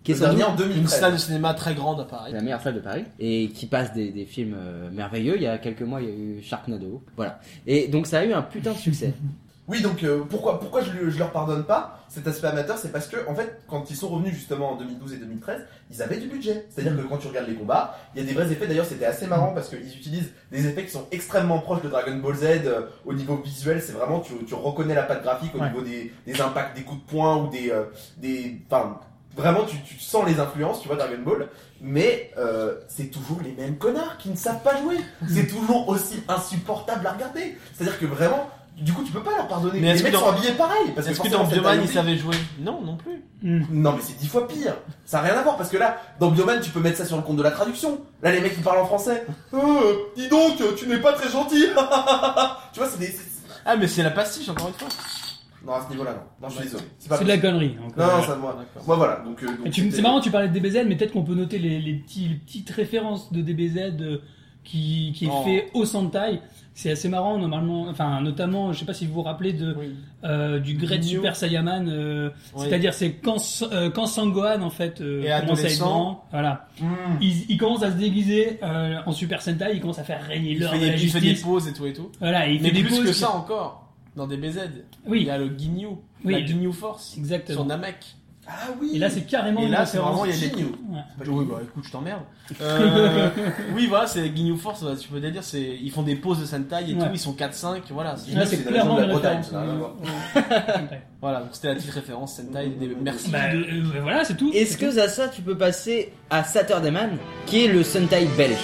qui est Le sans dernier doute en 2013. Une salle de cinéma très grande à Paris. la meilleure salle de Paris et qui passe des films merveilleux. Il y a quelques mois, il y a eu Sharknado. Voilà. Et donc ça a eu un putain de succès. Oui, donc pourquoi je leur pardonne pas cet aspect amateur, c'est parce que en fait, quand ils sont revenus justement en 2012 et 2013, ils avaient du budget. C'est-à-dire que quand tu regardes les combats, il y a des vrais effets. D'ailleurs, c'était assez marrant parce qu'ils utilisent des effets qui sont extrêmement proches de Dragon Ball Z au niveau visuel. C'est vraiment tu reconnais la patte graphique au niveau des impacts, des coups de poing ou enfin vraiment tu sens les influences, tu vois, Dragon Ball. Mais c'est toujours les mêmes connards qui ne savent pas jouer. C'est toujours aussi insupportable à regarder. C'est-à-dire que vraiment. Du coup, tu peux pas leur pardonner. Mais les mecs sont habillés pareil. Parce Est-ce que forcément, dans cette Bioman, année- ils savaient jouer? Non, non plus. Non, mais c'est 10 fois pire. Ça n'a rien à voir parce que là, dans Bioman, tu peux mettre ça sur le compte de la traduction. Là, les mecs, ils parlent en français. Dis donc, tu n'es pas très gentil. Tu vois, Ah, mais c'est la pastiche, encore une fois. Non, à ce niveau-là, non. Non, je suis désolé. C'est de la connerie. Donc, Non, ça, moi voilà. Donc, c'est marrant, tu parlais de DBZ, mais peut-être qu'on peut noter les petites références de DBZ qui est fait au Sentai. C'est assez marrant, normalement, enfin, notamment, je sais pas si vous vous rappelez du Great Super Saiyaman, c'est-à-dire c'est quand Sangohan, en fait, commence à être grand, voilà. Il commence à se déguiser, en Super Sentai, il commence à faire régner l'ordre et la Il fait des justice. pauses et tout. Voilà, et il Mais fait des plus pauses. que ça encore, dans des BZ, il y a le Ginyu, la Ginyu Force, exactement. sur Namek. Ah oui. Et là, c'est carrément Et une là, c'est référence. vraiment, il y a des Ginyu. Oui, bah écoute, je t'emmerde. Oui, voilà, c'est Ginyu Force, tu peux dire, ils font des pauses de Sentai et tout, ils sont 4-5, voilà. Là, c'est clairement une référence. Voilà, donc c'était la petite référence Sentai. Merci. Voilà, c'est tout. Est-ce que Zassa, tu peux passer à Saturday Man, qui est le Sentai belge?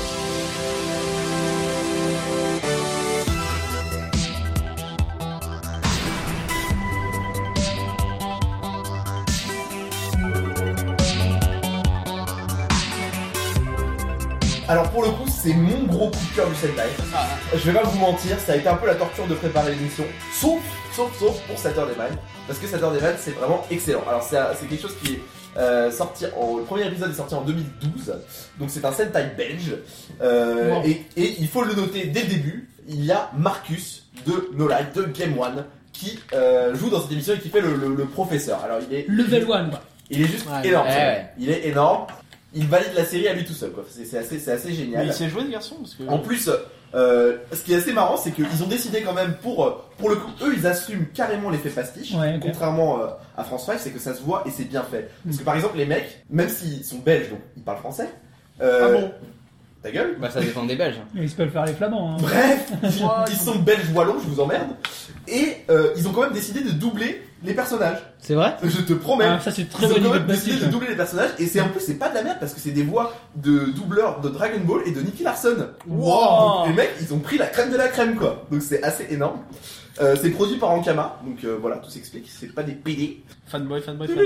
Alors pour le coup, c'est mon gros coup de cœur du Sentai. Je vais pas vous mentir, ça a été un peu la torture de préparer l'émission, sauf pour Saturday Man, parce que Saturday Man c'est vraiment excellent. Alors c'est quelque chose qui est sorti le premier épisode est sorti en 2012, donc c'est un Sentai belge, et il faut le noter dès le début, il y a Marcus de No Light, de Game One, qui joue dans cette émission et qui fait le professeur. Alors il est Level 1. Il est juste énorme. Il est énorme. Il valide la série à lui tout seul, quoi. C'est assez génial. Mais il sait jouer, ce garçon, parce que... En plus, ce qui est assez marrant, c'est qu'ils ont décidé quand même pour le coup, eux, ils assument carrément l'effet pastiche, contrairement à France 5, c'est que ça se voit et c'est bien fait. Parce que par exemple, les mecs, même s'ils sont belges, donc ils parlent français. Ah bon? Ta gueule? Bah ça dépend des Belges. Ils peuvent faire les flamands. Hein. Bref, ils sont belges wallons, je vous emmerde. Et ils ont quand même décidé de doubler les personnages. C'est vrai? Je te promets. Ah, ça c'est très Ils ont bon quand niveau même de décidé pastiche. de doubler les personnages et c'est en plus c'est pas de la merde parce que c'est des voix de doubleurs de Dragon Ball et de Nicky Larson. Wow. Donc, les mecs ils ont pris la crème de la crème quoi. Donc c'est assez énorme. C'est produit par Ankama, donc voilà, tout s'explique, c'est pas des PD. Fanboy.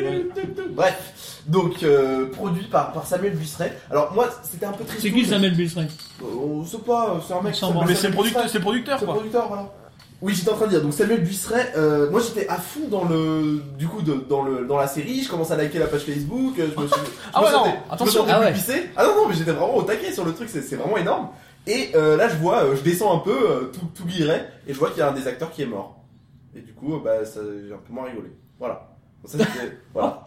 Bref, donc produit par Samuel Buisseret. Alors moi c'était un peu triste. C'est qui Samuel Buisseret? C'est pas, c'est un mec. Mais c'est le producteur, C'est quoi. producteur, voilà. Oui, j'étais en train de dire. Donc Samuel Buisseret, moi j'étais à fond dans dans la série. Je commençais à liker la page Facebook. Je me sentais plus pissé. Ah non, mais j'étais vraiment au taquet sur le truc. C'est vraiment énorme. Et là, je descends un peu, tout guillerait, et je vois qu'il y a un des acteurs qui est mort. Et du coup, j'ai un peu moins rigolé. Voilà. Ça, c'était, voilà.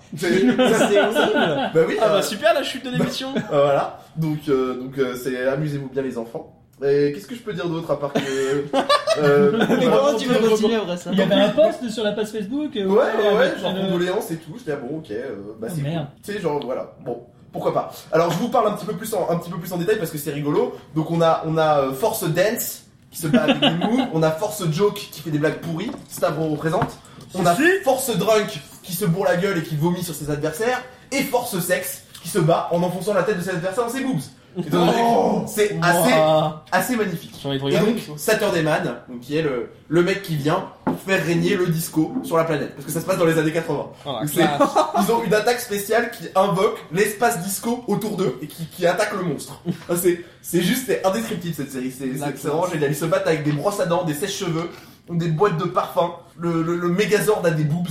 Bah oui. Super la chute de l'émission. Voilà. Donc c'est amusez-vous bien les enfants. Et qu'est-ce que je peux dire d'autre à part que Mais comment tu veux continuer après ça? Il y avait un post sur la page Facebook. Ouais, genre condoléances et tout. J'étais bon, ok, c'est merde. cool. Tu sais, genre voilà. Bon, pourquoi pas. Alors je vous parle un petit peu plus en détail parce que c'est rigolo. Donc on a Force Dance qui se bat avec des moves. On a Force Joke qui fait des blagues pourries. Stavro représente. On a Force Drunk qui se bourre la gueule et qui vomit sur ses adversaires. Et Force Sexe qui se bat en enfonçant la tête de ses adversaires dans ses boobs. C'est assez magnifique. Et donc Saturday Man, donc, qui est le mec qui vient pour faire régner le disco sur la planète, parce que ça se passe dans les années 80. Donc, ils ont une attaque spéciale qui invoque l'espace disco autour d'eux et qui attaque le monstre. C'est indescriptible cette série, c'est vraiment génial. Ils se battent avec des brosses à dents, des sèche-cheveux, des boîtes de parfum, le Megazord a des boobs.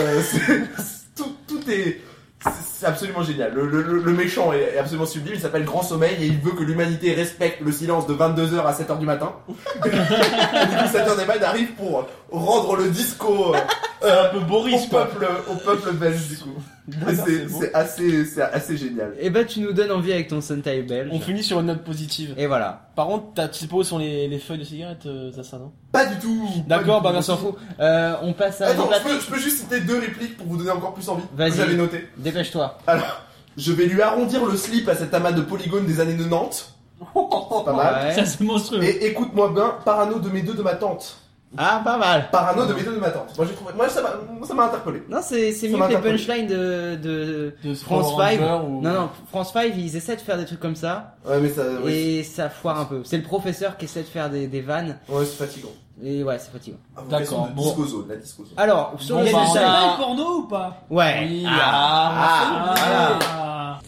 Tout est... C'est absolument génial. Le méchant est absolument sublime. Il s'appelle Grand Sommeil et il veut que l'humanité respecte le silence de 22h à 7h du matin. Et du coup, Saturday Man arrive pour rendre le disco C'est un peu Boris, quoi. Au peuple belge, du coup. C'est assez génial. Et bah, tu nous donnes envie avec ton Sentai belge. On finit sur une note positive. Et voilà. Par contre, tu sais pas où sont les feuilles de cigarettes, ça, non? Pas du tout. D'accord, bah On merci. s'en fout. On passe à... Attends, je peux juste citer 2 répliques pour vous donner encore plus envie. Vas-y. Que j'avais noté. Dépêche-toi. Alors, je vais lui arrondir le slip à cet amas de polygones des années 90. C'est pas mal. Ouais. Ça, c'est monstrueux. Et écoute-moi bien, parano de mes deux de ma tante. Ah, pas mal. Parano de mes deux de ma tante. Moi, ça m'a interpellé. Non, c'est Ça mieux m'a que les interpellé. punchlines de France Power 5. Ranger ou- Non, France 5, ils essaient de faire des trucs comme ça. Ouais, mais ça, oui. Et ça foire un peu. C'est le professeur qui essaie de faire des vannes. Ouais, c'est fatigant. Et ouais, c'est fatigant. Invocation de Bon. Disco Zone, la Disco Zone. Alors, sur Bon, les bah, C'est dessins. pas le porno ou pas? Ouais. Oui, Ah.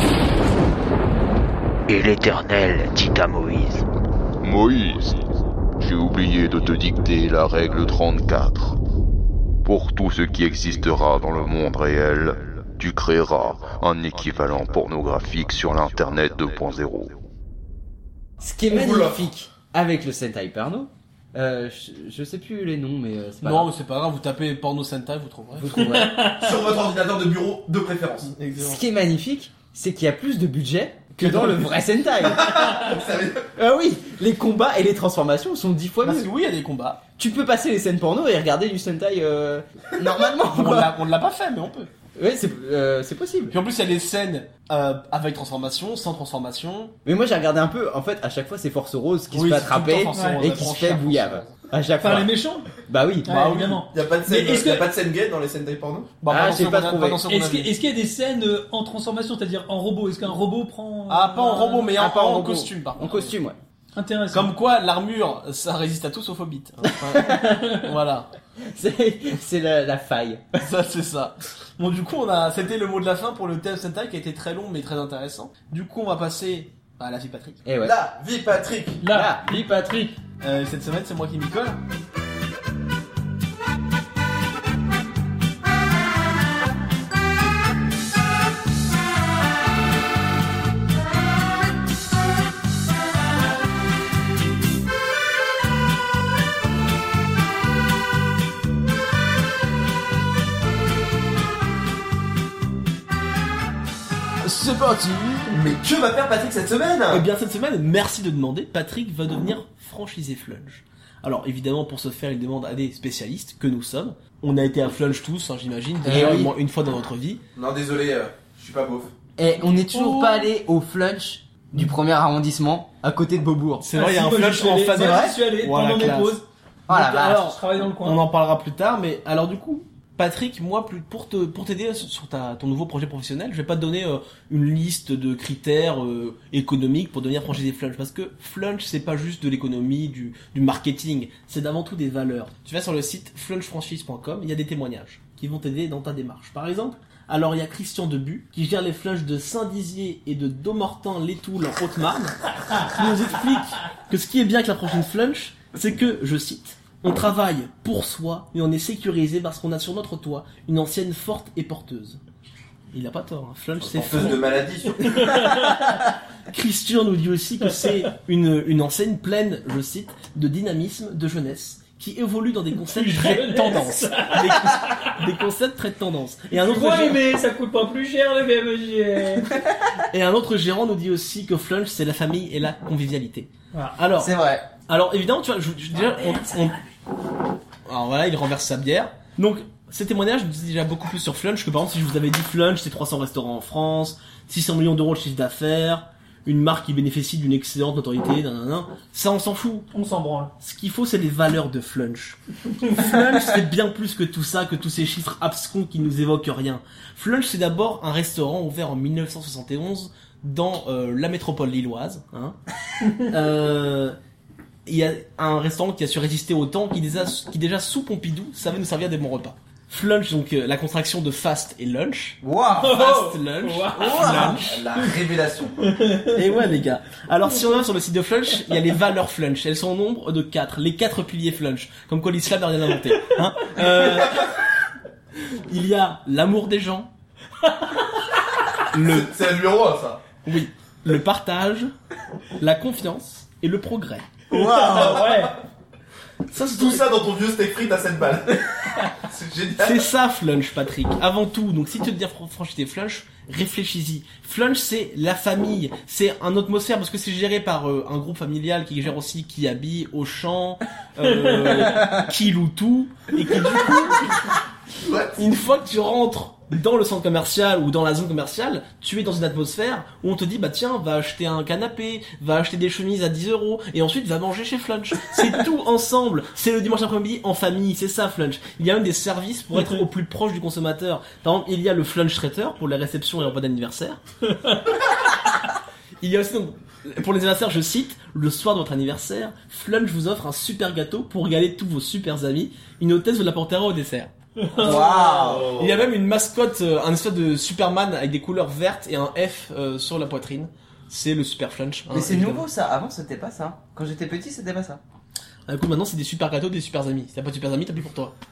Et l'Éternel dit à Moïse. Moïse, j'ai oublié de te dicter la règle 34. Pour tout ce qui existera dans le monde réel, tu créeras un équivalent pornographique sur l'Internet 2.0. Ce qui est On vous l'offre. magnifique avec le Sentai Porno, je sais plus les noms, mais c'est pas Non, grave. mais c'est pas grave, vous tapez porno Sentai, vous trouverez. Vous trouverez. Sur votre ordinateur de bureau de préférence. Ce qui est magnifique, c'est qu'il y a plus de budget que dans le vrai Sentai. Ça veut- Ah oui, les combats et les transformations sont 10 fois Parce mieux. que oui, il y a des combats. Tu peux passer les scènes porno et regarder du Sentai normalement. On l'a pas fait, mais on peut. Oui, c'est possible. Puis en plus, il y a des scènes avec transformation, sans transformation. Mais moi j'ai regardé un peu, en fait à chaque fois c'est Force Rose qui Oui, se fait c'est tout le attraper temps Force Rose, et elle qui prend se fait cher, bouillave. Force Rose. À chaque Enfin, fois. les méchants. Bah oui. Ouais, Bah oui. évidemment. Y a pas de Mais scène, est-ce que- y a pas de scène gay dans les Sentai porno? Bah, Ah, dans j'ai ceux pas qu'on a- trouvé. dans ceux qu'on a Est-ce vus. qu'il y a des scènes en transformation, c'est-à-dire en robot? Est-ce qu'un robot prend... Ah, pas en robot, mais Ah, pas en en robot. costume, par En contre. costume, ouais. Intéressant. Comme quoi, l'armure, ça résiste à tout sauf au bit. Voilà. C'est la faille. Ça, c'est ça. Bon, du coup, c'était le mot de la fin pour le thème Sentai qui a été très long mais très intéressant. Du coup, on va passer à la vie Patrick. Et ouais. La vie Patrick. Là, oui, Patrick. Cette semaine, c'est moi qui m'y colle. C'est parti. Mais que va faire Patrick cette semaine? Eh bien, cette semaine, merci de demander, Patrick va devenir franchisé Flunch. Alors, évidemment, pour ce faire, il demande à des spécialistes, que nous sommes. On a été à Flunch tous, hein, j'imagine, déjà oui. au moins une fois dans notre vie. Non, désolé, je suis pas beauf. Et on n'est toujours Oh. pas allé au flunch du premier arrondissement à côté de Beaubourg. C'est vrai, il y a un Ah, si, moi, Flunch j'y suis en allé. face de Moi, la j'y suis allé Voilà, pendant mes classe. pauses. Oh la Donc, vache. alors, Je travaille dans le coin. on en parlera plus tard, mais alors du coup, Patrick, moi, pour t'aider sur ton nouveau projet professionnel, je vais pas te donner une liste de critères économiques pour devenir franchisé Flunch, parce que Flunch, c'est pas juste de l'économie, du marketing, c'est d'avant tout des valeurs. Tu vas sur le site flunchfranchise.com, il y a des témoignages qui vont t'aider dans ta démarche. Par exemple, alors il y a Christian Debu, qui gère les Flunch de Saint-Dizier et de Domortin-les-Toules en Haute-Marne, qui nous explique que ce qui est bien avec la franchise Flunch, c'est que, je cite, on travaille pour soi, mais on est sécurisé parce qu'on a sur notre toit une ancienne forte et porteuse. Il a pas tort, hein. Flunch c'est Porteuse fort. de maladie, surtout. Christian nous dit aussi que c'est une enseigne pleine, je cite, de dynamisme, de jeunesse, qui évolue dans des concepts très de tendance. Des concepts très de tendance. Et un autre Ouais, gérant- mais ça coûte pas plus cher le BMG. et un autre gérant nous dit aussi que Flunch c'est la famille et la convivialité. Voilà. Alors, vrai. Alors évidemment, tu vois, déjà, alors voilà, il renverse sa bière. Donc, ces témoignages disent déjà beaucoup plus sur Flunch que par exemple si je vous avais dit Flunch, c'est 300 restaurants en France, 600 millions d'euros de chiffre d'affaires, une marque qui bénéficie d'une excellente notoriété, nanana. Ça, on s'en fout. On s'en branle. Ce qu'il faut, c'est les valeurs de Flunch. Flunch, c'est bien plus que tout ça, que tous ces chiffres abscons qui nous évoquent rien. Flunch, c'est d'abord un restaurant ouvert en 1971 dans la métropole lilloise. Hein. Il y a un restaurant qui a su résister au temps, qui déjà sous Pompidou savait nous servir des bons repas. Flunch, donc la contraction de fast et lunch. Waouh! Fast lunch. Flunch. La révélation. Et ouais les gars. Alors si on va sur le site de Flunch, il y a les valeurs Flunch. Elles sont au nombre de 4. Les 4 piliers Flunch. Comme quoi l'islam n'a rien inventé. Hein il y a l'amour des gens. C'est la numéro 1, ça. Oui. Le partage. La confiance. Et le progrès. Ah ouais. Ça, c'est Tout ça dans ton vieux steak frites à 7 balles. C'est génial. C'est ça, Flunch, Patrick. Avant tout, donc si tu veux te dire franchise Flunch, réfléchis-y. Flunch, c'est la famille, c'est un atmosphère parce que c'est géré par un groupe familial qui gère aussi Kiabi, Auchan, Kiloutou, et qui du coup, une fois que tu rentres dans le centre commercial ou dans la zone commerciale, tu es dans une atmosphère où on te dit bah tiens, va acheter un canapé, va acheter des chemises à 10 € et ensuite va manger chez Flunch. C'est tout ensemble. C'est le dimanche après-midi en famille, c'est ça Flunch. Il y a même des services pour être au plus proche du consommateur. Par exemple, il y a le Flunch Traiteur pour les réceptions et les repas d'anniversaire. Il y a aussi donc pour les anniversaires, je cite, le soir de votre anniversaire, Flunch vous offre un super gâteau pour régaler tous vos super amis. Une hôtesse vous l'apportera au dessert. Waouh. Il y a même une mascotte, un espèce de Superman avec des couleurs vertes et un F sur la poitrine. C'est le Super Flunch. Mais c'est nouveau ça, avant c'était pas ça. Quand j'étais petit c'était pas ça. Écoute, maintenant c'est des super gâteaux, des super amis. Si t'as pas de super amis, t'as plus pour toi.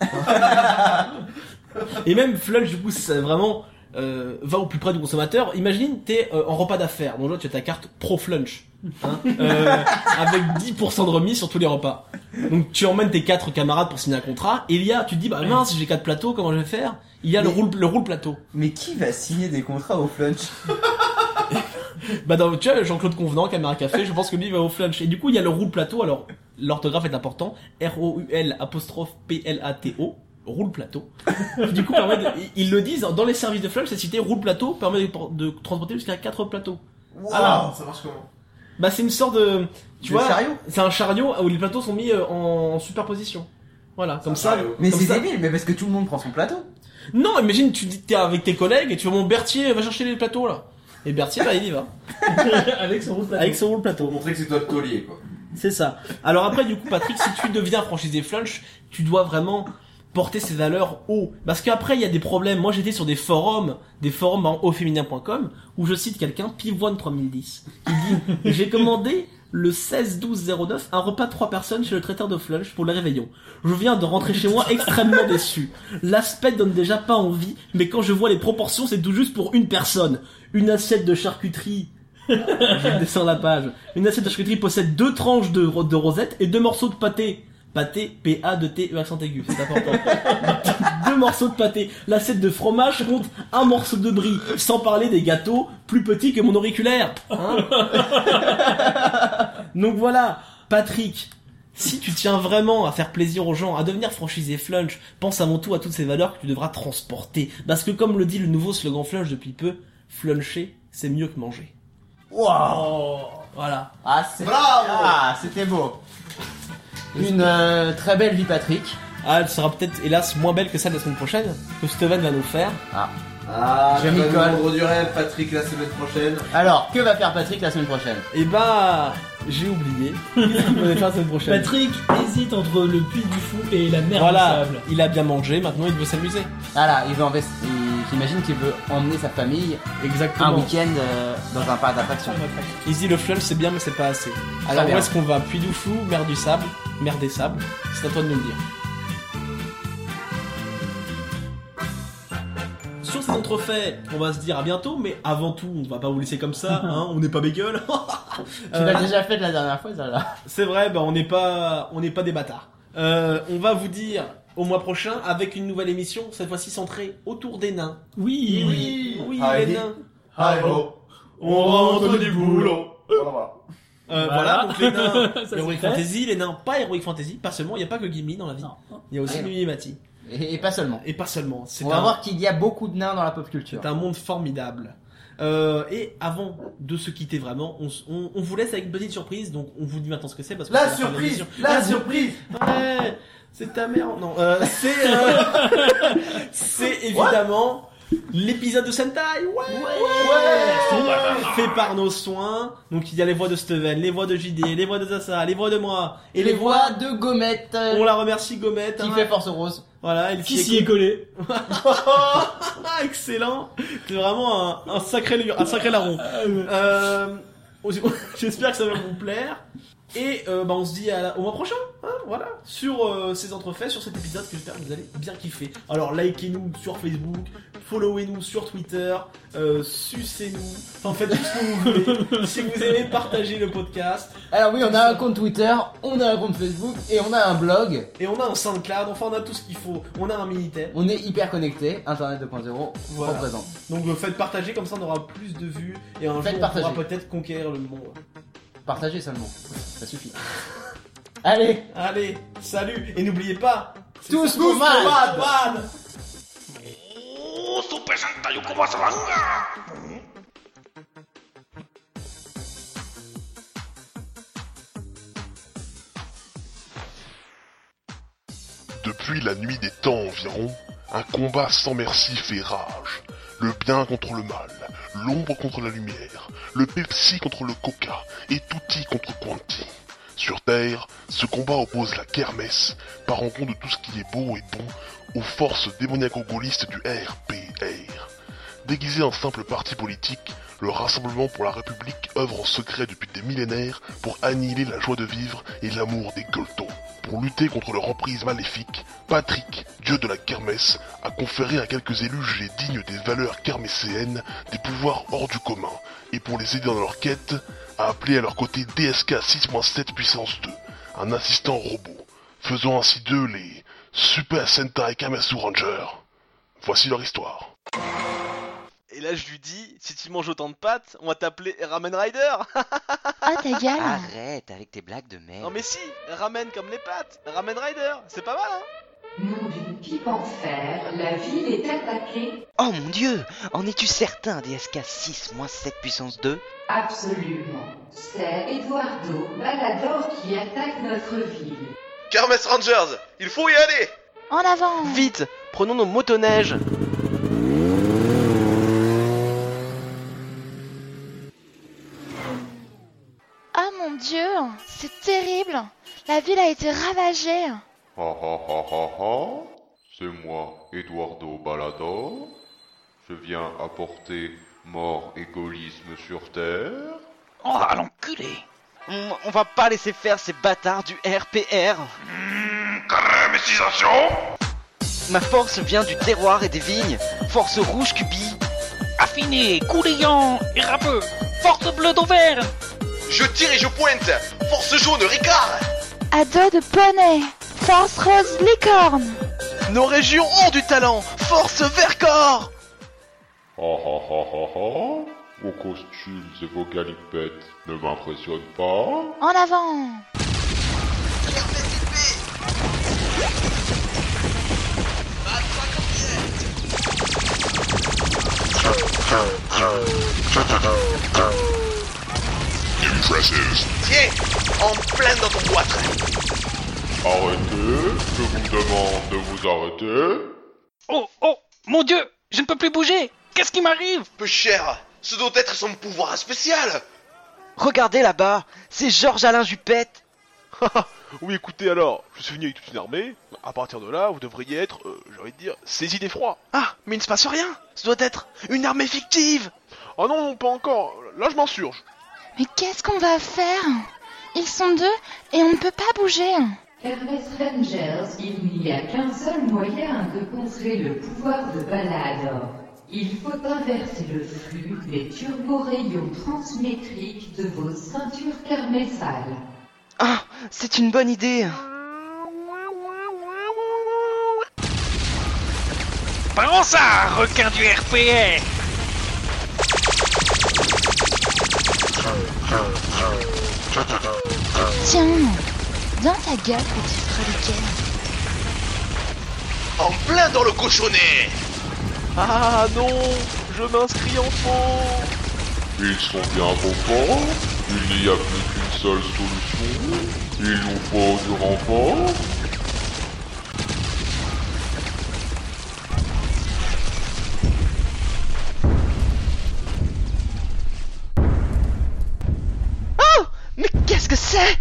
Et même Flunch, du coup, c'est vraiment va au plus près du consommateur. Imagine, t'es en repas d'affaires. Donc là, tu as ta carte Pro Flunch. Avec 10% de remise sur tous les repas. Donc tu emmènes tes 4 camarades pour signer un contrat. Et il y a, tu te dis, bah mince, j'ai 4 plateaux, comment je vais faire? Il y a le roule plateau. Mais qui va signer des contrats au Flunch? Bah tu vois, Jean-Claude Convenant, Caméra Café, je pense que lui il va au Flunch. Et du coup, il y a le roule plateau. Alors, l'orthographe est important. ROUL''PLATO. Roule plateau. Du coup, ils le disent, dans les services de Flunch, c'est cité roule plateau permet de transporter jusqu'à 4 plateaux. Wow, alors, ça marche comment? Bah c'est une sorte de, tu vois, chariot. C'est un chariot où les plateaux sont mis en superposition. Voilà, comme ça. Mais comme c'est ça. débile, mais parce que tout le monde prend son plateau. Non, imagine, tu dis t'es avec tes collègues et tu vas mon Berthier va chercher les plateaux là. Et Berthier, bah il y va. Avec son roule plateau. Avec son roule plateau. Pour montrer que c'est toi le taulier, quoi. C'est ça. Alors après, du coup, Patrick, si tu deviens franchisé Flunch, tu dois vraiment porter ses valeurs haut. Parce qu'après, il y a des problèmes. Moi, j'étais sur des forums en auféminin.com, où je cite quelqu'un, Pivoine 3010, qui dit, j'ai commandé le 16-12-09 un repas de 3 personnes chez le traiteur de Flunch pour le réveillon. Je viens de rentrer chez moi extrêmement déçu. L'aspect donne déjà pas envie, mais quand je vois les proportions, c'est tout juste pour une personne. Une assiette de charcuterie. Je descends la page. Une assiette de charcuterie possède 2 tranches de rosette et 2 morceaux de pâté. Pâté, P-A-T-E accent aigu, c'est important. 2 morceaux de pâté. L'assiette de fromage compte 1 morceau de brie, sans parler des gâteaux plus petits que mon auriculaire. Hein. Donc voilà, Patrick, si tu tiens vraiment à faire plaisir aux gens, à devenir franchisé Flunch, pense avant tout à toutes ces valeurs que tu devras transporter. Parce que comme le dit le nouveau slogan Flunch depuis peu, fluncher, c'est mieux que manger. Waouh. Voilà. Ah, c'était beau. Une très belle vie, Patrick. Ah, elle sera peut-être, hélas, moins belle que celle de la semaine prochaine, que Steven va nous faire. Je m'y colle. Du rêve, Patrick, la semaine prochaine. Alors, que va faire Patrick la semaine prochaine? Eh bah, j'ai oublié. Qu'est-ce qu'il va faire la semaine prochaine? Patrick hésite entre le puits du fou et la mer voilà, du sable. il a bien mangé, maintenant il veut s'amuser. Voilà, j'imagine qu'il veut emmener sa famille Exactement. un week-end dans un parc d'attractions. Il dit le Flunch c'est bien mais c'est pas assez. Alors où est-ce qu'on va? Puy du Fou, mer du sable, mer des sables? C'est à toi de nous le dire. Sur ces entrefaits, on va se dire à bientôt, mais avant tout, on va pas vous laisser comme ça, hein, on n'est pas bégueule. Tu l'as déjà fait la dernière fois, ça là. C'est vrai, bah on n'est pas des bâtards. On va vous dire au mois prochain avec une nouvelle émission, cette fois-ci centrée autour des nains. Oui, les nains. Hi-ho, on rentre du boulot. Voilà, donc les nains, Ça, Heroic c'est fait. Fantasy, les nains pas Heroic Fantasy, pas seulement, il n'y a pas que Gimli dans la vie. Non. Il y a aussi Ouais. Mimi et Mati. Et pas seulement. Et pas seulement. On va voir qu'il y a beaucoup de nains dans la pop culture. C'est un monde formidable. Et avant de se quitter vraiment, on vous laisse avec une petite surprise, donc on vous dit maintenant ce que c'est parce que La c'est fin de surprise, l'émission. la surprise. Ouais, c'est ta mère. Non, c'est évidemment l'épisode de Sentai. Fait par nos soins. Donc il y a les voix de Steven, les voix de JD, les voix de Zassa, les voix de moi Et les voix de Gommette. On la remercie Gommette. Qui hein. fait Force Rose. Voilà, elle Qui s'y est collé. Excellent. C'est vraiment un sacré larron. J'espère que ça va vous plaire. Et on se dit au mois prochain. Hein, voilà, sur ces entrefaits, sur cet épisode que j'espère que vous allez bien kiffer. Alors likez-nous sur Facebook, followez-nous sur Twitter, sucez-nous, enfin faites tout ce que vous voulez. Si vous aimez, partagez le podcast. Alors oui, on a un compte Twitter, on a un compte Facebook et on a un blog. Et on a un SoundCloud, enfin on a tout ce qu'il faut. On a un Minitel. On est hyper connecté, Internet 2.0, voilà. représente. Donc faites partager, comme ça on aura plus de vues et un jour on pourra peut-être conquérir le monde. Partagez seulement, ça suffit. Allez, salut. Et n'oubliez pas, tous pour Mad. Depuis la nuit des temps environ, un combat sans merci fait rage. Le bien contre le mal, l'ombre contre la lumière, le Pepsi contre le Coca et Tutti contre Quanti. Sur Terre, ce combat oppose la kermesse, parangon de tout ce qui est beau et bon, aux forces démoniaco-gaullistes du RPR. Déguisé en simple parti politique, le Rassemblement pour la République œuvre en secret depuis des millénaires pour annihiler la joie de vivre et l'amour des Gueuletons. Pour lutter contre leur emprise maléfique, Patrick, dieu de la kermesse, a conféré à quelques élus jugés dignes des valeurs kermesséennes des pouvoirs hors du commun, et pour les aider dans leur quête, a appelé à leur côté DSK 6-7 puissance 2, un assistant robot, faisant ainsi d'eux les Super Sentai Kamesu Rangers. Voici leur histoire. Et là je lui dis, si tu manges autant de pâtes, on va t'appeler Ramen Rider. Ah ta gueule. Arrête avec tes blagues de merde. Non mais si, ramen comme les pâtes, Ramen Rider, c'est pas mal hein. Nom d'une pipe en fer, la ville est attaquée. Oh mon dieu, en es-tu certain DSK 6-7 puissance 2 Absolument. C'est Eduardo Balador qui attaque notre ville. Kermesse Rangers, il faut y aller. En avant. Vite, prenons nos motoneiges. Ah mon dieu, c'est terrible. La ville a été ravagée. C'est moi, Eduardo Balador. Je viens apporter mort et gaullisme sur Terre. Oh l'enculé. On va pas laisser faire ces bâtards du RPR. Kermessisation. Ma force vient du terroir et des vignes. Force rouge Cubi. Affiné, couléant et râpeux. Force bleue d'Auvergne. Je tire et je pointe. Force jaune Ricard. À dos de poney. Force rose licorne. Nos régions ont du talent. Force Vercors. Vos costumes et vos galipettes ne m'impressionnent pas. En avant. Impressive. Tiens, en plein dans ton boîte. Arrêtez, je vous demande de vous arrêter. Oh, mon dieu, je ne peux plus bouger. Qu'est-ce qui m'arrive? Peu cher, ce doit être son pouvoir spécial. Regardez là-bas, c'est Georges-Alain Juppette. Oui, écoutez alors, je suis venu avec toute une armée. À partir de là, vous devriez être, j'ai envie de dire, saisi d'effroi. Ah, mais il ne se passe rien. Ce doit être une armée fictive. Oh non, pas encore. Là, je m'insurge. Mais qu'est-ce qu'on va faire? Ils sont deux et on ne peut pas bouger. Kermesse Rangers, il n'y a qu'un seul moyen de contrer le pouvoir de Balador. Il faut inverser le flux des turborayons transmétriques de vos ceintures kermessales. Ah, c'est une bonne idée. Prends ça, requin du RPR. Tiens, dans ta gueule, petit fraliquet. En plein dans le cochonnet. Ah non, je m'inscris en faux. Ils sont bien trop forts. Il n'y a plus qu'une seule solution. Il nous faut du renfort. Oh, mais qu'est-ce que c'est?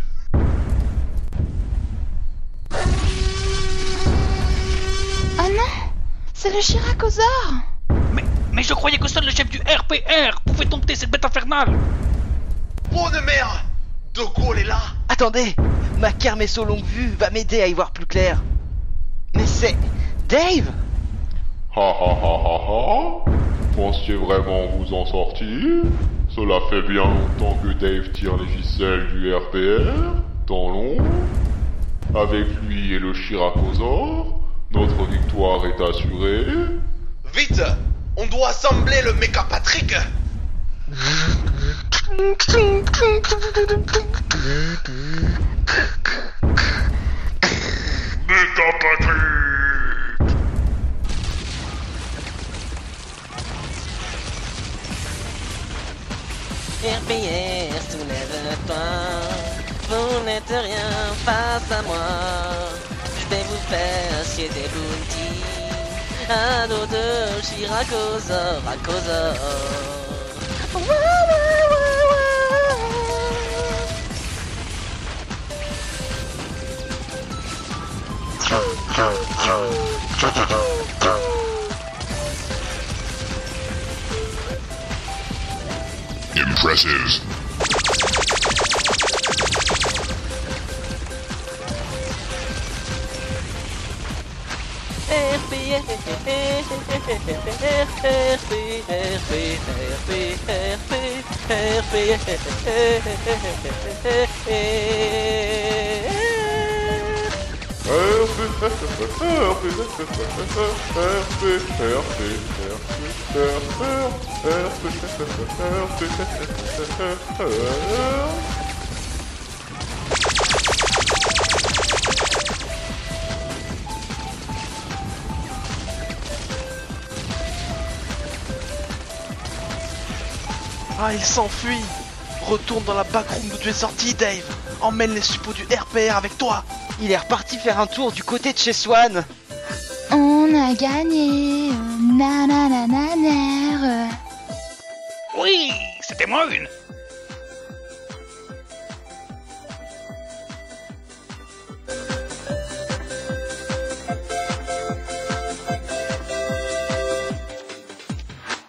Oh non, c'est le Chiracosaure. Mais je croyais que seul le chef du RPR pouvait dompter cette bête infernale. Bonne mère, De Gaulle est là. Attendez, ma kermesse aux longues vues va m'aider à y voir plus clair. Mais c'est... Dave! Ha ha ha ha ha. Pensiez vraiment vous en sortir? Cela fait bien longtemps que Dave tire les ficelles du RPR, dans l'ombre. Avec lui et le Chiracosaure, notre victoire est assurée. Vite, on doit assembler le méca Patrick. Méca Patrick. RPR, soulève-toi, vous n'êtes rien face à moi. Je vais vous faire chier des bounties, à dos de Chiracosaure, Impressive. Ah, il s'enfuit. Retourne dans la backroom d'où tu es sorti, Dave. Emmène les suppôts du RPR avec toi. Il est reparti faire un tour du côté de chez Swan. On a gagné. Nananananer. Oui, c'était moi une.